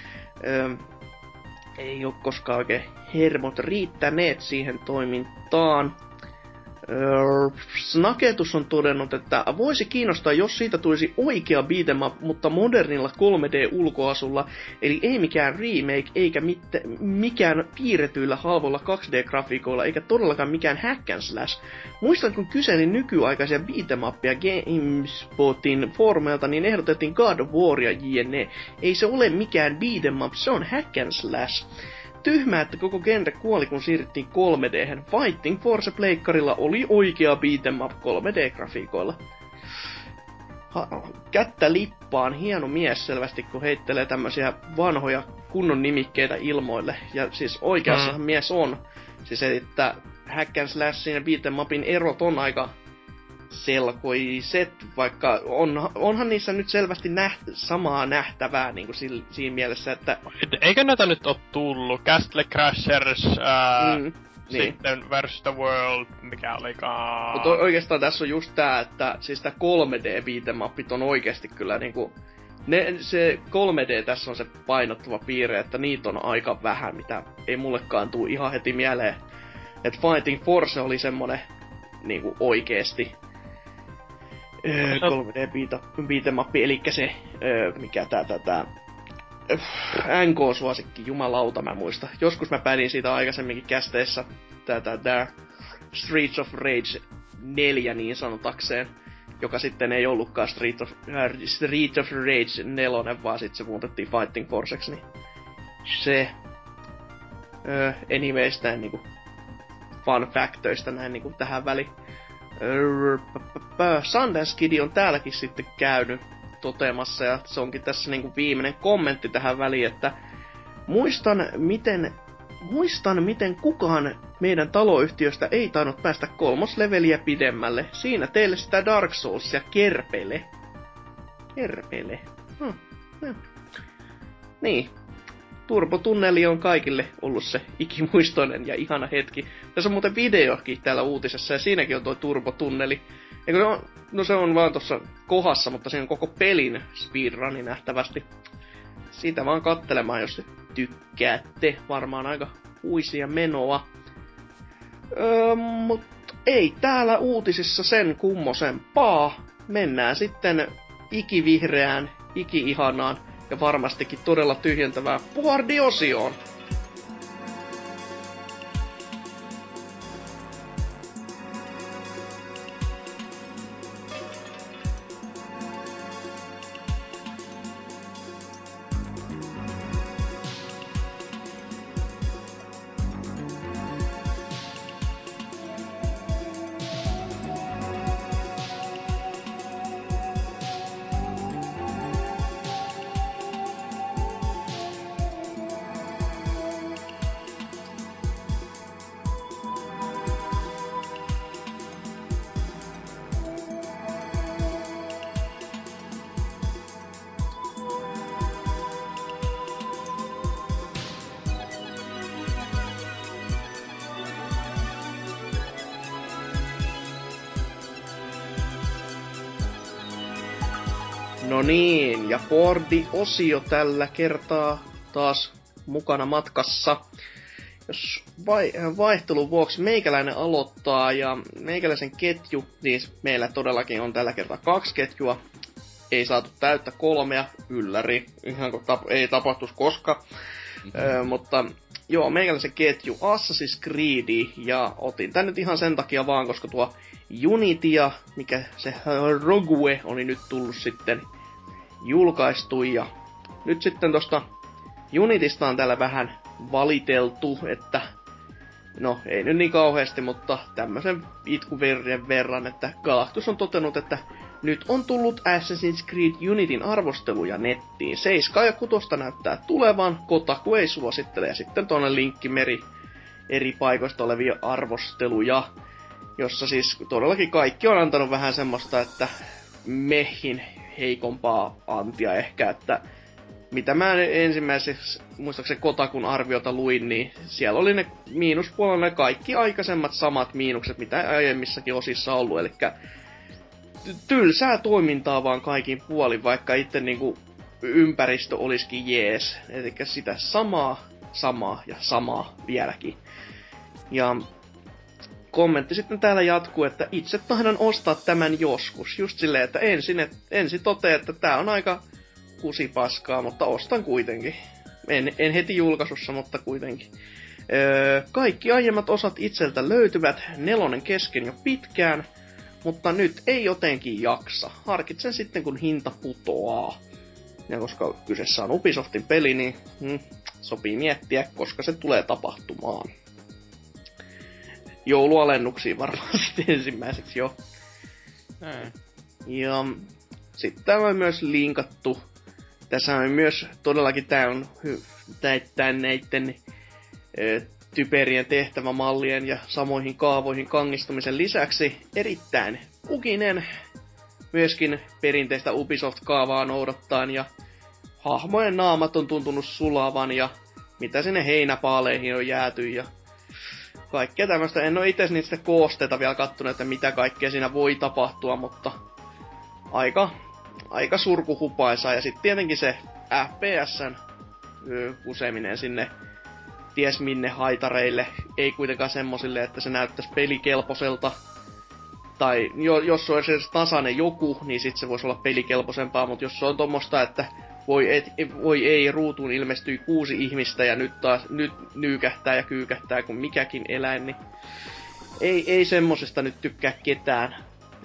Ei oo koskaan oikein hermot riittäneet siihen toimintaan. Snaketus on todennut, että voisi kiinnostaa, jos siitä tulisi oikea beat'em up, mutta modernilla 3D-ulkoasulla, eli ei mikään remake, eikä mikään piirretyillä halvoilla 2D-grafiikoilla, eikä todellakaan mikään hack and slash. Muistan, kun kyselin nykyaikaisia beat'em upia GameSpotin foorumeilta, niin ehdotettiin God of Waria jne. Ei se ole mikään beat'em up, se on hack and slash. Tyhmää, että koko genre kuoli, kun siirryttiin 3D:hen. Fighting Force pleikkarilla oli oikea beat'em up 3D-grafiikoilla. Kättä lippaan, hieno mies selvästi, kun heittelee tämmösiä vanhoja kunnon nimikkeitä ilmoille. Ja siis oikeassahan mies on. Siis että hack and slashin ja beat'em upin erot on aika selkoiset, vaikka onhan niissä nyt selvästi samaa nähtävää niin kuin siinä mielessä, että eikö näitä nyt oo tullut? Castle Crashers, sitten Versus the World, mikä olikaan. Mutta oikeastaan tässä on just tää, että siis tää 3D beat'em upit on oikeesti kyllä niinku se 3D tässä on se painottava piirre, että niitä on aika vähän, mitä ei mullekaan tuu ihan heti mieleen. Et Fighting Force oli semmonen niinku oikeesti 3D beat'em up, elikkä se mikä tää NK-suosikki, jumalauta mä muista. Joskus mä päädin siitä aikaisemminkin kästeessä tää Streets of Rage 4 niin sanotakseen, joka sitten ei ollutkaan Street of Rage 4, vaan sit se muutettiin Fighting Forceksi, niin se anyways näin niinku fun factoista näin niinku tähän väliin. Sundance Kid on täälläkin sitten käynyt toteamassa, ja se onkin tässä niinku viimeinen kommentti tähän väliin, että muistan miten kukaan meidän taloyhtiöstä ei tainnut päästä 3. leveliä pidemmälle. Siinä teille sitä Dark Soulsia kerpele. Niin. Turbotunneli on kaikille ollut se ikimuistoinen ja ihana hetki. Tässä on muuten videokin täällä uutisessa, ja siinäkin on tuo turbotunneli. No se on vaan tossa kohdassa, mutta siinä on koko pelin speedruni nähtävästi. Siitä vaan kattelemaan, jos tykkäätte. Varmaan aika huisia menoa. Mut ei täällä uutisissa sen kummosempaa. Mennään sitten ikivihreään, iki-ihanaan ja varmastikin todella tyhjentävää Puhardi-osioon. No niin, ja boardi-osio tällä kertaa taas mukana matkassa. Jos vaihtelun vuoksi meikäläinen aloittaa, ja meikäläisen ketju, niin meillä todellakin on tällä kertaa 2 ketjua. Ei saatu täyttä 3, ylläri, ihan kun ei tapahtus koska. Mutta joo, meikäläisen ketju Assassin's Creed, ja otin tän nyt ihan sen takia vaan, koska tuo Unity ja mikä se Rogue oli nyt tullut sitten julkaistu, ja nyt sitten tosta Unitysta on täällä vähän valiteltu, että no ei nyt niin kauheasti, mutta tämmösen itkuvirren verran, että Galactus on totenut, että nyt on tullut Assassin's Creed Unityn arvosteluja nettiin. 7 ja 6 näyttää tulevan, Kotaku ei suosittele, ja sitten tuonne linkkimeri eri paikoista olevia arvosteluja, jossa siis todellakin kaikki on antanut vähän semmoista, että mehin heikompaa antia ehkä, että mitä mä ensimmäiseksi, muistaakseni Kotakun arviota luin, niin siellä oli ne miinuspuolella ne kaikki aikaisemmat samat miinukset, mitä aiemmissakin osissa ollut, eli tylsää toimintaa vaan kaikin puolin, vaikka itse niinku ympäristö olisikin jees. Eli sitä samaa ja samaa vieläkin. Ja kommentti sitten täällä jatkuu, että itse tahdon ostaa tämän joskus. Just silleen, että ensin totean, että tää on aika kusipaskaa, mutta ostan kuitenkin. En heti julkaisussa, mutta kuitenkin. Kaikki aiemmat osat itseltä löytyvät, 4 kesken jo pitkään, mutta nyt ei jotenkin jaksa. Harkitsen sitten, kun hinta putoaa. Ja koska kyseessä on Ubisoftin peli, niin sopii miettiä, koska se tulee tapahtumaan. Joulualennuksiin varmaan sitten ensimmäiseksi jo. Ja sitten täällä on myös linkattu. Tässä on myös todellakin tää on näitten typerien tehtävämallien ja samoihin kaavoihin kangistumisen lisäksi erittäin buginen, myöskin perinteistä Ubisoft-kaavaa noudattaen, ja hahmojen naamat on tuntunut sulavan, ja mitä sinne heinäpaaleihin on jääty, ja kaikkea tämmöistä. En oo itse niistä koosteita vielä kattonut, että mitä kaikkea siinä voi tapahtua, mutta aika surkuhupaisaa, ja sitten tietenkin se FPSn kuseminen sinne ties minne haitareille, ei kuitenkaan semmosille, että se näyttäisi pelikelpoiselta. Tai jos se olisi edes tasainen joku, niin sit se voisi olla pelikelpoisempaa, mutta jos se on tommoista, että voi ei, ruutuun ilmestyi 6 ihmistä ja nyt nyykähtää ja kyykähtää kuin mikäkin eläin, niin ei semmosesta nyt tykkää ketään.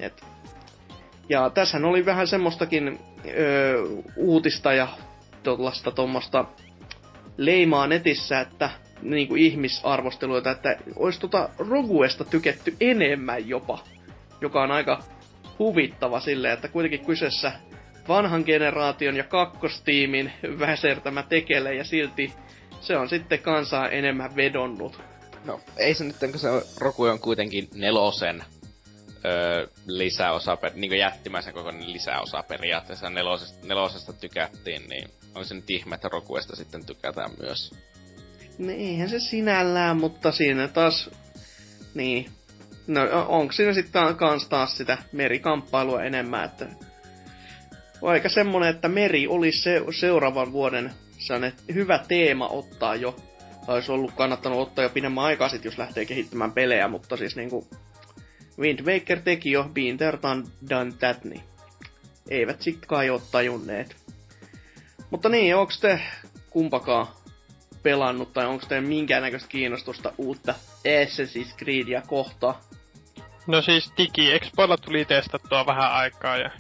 Ja tässähän oli vähän semmoistakin uutista ja tommoista leimaa netissä, että niinku ihmisarvosteluita, että olisi Roguesta tyketty enemmän jopa, joka on aika huvittava silleen, että kuitenkin kyseessä vanhan generaation ja kakkostiimin väsertämä tekele, ja silti se on sitten kansaa enemmän vedonnut. No, ei se nyt, kun se Rogue on kuitenkin 4 lisäosa, niinku jättimäisen kokoinen lisäosa periaatteessa. 4 tykättiin, niin on se nyt ihme, että Roguesta sitten tykätään myös. No eihän se sinällään, mutta siinä taas, niin, no onko siinä sitten kans taas sitä merikamppailua enemmän, että aika semmonen, että meri olisi seuraavan vuoden sellainen hyvä teema ottaa jo, tai olisi ollut kannattanut ottaa jo pidemmän aikaa sit, jos lähtee kehittämään pelejä, mutta siis niinku Wind Waker teki jo Been There Done That, niin eivät sit kai oo tajunneet. Mutta niin, onks te kumpakaan pelannut, tai onko teillä minkäännäköistä kiinnostusta uutta Assassin's Creedia kohtaan? No siis DigiExpoilla tuli testattua vähän aikaa, ja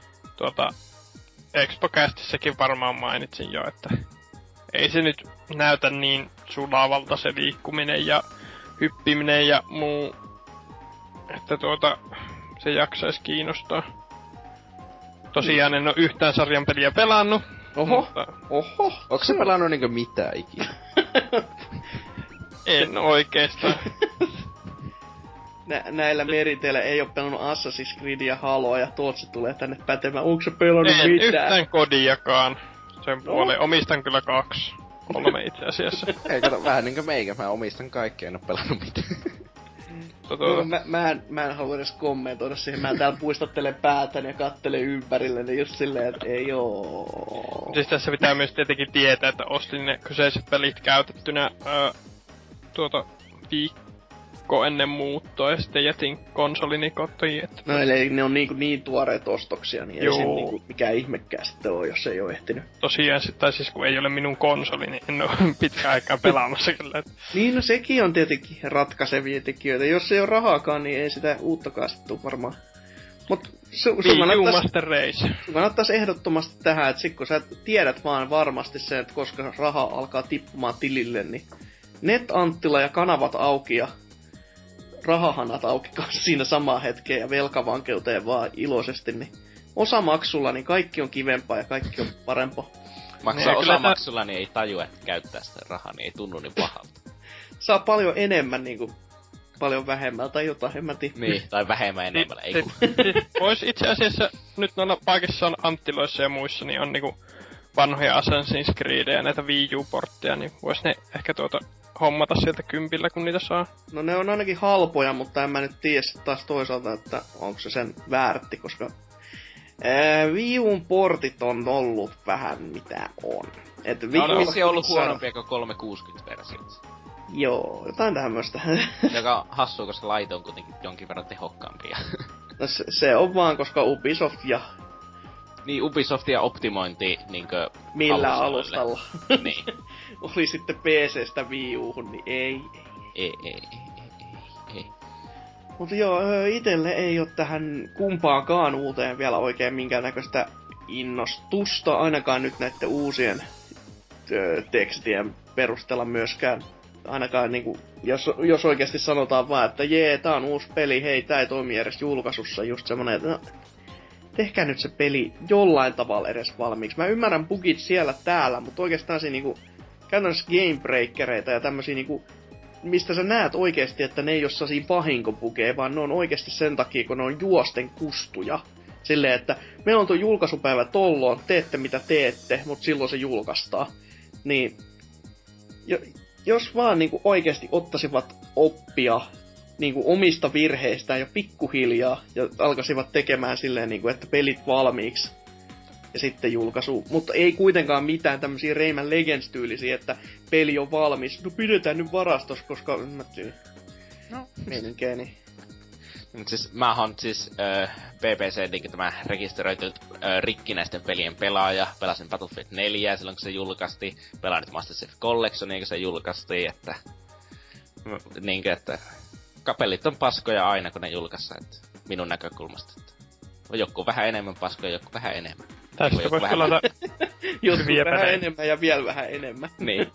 ExpoCastissakin varmaan mainitsin jo, että ei se nyt näytä niin sulavalta se liikkuminen ja hyppiminen ja muu, että se jaksaisi kiinnostaa. Tosiaan en oo yhtään sarjan peliä pelannut. Oho. Onko se pelannut niinkö mitään ikinä? En oikeestaan. Näillä meriteillä ei oo pelannut Assassin's Creedia Haloa, ja tuolta se tulee tänne pätemään. Onko se pelannut en mitään? Yhtään kodiakaan. Sen puoleen. Omistan kyllä 2. 3 itse asiassa. Ei kato, vähän niinkö meikä. Mä omistan kaikkea, en oo pelannut mitään. mutta Mä en halua edes kommentoida siihen. Mä täällä puistattelen päätäni ja kattelen ympärille, niin just silleen, että ei oo. Siis tässä pitää myös tietenkin tietää, että ostin ne kyseiset pelit käytettynä viikko ennen muuttoa ja sitten jätin konsolini kotiin. Että No eli ne on niin tuoreet ostoksia, niin ei se niinku mikään ihmekään sitten oo, jos ei oo ehtinyt. Tosiaan, tai siis kun ei ole minun konsoli, niin en oo pitkään aikaa pelaamassa kyllä. Niin, no sekin on tietenkin ratkaisevia tekijöitä. Jos ei oo rahaakaan, niin ei sitä uuttakaan sitten tuu varmaan. Mut sun kannattais ehdottomasti tähän, että sit kun sä tiedät vaan varmasti sen, että koska raha alkaa tippumaan tilille, niin Net-Anttila ja kanavat auki ja rahahanat auki kanssa siinä samaan hetkeen ja velkavankeuteen vaan iloisesti, niin osamaksulla niin kaikki on kivempaa ja kaikki on parempaa. Maksaa osamaksulla, niin ei tajua, että käyttää sitä rahaa, niin ei tunnu niin pahalta. Saa paljon enemmän niinku paljon vähemmältä tai jotain, en mä tiedä. Niin, tai vähemmän enemmän, ei kun. Vois itse asiassa nyt noilla paikissa on Anttiloissa ja muissa, niin on niinku vanhoja Assassin's Creedejä ja näitä Wii U-portteja, niin vois ne ehkä hommata sieltä kympillä, kun niitä saa. No ne on ainakin halpoja, mutta en mä nyt tiedä taas toisaalta, että onko se sen väärti, koska Wii U:n portit on ollut vähän mitä on. On vissi ollut huonompia kuin 360-versiot. Joo, jotain tämmöstä. Joka on hassua, koska laite on kuitenkin jonkin verran tehokkaampia. No se on vaan, koska Ubisoft ja... Niin, Ubisoft ja optimointi niinkö... Millä alustalla. Niin. Oli sitten PC:stä Wii U:hun, niin ei. Mutta joo, itelle ei oo tähän kumpaankaan uuteen vielä oikein minkäännäköistä innostusta, ainakaan nyt näitten uusien tekstien perusteella myöskään. Ainakaan niinku, jos oikeasti sanotaan vaan, että jee, tää on uusi peli, hei, tää ei toimi edes julkaisussa, just semmonen, että no, tehkää nyt se peli jollain tavalla edes valmiiksi. Mä ymmärrän bugit siellä täällä, mutta oikeastaan se niinku, käytännössä gamebreakereita ja tämmösiä niinku, mistä sä näet oikeesti, että ne ei oo sellaisia vahinkobugeja, vaan ne on oikeesti sen takia, kun ne on juosten kustuja. Silleen, että meillä on tuo julkaisupäivä tolloon, teette mitä teette, mut silloin se julkaistaan. Niin, jos vaan niinku oikeesti ottasivat oppia niinku omista virheistään jo pikkuhiljaa ja alkaisivat tekemään silleen niinku, että pelit valmiiksi ja sitten julkaisu. Mutta ei kuitenkaan mitään tämmösiä Rayman Legends-tyylisiä, että peli on valmis. No pidetään nyt varastos, koska meininkeeni. Siis mähän siis BBC, eli tämä rekisteröity rikkinäisten pelien pelaaja. Pelasin Battlefield 4 silloin kun se julkaistiin. Pelaan nyt Master Chief Collectionia kun se julkaistiin, että... Niinkö, että... Kapellit on paskoja aina kun ne julkaistaan, että minun näkökulmasta. Että joku vähän enemmän paskoja, joku vähän enemmän. Tästä vois pelata joku vähän enemmän ja vielä vähän enemmän. Niin.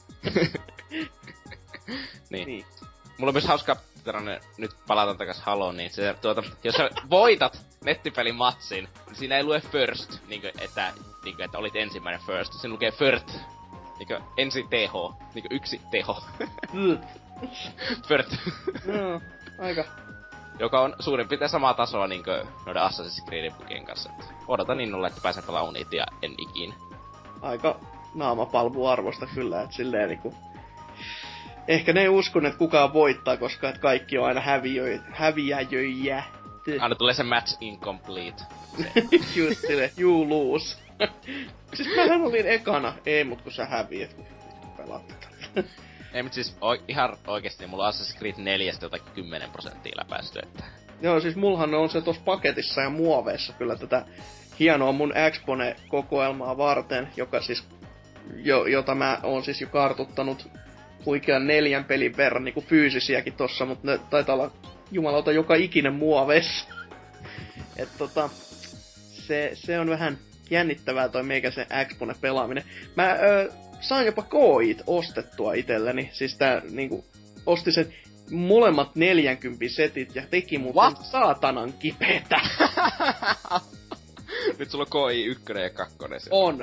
niin. Mulla on myös hauska nyt palataan takas Haloon, niin se, jos sä voitat nettipelimatsin, niin siinä ei lue first, että olit ensimmäinen first. Siinä lukee first, ensi TH, yksi TH. First. No, aika. Joka on suurin piirtein samaa tasoa noiden Assassin's Creedin bugien kanssa. Odotan innolla, että pääsen pelaamaan niitä ja en ikinä. Aika naamapalvuarvosta kyllä, että silleen niinku... Ehkä ne ei uskon, että kukaan voittaa, koska et kaikki on aina häviäjöjä. Aina tulee se match incomplete. Just silleen, you lose. Siis mähän olin ekana. Ei, mut kun sä häviät, kun pelaat tätä. Ei, mut siis ihan oikeesti mulla on Assassin's Creed 4 jotakin 10% läpäisty, että... Joo, siis mullahan on se tossa paketissa ja muoveissa kyllä tätä hienoa mun Expone-kokoelmaa varten, joka siis... jota mä oon siis jo kartuttanut huikean 4 pelin verran niinku fyysisiäkin tossa, mut ne taitaa olla jumalauta joka ikinen muoveissa. Et se on vähän jännittävää toi meikäisen Expone-pelaaminen. Mä sain jopa KI:t ostettua itselleni. Siis tää niinku osti sen molemmat 40 setit ja teki muuten saatanan kipeetä. Nyt sulla on KI 1 ja 2. On.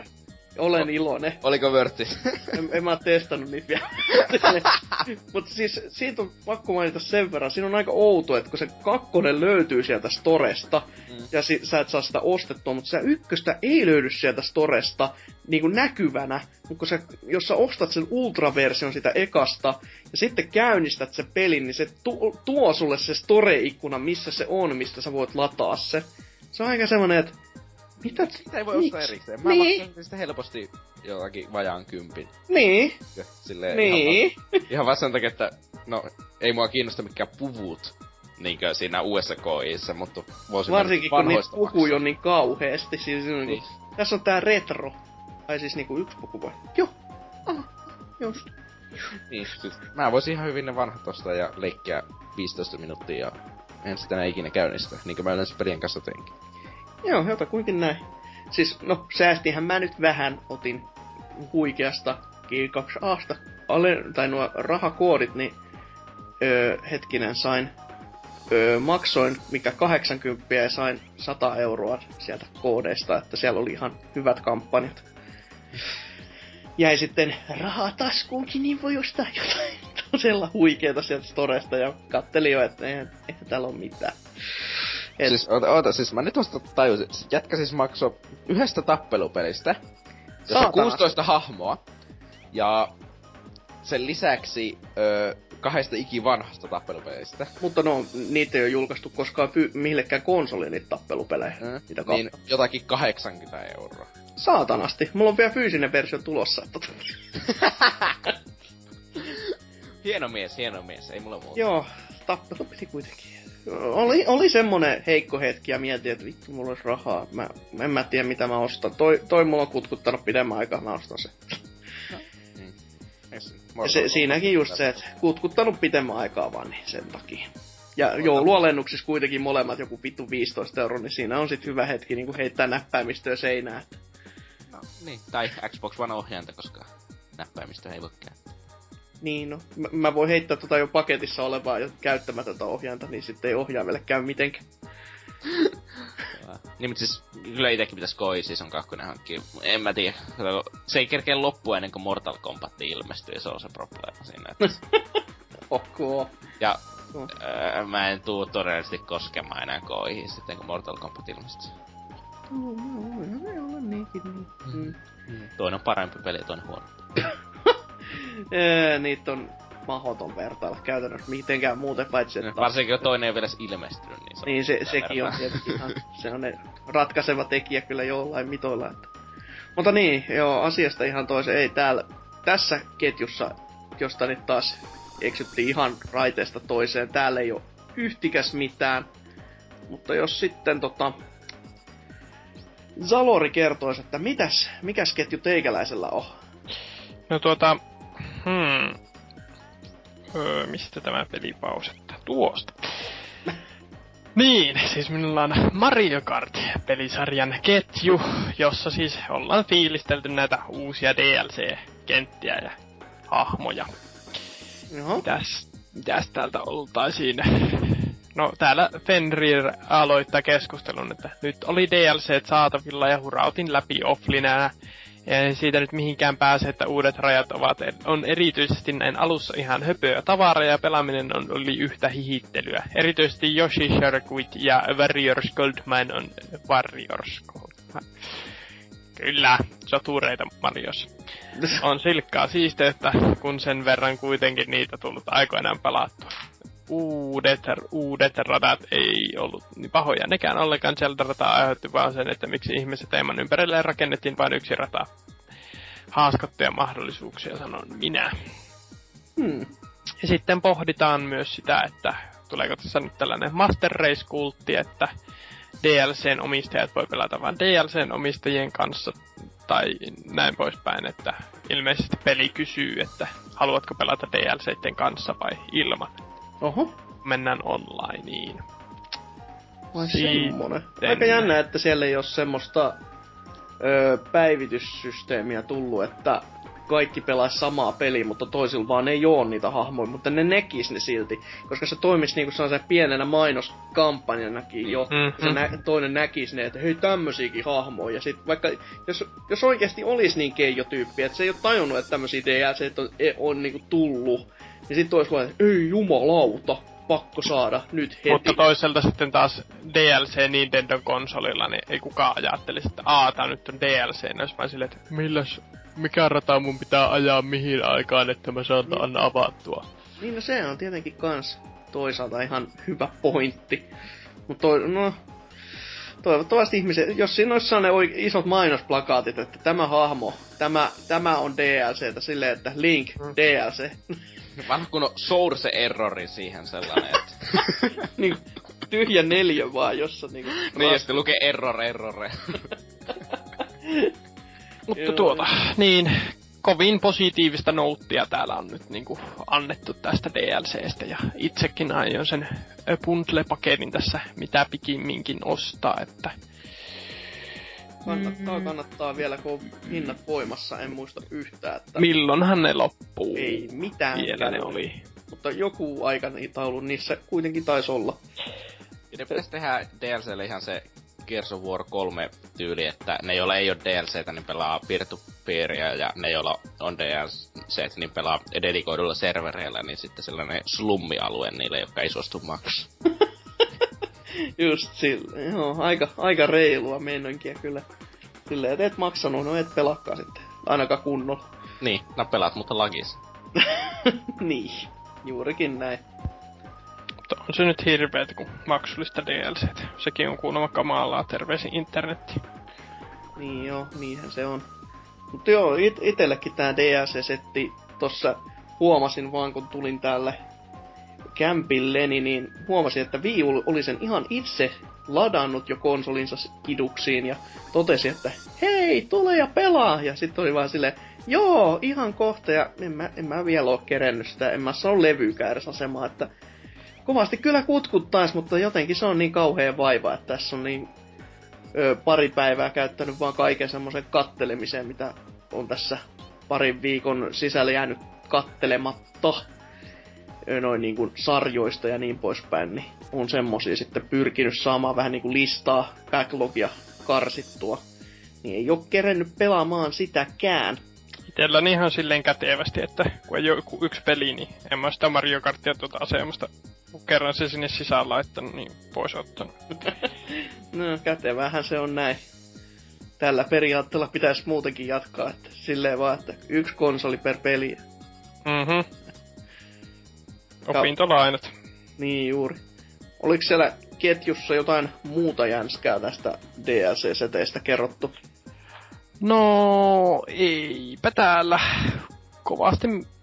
Olen iloinen. Oliko vörtti? En mä oo testannut niitä vielä. Mutta siis siitä on pakko mainita sen verran. Siinä on aika outo, että kun se 2 löytyy sieltä Storesta, ja sä et saa sitä ostettua, mutta se 1 ei löydy sieltä Storesta niinku näkyvänä. Mutta jos sä ostat sen ultraversion sitä ekasta, ja sitten käynnistät sen pelin, niin se tuo sulle se Store-ikkuna, missä se on, mistä sä voit lataa se. Se on aika semmonen, että mitä? Sitä ei voi ostaa erikseen. Mä maksan sitä helposti jotakin vajaan 10. Niin. Silleen niin. Ihan vaan sen takia, että no ei mua kiinnosta mikään puvut niinkö siinä uudessa KI:ssä, mutta voisin varsinkin kun niitä puhuu maksaa. jo niin kauheesti. Siis niin. Tässä on tää retro. Ai siis niinku 1 puku vai? Joo. Just. Niin, siis mä voisin ihan hyvin ne vanhat ostaa ja leikkiä 15 minuuttia ja en sitä enää ikinä käynnistä, niinkö mä yleensä pelien kanssa teinkin. Joo, jotakuinkin näin. Siis, no, säästinhän mä nyt vähän, otin huikeasta G2Asta, tai nuo rahakoodit, niin hetkinen sain, maksoin mikä 80 ja sain 100 euroa sieltä koodeista, että siellä oli ihan hyvät kampanjat. Jäi sitten rahaa taskuunkin, niin voi ostaa jotain todella huikeeta sieltä Storesta ja kattelin jo, että eihän täällä ole mitään. Siis, siis mä nyt vasta tajusin, jätkä siis maksoi 1 tappelupelistä, jossa on 16 hahmoa, ja sen lisäksi 2 ikivanhasta tappelupeleistä. Mutta no, niitä ei ole julkaistu koskaan millekään konsoliin niitä tappelupelejä. Niin jotakin 80 euroa. Saatanasti. Mulla on vielä fyysinen versio tulossa. Hieno mies, ei mulla muuta. Joo, tappelupeli kuitenkin. Oli semmonen heikko hetki ja mietin, että vittu mulla olisi rahaa. En mä tiedä mitä mä ostan. Toi mulla on kutkuttanut pidemmän aikaa, mä ostan sen. Siinäkin just se, että kutkuttanut pitemmän aikaa vaan, niin sen takia. Ja joulualennuksissa kuitenkin molemmat joku vittu 15 €, niin siinä on sit hyvä hetki niinku heittää näppäimistöä seinään. No, niin, tai Xbox One ohjainta, koska näppäimistöä ei voi käyttää. Niin, no. Mä voin heittää jo paketissa olevaa ja käyttämätöntä ohjainta, niin sitten ei ohjaimelle käy mitenkään. Niin, mutta siis kyllä itekin pitäis Season 2 hankkia. En mä tiedä. Se ei kerkeä loppua ennen kuin Mortal Kombat ilmestyy, ja se on se probleema siinä. Että... Okay. Ja mä en tuu todellisesti koskemaan enää sitten, kun Mortal Kombat ilmestyy. Olla niinkin niin. Toinen on parempi peli ja toinen huono. Niitä on mahoton vertailla käytännössä mitenkään muuten paitsi, että... Varsinkin kun toinen ei vielä ilmestynyt, niin se niin sekin on tietenkin ihan... Se on ratkaiseva tekijä kyllä jollain mitoilla, että... Mutta niin, joo, asiasta ihan toisen. Ei tässä ketjussa, josta nyt taas eksyttiin ihan raiteesta toiseen. Täällä ei oo yhtikäs mitään. Mutta jos sitten Zalori kertois, että mikäs ketju teikäläisellä on? No mistä tämä peli pausettaa? Tuosta. Niin, siis minulla on Mario Kart-pelisarjan ketju, jossa siis ollaan fiilistelty näitä uusia DLC-kenttiä ja hahmoja. Mitäs täältä oltaisiin? No täällä Fenrir aloittaa keskustelun, että nyt oli DLC saatavilla ja hurautin läpi offlinää. Ja siitä nyt mihinkään pääse, että uudet rajat on erityisesti näin alussa ihan höpöä tavaraa ja pelaaminen oli yhtä hihittelyä. Erityisesti Yoshi Circuit ja Warriors Goldmine on Warriors Goldmine. Kyllä, sotureita Marios. On silkkaa siisteyttä, kun sen verran kuitenkin niitä tullut aikoinaan pelattua. Uudet radat ei ollut niin pahoja nekään ollenkaan. Zelda-rataa aiheutti vaan sen, että miksi ihmiset teeman ympärille rakennettiin vain yksi rata. Haaskattuja mahdollisuuksia, sanon minä. Ja sitten pohditaan myös sitä, että tuleeko tässä nyt tällainen Master Race-kultti, että DLCn omistajat voi pelata vain DLCn omistajien kanssa tai näin poispäin, että ilmeisesti peli kysyy, että haluatko pelata DLCiden kanssa vai ilman. Oho. Mennään onlineen. Vai semmonen. Aika jännä, että siellä ei oo semmoista päivityssysteemiä tullut, että kaikki pelais samaa peliä, mutta toisilla vaan ei oo niitä hahmoja, mutta ne näkis ne silti. Koska se toimis niinku sellaisen pienenä mainoskampanjanakin jo. Toinen näkis ne, että hei tämmösiäkin hahmoja. Ja sit vaikka, jos oikeesti olis niin keijotyyppi, että se ei oo tajunnut, että tämmösiä DLCt on niinku tullut. Niin sit ois vaan, että ei jumalauta, pakko saada nyt heti. Mutta toisaalta sitten taas DLC Nintendo konsolilla, niin ei kukaan ajattelisi, että tää nyt on DLC. Ne ois vaan silleen, että mikä rata mun pitää ajaa mihin aikaan, että mä saan niin avattua. Niin no se on tietenkin kans toisaalta ihan hyvä pointti. Mut toivottavasti ihmiset, jos siinä olisi sellainen isot mainosplakaatit, että tämä hahmo, tämä on DLCtä silleen, että Link, DLC. Vanha kun on source errori siihen sellainen, että... niin, tyhjä 4 vaan, jossa niinku... niin, ja sitten lukee error. Mutta niin, kovin positiivista nouttia täällä on nyt niinku annettu tästä DLCstä, ja itsekin aion sen bundle-paketin tässä mitä pikimminkin ostaa, että... Kannattaa vielä, kun on hinnat voimassa, en muista yhtään, että... Milloinhan ne loppuu? Ei mitään. Vielä ne oli. Mutta joku aikataulu niissä kuitenkin taisi olla. Ja ne pitäis tehdä DLClle ihan se Gears of War 3 tyyli, että ne joilla ei oo DLCtä, niin pelaa peer-to-peeria, ja ne joilla on DLC, niin pelaa dedikoidulla servereillä, niin sitten sellainen slummialue niille, jotka ei suostu maksaa. Just sille, joo, aika reilua meininkiä kyllä. Silleen, et maksanut, no et pelakkaa sitten, ainakaan kunnolla. Niin, pelaat, mutta lagis. niin, juurikin näin. Mutta on se nyt hirveetä, kun maksullista DLCtä. Sekin on kuulemma kamalaa, terveisin internetti. Niin joo, niinhän se on. Mutta joo, itellekin tää DLC-setti tossa huomasin vaan, kun tulin täälle kämpilleni, niin huomasin, että Wii U oli sen ihan itse ladannut jo konsolinsa kiduksiin ja totesi, että hei, tule ja pelaa! Ja sitten oli vaan silleen, joo, ihan kohta, ja en mä vielä oo kerennyt sitä, en mä saa levyykään edes asemaa, että kovasti kyllä kutkuttais, mutta jotenkin se on niin kauhea vaiva, että tässä on niin pari päivää käyttänyt vaan kaiken semmoisen kattelemiseen, mitä on tässä parin viikon sisällä jäänyt kattelematta. Noin niinku sarjoista ja niin poispäin, niin on semmosia sitten pyrkinyt saamaan vähän niinku listaa, backlogia karsittua. Niin ei oo kerennyt pelaamaan sitäkään. Itelläni ihan silleen kätevästi, että kun ei oo joku yksi peli, niin en mä sitä Mario Kartia tuota asemasta, kun kerran se sinne sisään laittanut, niin pois ottanut. No kätevähän se on näin. Tällä periaatteella pitäisi muutenkin jatkaa, että silleen vaan, että yksi konsoli per peli. Opintolainat. Niin juuri. Oliko siellä ketjussa jotain muuta jänskää tästä DLC-seteistä kerrottu? No, eipä täällä kovasti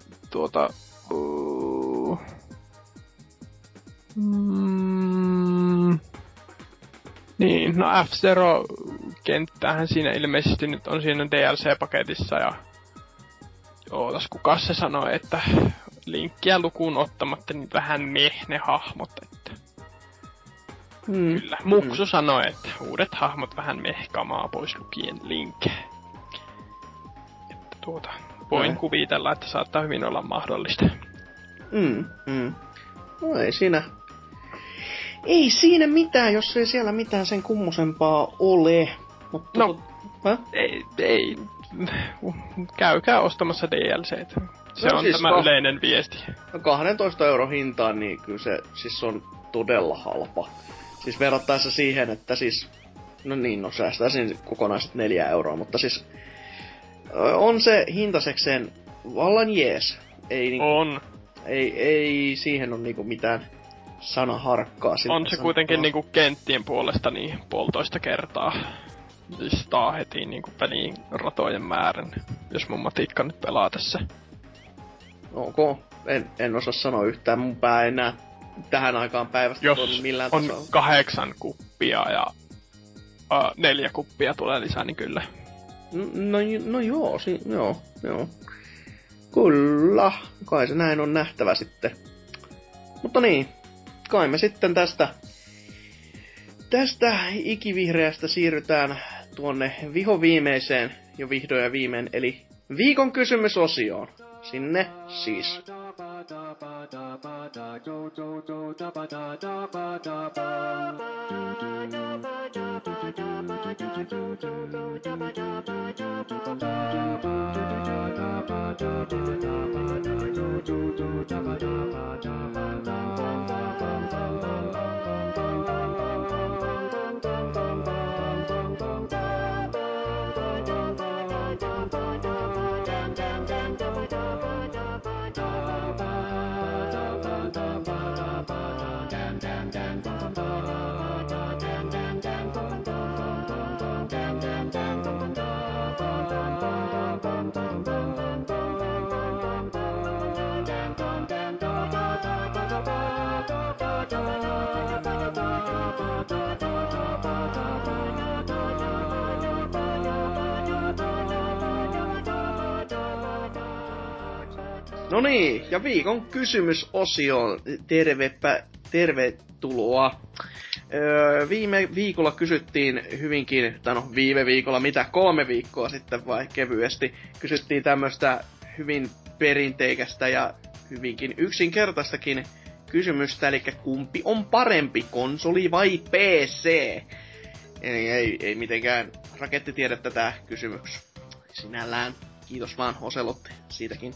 Niin, no F-Zero-kenttähän siinä ilmeisesti nyt on siinä DLC-paketissa ja... Ootas, kukas se sanoi, että Linkkiä lukuun ottamatta niin vähän ne hahmot, että... Kyllä, Muksu sanoi, että uudet hahmot vähän kamaa pois lukien Link. Että voin kuvitella, että saattaa hyvin olla mahdollista. No ei siinä mitään, jos ei siellä mitään sen kummosempaa ole. Mutta ei. Käykää ostamassa DLCtä. Se on siis tämä yleinen viesti. 12 € hintaan, niin kyllä se siis on todella halpa. Siis verrattaessa siihen, että siis... No niin, säästäisin kokonaiset 4 €, mutta siis... On se hintasekseen vallan jees. Ei niinku, on. Ei siihen on niinku mitään sanaharkkaa. On se kuitenkin niinku kenttien puolesta niin 1,5 kertaa listaa heti niinku pelin ratojen määrän, jos mun matikka nyt pelaa tässä. Okay. En osaa sanoa yhtään, mun pää ei enää tähän aikaan päivästä jos millään on tasolla. 8 kuppia ja 4 kuppia tulee lisää, niin kyllä. No joo, joo. Kyllä, kai se näin on nähtävä sitten. Mutta niin, kai me sitten tästä ikivihreästä siirrytään tuonne vihoviimeiseen jo vihdoin ja viimein, eli Viikon kysymysosioon. Sinne siis. No niin, ja viikon kysymysosioon tervetuloa. Viime viikolla kysyttiin hyvinkin, tai no viime viikolla, 3 viikkoa sitten vai kevyesti, kysyttiin tämmöstä hyvin perinteikästä ja hyvinkin yksinkertaistakin kysymystä, eli kumpi on parempi, konsoli vai PC? Eli ei mitenkään rakettitiedettä tää kysymys sinällään. Kiitos vaan Oselotti siitäkin.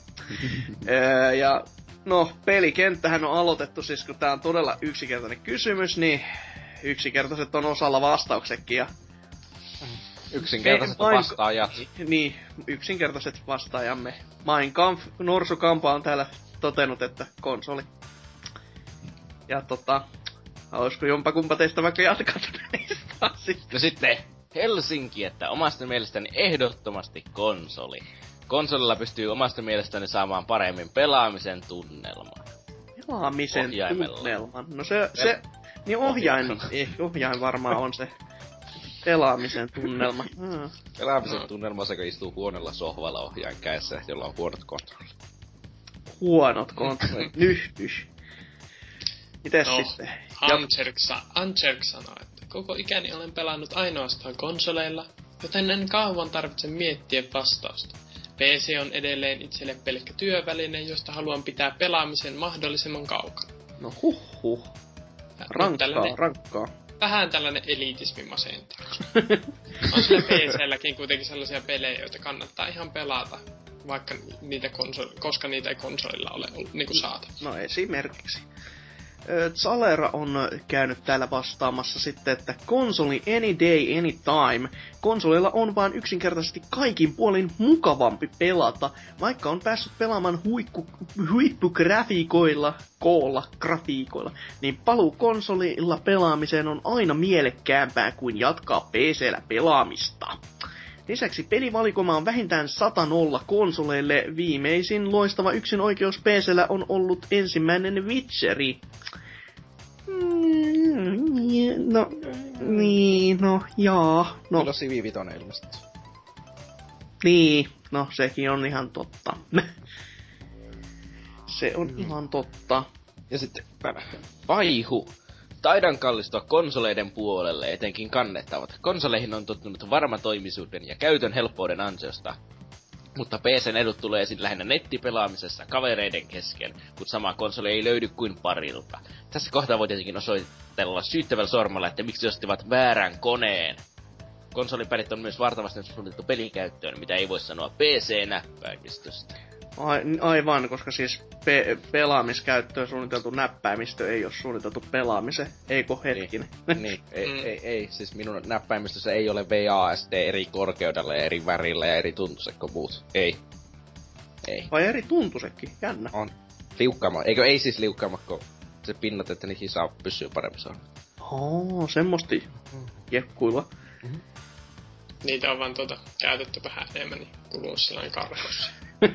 Ja no, pelikenttähän on aloitettu, siis kun tää on todella yksinkertainen kysymys, niin yksinkertaiset on osalla vastauksetkin. Ja yksinkertaiset vastaajat. Niin, yksinkertaiset vastaajamme. Mein Kampf, Norsukampa on täällä totenut, että konsoli. Ja olisiko jompakumpa teistä vaikka jatkaa tätä listaa sitten? No sitten Helsinki, että omasta mielestäni ehdottomasti konsoli. Konsolilla pystyy omasta mielestäni saamaan paremmin pelaamisen tunnelman. Pelaamisen tunnelman? No se niin ohjain varmaan on se pelaamisen tunnelma. Pelaamisen tunnelma se, kun istuu huonolla sohvalla ohjaajan kädessä, jolla on huonot kontrollit. Huonot kontrollit, nyhtys. Mites sitten? Ancherk sanoo, että koko ikäni olen pelannut ainoastaan konsoleilla, joten en kauan tarvitse miettiä vastausta. PC on edelleen itselle pelkkä työväline, josta haluan pitää pelaamisen mahdollisimman kaukana. No huh. Rankkaa. Vähän tällainen elitismi masentaa. On sillä PC:lläkin kuitenkin sellaisia pelejä, joita kannattaa ihan pelata, vaikka koska niitä ei konsolilla ole niinku saatavilla. No esimerkiksi. Zalera on käynyt täällä vastaamassa sitten, että konsoli any day, any time. Konsolilla on vaan yksinkertaisesti kaikin puolin mukavampi pelata, vaikka on päässyt pelaamaan huippugrafiikoilla, grafiikoilla, niin paluu konsolilla pelaamiseen on aina mielekkäämpää kuin jatkaa PC:llä pelaamista. Lisäksi pelivalikoima on vähintään 100-0 konsoleille. Viimeisin loistava yksinoikeus PC:llä on ollut ensimmäinen Witcheri. Kyllä Civi 5 ilmestyy. Niin, no sekin on ihan totta. Se on ihan totta. Ja sitten Vaihu. Taidan kallistua konsoleiden puolelle, etenkin kannettavat. Konsoleihin on tottunut varmatoimisuuden ja käytön helppouden ansiosta. Mutta PC:n edut tulee esiin lähinnä nettipelaamisessa kavereiden kesken, kun sama konsoli ei löydy kuin parilta. Tässä kohtaa voi tietenkin osoitella syyttävällä sormella, että miksi ostivat väärän koneen. Konsolipädit on myös vartavasti suunniteltu pelikäyttöön, mitä ei voi sanoa PC-näppäimistöstä. Aivan, koska siis pelaamiskäyttöön suunniteltu näppäimistö ei ole suunniteltu pelaamiseen, eikö hetkinen? Niin, ei, siis minun näppäimistössä ei ole VASD eri korkeudella ja eri värillä ja eri tuntuset kuin muut. Ei. Vai eri tuntusetkin? Jännä. On. Liukkaama. Eikö ei siis liukkaama, kun se pinnat, että niihin saa pysyä paremmin saada. Semmosti jekkuilla. Mm-hmm. Niitä on vaan käytetty vähän enemmän, niin kuluu sellainen karkossa.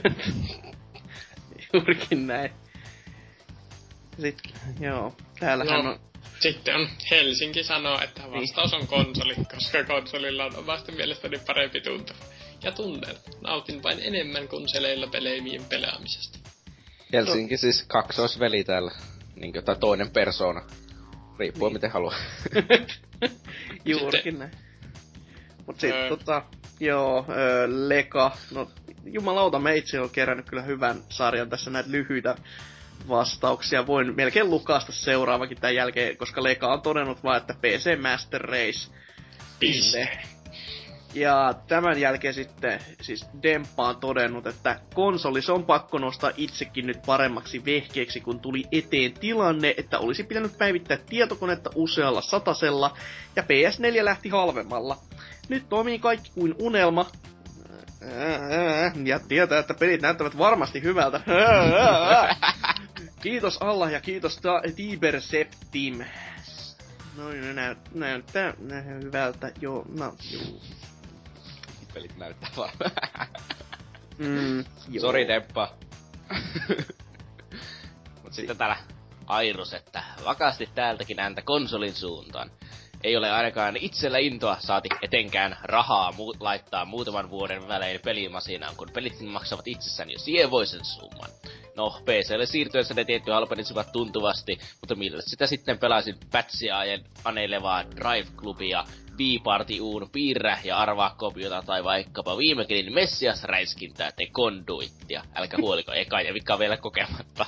Juurikin näin. Sitten, täällähän on... Sitten on Helsinki sanoo, että vastaus on konsoli, koska konsolilla on omasta mielestäni parempi tuntu. Ja tunnelma. Nautin vain enemmän konseleilla peleimien pelaamisesta. Helsinki siis kaksoisveli täällä. Niinkö, tai toinen persoona. Riippuu miten haluaa. Juurikin näin. Mut sit Leka, no jumalauta, me itse on kerännyt kyllä hyvän sarjan tässä näitä lyhyitä vastauksia. Voin melkein lukaista seuraavakin tämän jälkeen, koska Leka on todennut vaan, että PC Master Race. Piste. Ja tämän jälkeen sitten siis Demppa on todennut, että konsoli se on pakko nostaa itsekin nyt paremmaksi vehkeeksi, kun tuli eteen tilanne, että olisi pitänyt päivittää tietokonetta usealla satasella ja PS4 lähti halvemmalla. Nyt toimii kaikki kuin unelma. Ja tietää, että pelit näyttävät varmasti hyvältä. Kiitos Allah ja kiitos Tiberseptim. Noin, näyttää hyvältä, joo. Pelit näyttää varmaan. Sori Deppa. Mut sitten täällä Airos, että vakaasti täältäkin ääntä konsolin suuntaan. Ei ole ainakaan itsellä intoa, saati etenkään rahaa laittaa muutaman vuoden välein pelimasinaan, kun pelit maksavat itsessään jo sievoisen summan. No, PC:lle siirtyessä ne tietty halpenisivat tuntuvasti, mutta millä sitä sitten pelasin pätsiä aneilevaa Drive-klubia, B-Party Uun piirrä ja arvaa kopiota tai vaikkapa viimekin Messias-räiskintää te konduittia. Älkää huoliko, eka ja vika vielä kokematta.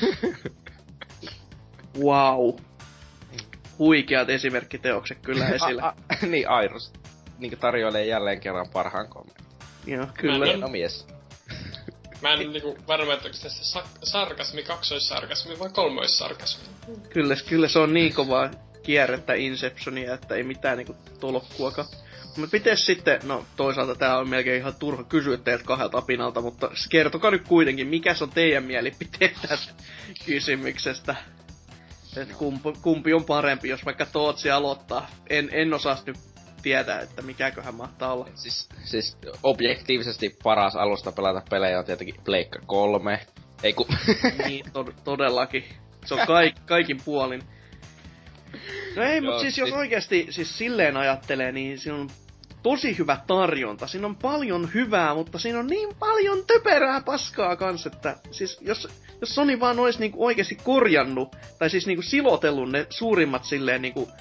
Wow. Huikeat esimerkkiteokset kyllä esillä. Niin, Airos niin tarjoilee jälleen kerran parhaan kommentin. Joo, kyllä. Hieno mies. Mä en niinku varma, että onko tässä sarkasmi, kaksoissarkasmi vai kolmoissarkasmi. Kyllä se on niin kovaa kierrettä Inceptionia, että ei mitään niinku tolkkuakaan. Mutta mites sitten, no toisaalta tää on melkein ihan turha kysyä teiltä kahdelta apinalta, mutta kertokaa nyt kuitenkin, mikä on teidän mielipiteet tästä kysymyksestä? Et kumpi on parempi, jos vaikka Tootsi aloittaa. En osaa nyt tietää, että mikäköhän mahtaa olla. Siis objektiivisesti paras alusta pelata pelejä on tietenkin Pleikka 3. Ei ku... Niin, todellakin. Se on kaikin puolin. No ei, mut siis jos oikeesti siis silleen ajattelee, niin siinä on tosi hyvä tarjonta. Siinä on paljon hyvää, mutta siinä on niin paljon töperää paskaa kans, että siis jos Sony vaan ois niinku oikeesti korjannut, tai siis niinku silotellut ne suurimmat silleen niinku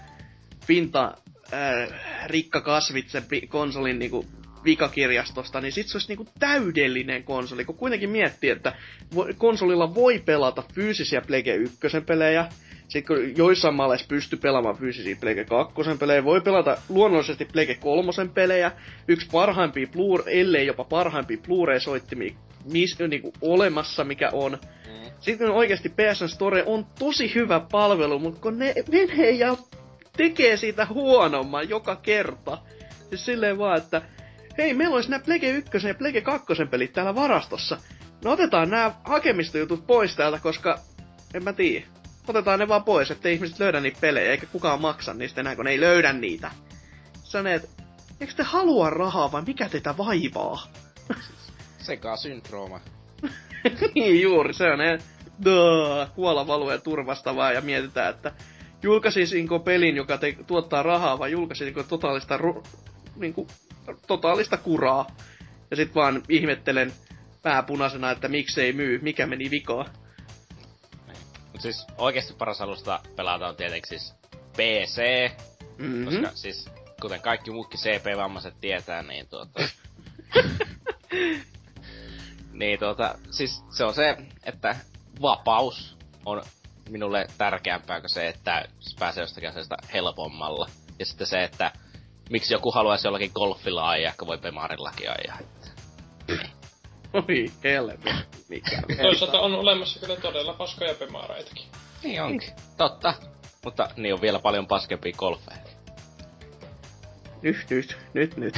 rikkakasvit sen konsolin niinku vikakirjastosta, niin sit se olisi niinku täydellinen konsoli, kun kuitenkin miettii, että konsolilla voi pelata fyysisiä Plege 1 pelejä, sitten kun joissain maaleissa pystyy pelaamaan fyysisiä Plege 2 pelejä, voi pelata luonnollisesti Plege 3 pelejä, yksi parhaimpia ellei jopa parhaimpia Blu-ray-soittimia niinku olemassa, mikä on. Sitten kun oikeasti PSN Store on tosi hyvä palvelu, mutta kun ne menee ja tekee siitä huonomman joka kerta. Siis silleen vaan, että hei, meillä olisi nää Plege 1 ja Plege 2 pelit täällä varastossa. No otetaan nämä hakemistojutut pois täältä, koska en mä tiedä. Otetaan ne vaan pois, ettei ihmiset löydä niitä pelejä, eikä kukaan maksa niistä enää, kun ne ei löydä niitä. Sanoneet, eikö te halua rahaa vai mikä teitä vaivaa? Sekasyndrooma. Niin juuri, se on kuolavalue turvastavaa ja mietitään, että julkaisisinko pelin, joka tuottaa rahaa, vai julkaisisinko totaalista kuraa. Ja sit vaan ihmettelen pääpunaisena, että miksei myy, mikä meni vikaan. Mut siis oikeesti paras alusta pelata on tietenkin siis PC, koska siis kuten kaikki muutkin CP-vammaiset tietää, niin siis se on se, että vapaus on minulle tärkeämpää kuin se, että pääsee jostakin asiasta helpommalla. Ja sitten se, että miksi joku haluaisi jollakin golfilla ajaa, kun voi Pemarillakin ajaa. Oi helvetti, mikä. Toisaalta on olemassa kyllä todella paskoja Pemareitakin. Niin onkin. Totta. Mutta niin on vielä paljon paskempia golfeja. Nyt.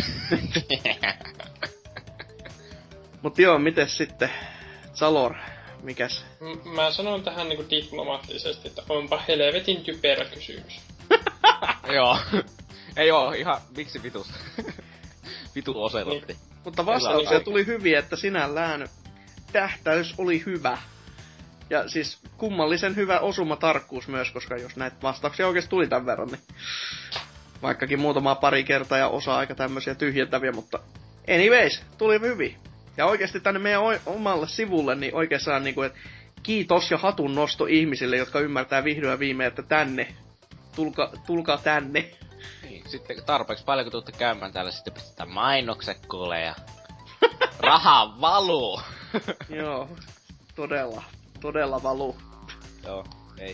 Mut joo, mites sitten Zalor, mikäs? Mä sanon tähän niinku diplomaattisesti, että onpa helvetin typerä kysymys. Joo. Ei oo, ihan miksi vitus? Vitu oselotti. Niin. Mutta vastauksia tuli hyviä, että sinällään tähtäys oli hyvä. Ja siis kummallisen hyvä osumatarkkuus myös, koska jos näitä vastauksia oikeesti tuli tän verran, niin vaikkakin muutamaa pari kertaa ja osa aika tämmösiä tyhjentäviä, mutta anyways, tuli hyvin. Ja oikeesti tänne meidän omalle sivulle, niin oikeastaan niinku, että kiitos ja hatun nosto ihmisille, jotka ymmärtää vihdoin viimein, että tänne, tulkaa tänne. Niin, sitten tarpeeksi paljon kun tuutte käymään täällä, sitten pistetään mainokset kuulee ja Raha valuu! Joo, todella valuu. Joo, ei.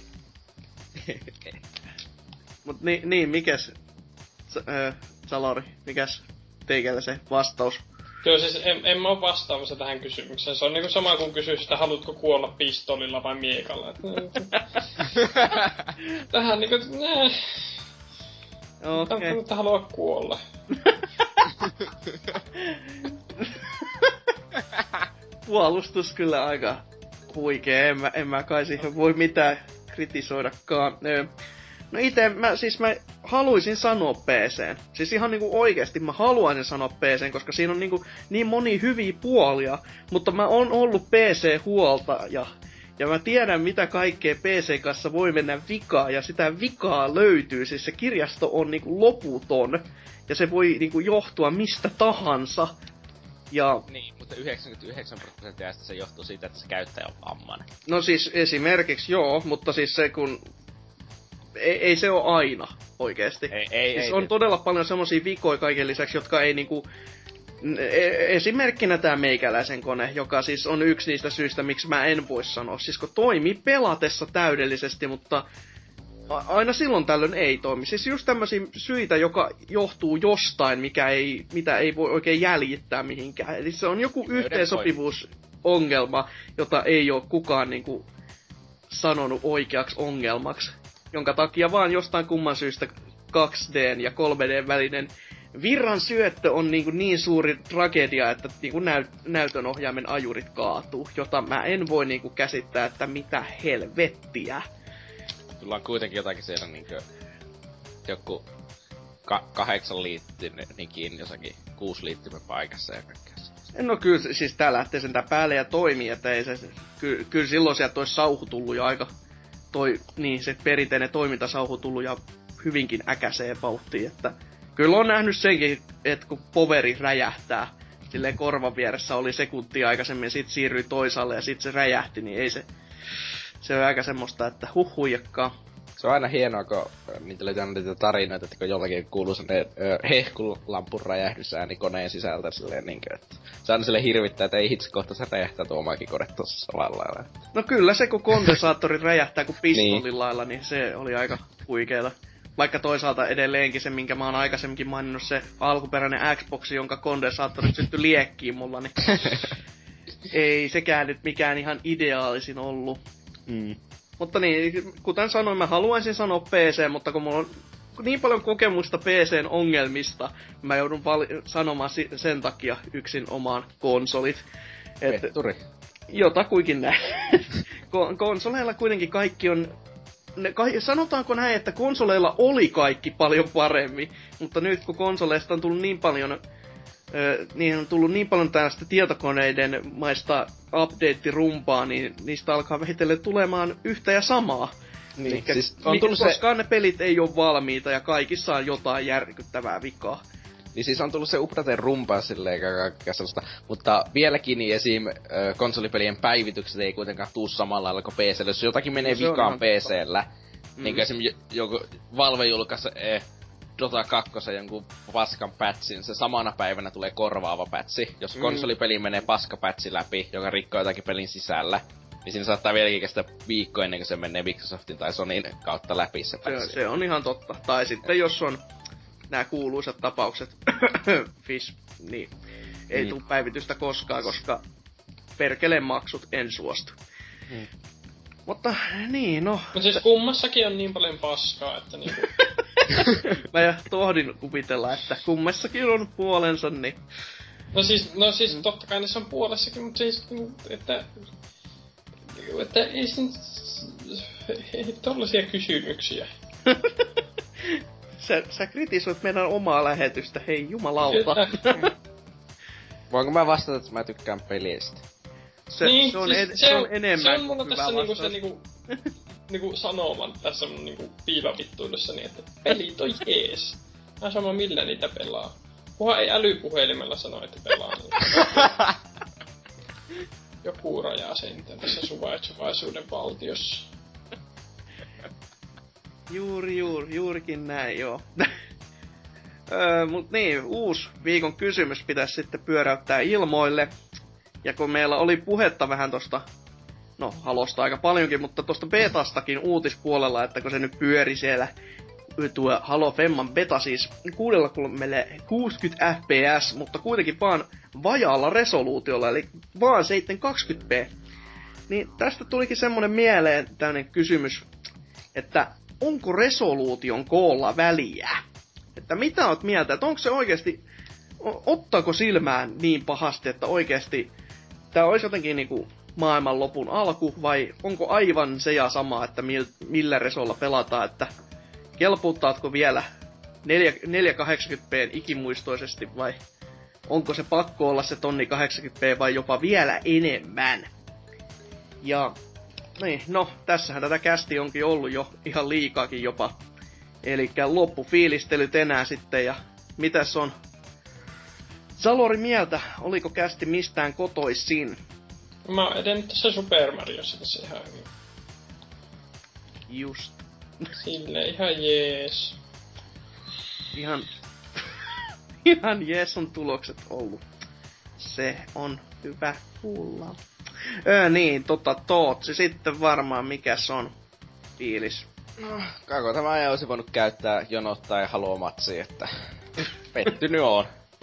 Mut niin, mikäs, Salori, mikäs teikällä se vastaus? Joo, siis en mä oo vastaamassa tähän kysymykseen. Se on niinku sama kuin kysyis, että haluatko kuolla pistolilla vai miekalla. Tähän niinku, Okei. Mutta haluaa kuolla. Puolustus kyllä aika huikee, en mä kai siihen voi mitään kritisoidakaan. No ite mä haluaisin sanoa PC:n. Siis ihan niinku oikeesti mä haluaisin sanoa PC:n, koska siinä on niinku niin moni hyviä puolia, mutta mä oon ollut PC-huoltaja. Ja mä tiedän mitä kaikkea PC kanssa voi mennä vikaa, ja sitä vikaa löytyy. Siis se kirjasto on niinku loputon, ja se voi niinku johtua mistä tahansa. Ja... Niin, mutta 99% se johtuu siitä, että se käyttäjä on vammainen. No siis esimerkiksi joo, mutta siis se kun... Ei se oo aina, oikeesti. Siis on todella paljon semmosia vikoja kaiken lisäksi, jotka ei niinku... Esimerkkinä tää meikäläisen kone, joka siis on yksi niistä syistä, miksi mä en voi sanoa. Siis kun toimii pelatessa täydellisesti, mutta aina silloin tällöin ei toimi. Siis just tämmösiä syitä, joka johtuu jostain, mitä ei voi oikein jäljittää mihinkään. Eli se on joku yhteensopivuusongelma, jota ei oo kukaan niinku sanonut oikeaksi ongelmaksi. Jonka takia vaan jostain kumman syystä 2D:n ja 3D:n välinen virran syöttö on niin suuri tragedia, että niinku näytön ohjaimen ajurit kaatuu, jota mä en voi niinku käsittää, että mitä helvettiä. Sulla on kuitenkin jotakin siellä niinkö joku 8 liittymä niin kiinni jossakin 6 liittymän paikassa ja kaikkea. No kyllä, siis tää lähtee sentään päälle ja toimii, että ei se... Kyllä silloin sieltä olisi sauhu tullut jo aika... se perinteinen toimintasauhu tullut ja hyvinkin äkäiseen vauhtiin, että... Kyllä on nähnyt senkin, että kun poveri räjähtää, silleen korvan vieressä oli sekuntia aikaisemmin, sit siirryi toisaalle ja sit se räjähti, niin ei se... Se on aika semmoista, että huijakkaa. Se on aina hienoa, kun niitä löytyy aina niitä tarinoita, että kun jollakin kuuluu sellainen hehkulampun räjähdysääni koneen sisältä silleen niinkö, että se aina silleen hirvittää, että ei hitsi kohta se räjähtää tuo omakin kone tossa samalla lailla. No kyllä se, kun kondensaattori räjähtää kuin pistolin lailla, niin se oli aika huikeeta. Vaikka toisaalta edelleenkin se, minkä mä oon aikaisemminkin maininnut, se alkuperäinen Xbox, jonka kondensaattori syttyi liekkiin mulla, niin ei sekään nyt mikään ihan ideaalisin ollut. Mutta niin, kuten sanoin, mä haluaisin sanoa PC, mutta kun mulla on niin paljon kokemusta PCn ongelmista, mä joudun sanomaan sen takia yksin omaan konsolit. Vetturi. Jotakuinkin näin. Konsoleilla kuitenkin kaikki on... sanotaanko näin, että konsoleilla oli kaikki paljon paremmin, mutta nyt kun konsoleista on tullut niin paljon... niihin on tullut niin paljon tällaista tietokoneiden maista update-rumpaa, niin niistä alkaa vähitellen tulemaan yhtä ja samaa. Niin, siis on tullut koskaan ne pelit ei ole valmiita ja kaikissa on jotain järkyttävää vikaa. Niin siis on tullut se updaten rumpaa silleen kaikkea sellaista, mutta vieläkin niin esim. Konsolipelien päivitykset ei kuitenkaan tuu samalla lailla kuin PC:llä. Jos jotakin menee vikaan PC:llä, niin kuin esim. Joku Valve julkaisi Dota 2 jonkun paskan patchin, se samana päivänä tulee korvaava patchi. Jos konsolipeli menee paskapätsi läpi, joka rikkoo jotakin pelin sisällä, niin siinä saattaa vieläkin kestää viikko ennen kuin se menee Microsoftin tai Sonyn kautta läpi se patchi. Se on ihan totta. Tai sitten jos on nämä kuuluisat tapaukset, Fish, niin ei tule päivitystä koskaan, koska perkeleen maksut en suostu. Mutta niin, no... Mut siis kummassakin on niin paljon paskaa, että niinku... Mä tohdin kuvitella, että kummassakin on puolensa, niin... No siis totta kai niissä on puolessakin, mutta siis että ei sen... Ei tollasia kysymyksiä. Sä kritisoit meidän omaa lähetystä, hei jumalauta. Voinko mä vastata, että mä tykkään pelistä? Se on enemmän se on mulla hyvä tässä vastaus. niinku sanoman tässä mun niinku piilavittuudessani, että pelit on jees. Mä sama millä niitä pelaa. Kunhan ei älypuhelimella sano, että pelaa niitä. Joku rajaa sentään tässä suvaitsevaisuuden valtiossa. Juurikin näin, joo. Mut niin, uusi viikon kysymys pitäisi sitten pyöräyttää ilmoille. Ja kun meillä oli puhetta vähän tosta, no Halosta aika paljonkin, mutta tosta betastakin uutispuolella, että kun se nyt pyöri siellä, tuo Halo Femman beta siis 60 fps, mutta kuitenkin vaan vajaalla resoluutiolla, eli vaan 720p. Niin tästä tulikin semmonen mieleen tämmönen kysymys, että onko resoluution koolla väliä? Että mitä oot mieltä, että onko se oikeesti, ottaako silmään niin pahasti, että oikeesti tää olisi jotenkin niinku maailmanlopun alku, vai onko aivan se ja sama, että millä resolla pelataan, että kelpuuttaatko vielä 480p ikimuistoisesti, vai onko se pakko olla se 1080p vai jopa vielä enemmän? Ja niin, no, tässähän tätä kästi onkin ollut jo ihan liikaakin jopa. Elikkä loppufiilistelyt enää sitten, ja mitäs on Zalori mieltä? Oliko kästi mistään kotoisin? Mä oon edennyt tässä Super Mariossa tässä ihan hyvin. Just. Silleen ihan jees. Ihan jees on tulokset ollut. Se on hyvä kuulla. Niin, Tootsi sitten varmaan mikäs on fiilis. No, kako tämä ajan olisi voinut käyttää jonottaa ja Halo-matsia, että pettynyt on.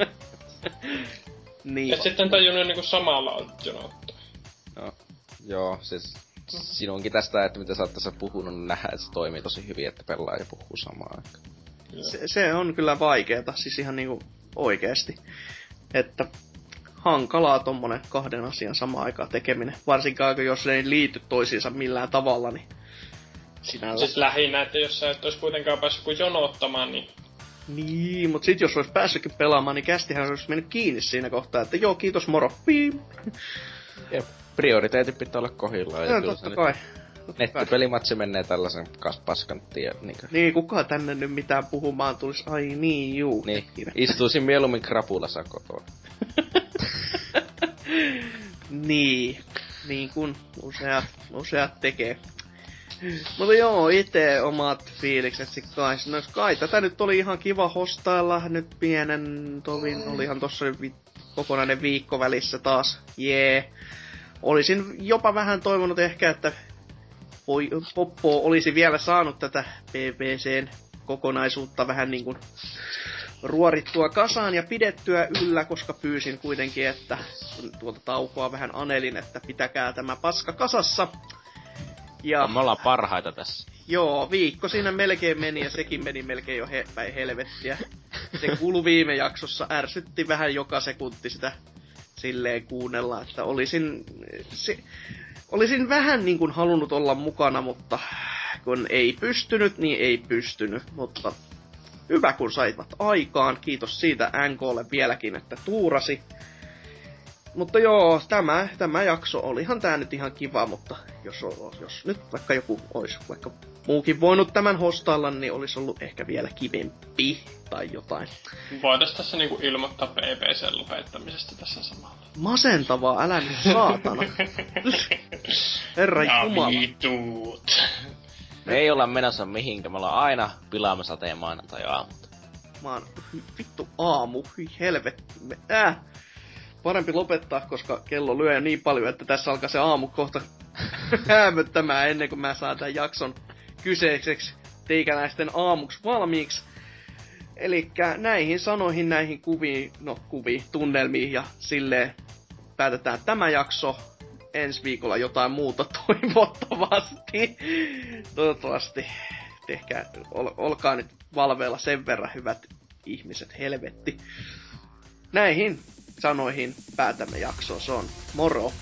Niin. Et sitten tajunnut niinku samalla jonottaa. No, joo, siis sinunkin tästä, että mitä sä oot tässä puhunut, niin nähdään, että se toimii tosi hyvin, että pelaa ja puhuu samaan aikaan. Se on kyllä vaikeeta, siis ihan niinku oikeesti. Että hankalaa tommonen kahden asian samaan aikaan tekeminen. Varsinkaan jos ne ei liity toisiinsa millään tavalla, niin sinällä. Siis lähinnä, että jos sä et ois kuitenkaan päässyt kuin jonottamaan, niin... Niin, mut sit jos ois päässytkin pelaamaan, niin kästihän ois mennyt kiinni siinä kohtaa, että joo, kiitos, moro. Piim. Ja prioriteetit pitää olla kohdillaan. Ja totta kai. Nettipelimatsi menee tällaisen paskan tien. Niin, kukaan tänne nyt mitään puhumaan tulis. Ai niin, juu. Niin, istuisin mieluummin krapulassa kotona. niin kun useat tekee. Mutta joo, itse omat fiilikset sit kai. No kai tätä nyt oli ihan kiva hostailla nyt pienen tovin. Olihan tossa kokonainen viikko välissä taas. Jee. Olisin jopa vähän toivonut ehkä, että Poppo olisi vielä saanut tätä PPCn kokonaisuutta vähän niinku ruorittua kasaan ja pidettyä yllä, koska pyysin kuitenkin, että tuolta taukoa vähän anelin, että pitäkää tämä paska kasassa. Ja me ollaan parhaita tässä. Joo, viikko siinä melkein meni ja sekin meni melkein jo päin helvettiä. Se kuului viime jaksossa, ärsytti vähän joka sekunti sitä silleen kuunnella, että olisin vähän niin kuin halunnut olla mukana, mutta kun ei pystynyt, niin ei pystynyt. Mutta hyvä kun saivat aikaan, kiitos siitä NKlle vieläkin, että tuurasi. Mutta joo, tämä jakso olihan tää nyt ihan kiva, mutta jos nyt vaikka joku olisi vaikka muukin voinut tämän hostailla, niin olisi ollut ehkä vielä kivempi tai jotain. Voitais tässä niinku ilmoittaa PPCn lopettamisesta tässä samalla. Masentavaa, älä nyt saatana. Herra jumala. Vituut. Me ei olla menossa mihinkä, me ollaan aina pilaamassa teidän maanantai-aamut. Mä oon vittu aamu, hyi helvetti. Parempi lopettaa, koska kello lyö niin paljon, että tässä alkaa se aamu kohta hämöttämään ennen kuin mä saan tämän jakson kyseiseksi teikäläisten aamuksi valmiiksi. Elikkä näihin sanoihin, näihin kuviin, tunnelmiin ja silleen päätetään tämä jakso. Ensi viikolla jotain muuta toivottavasti. Toivottavasti. Tehkää, olkaa nyt valveilla sen verran hyvät ihmiset, helvetti. Näihin sanoihin päätämme jaksoa, se on moro!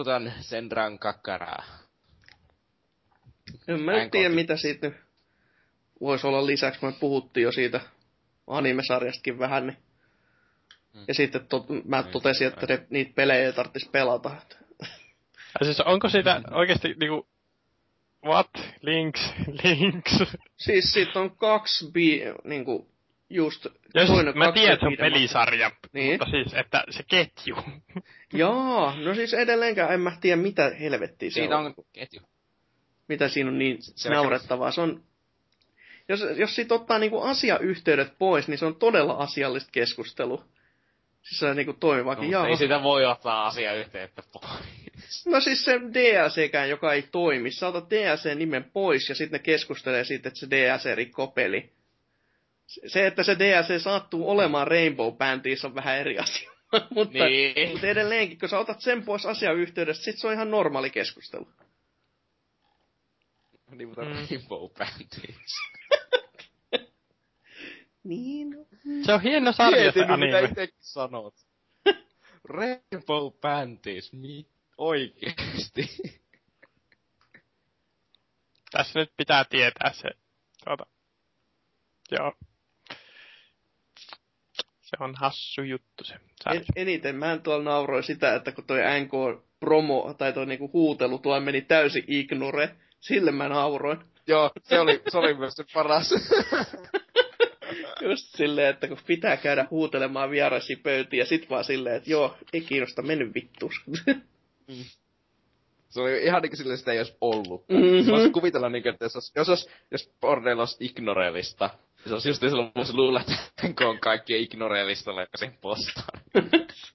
Hekutan Senran Kakkaraa. En mä nyt tiedä, mitä siitä nyt voisi olla lisäksi. Me puhuttiin jo siitä anime-sarjastakin vähän, niin. Ja sitten mä totesin, että niitä pelejä ei tarvitsisi pelata. Ja siis onko siitä oikeesti niinku... What? Links? Siis siitä on 2 niinku just... Ja siis mä tiedän, että se on viiden pelisarja, niin. mutta siis, että se ketju. Jaa, no siis edelleenkään en mä tiedä mitä helvettiä se Siinä on ketju. Mitä siinä on niin naurettavaa. Se on... Jos siitä ottaa niinku asiayhteydet pois, niin se on todella asiallista keskustelua. Siis se on niinku toimivakin. No, ei sitä voi ottaa asiayhteyttä pois. No siis se DLCkään, joka ei toimi. Sä otat DLC-nimen pois ja sitten ne keskustelee siitä, että se DLC rikkoo peli. Se, että se DLC sattuu olemaan Rainbow Bandies on vähän eri asia. mutta edelleenkin, kun sä otat sen pois asiayhteydestä, sit se on ihan normaali keskustelu. Niin, mutta Rainbow Bandies. Niin. Se on hieno sarja se anime. Mitä itekin sanot. Rainbow Bandies, oikeesti. Tässä nyt pitää tietää se. Joo. Se on hassu juttu se. Eniten mä tuolla nauroin sitä, että kun toi NK-promo tai toi niinku huutelu tuolla meni täysin ignore. Sille mä nauroin. Joo, se oli myös se paras. Just silleen, että kun pitää käydä huutelemaan vieraisia pöytiin ja sit vaan silleen, että joo, ei kiinnosta, mennyt vittuus. Se oli ihan niinku silleen, sitä ei olisi ollut. Voisi kuvitella niinku, että jos Bordeilla olisi ignoreellista, se olisi just silloin voisi luulla, että NK on kaikkien ignoreellistalla, jotka sen postaa.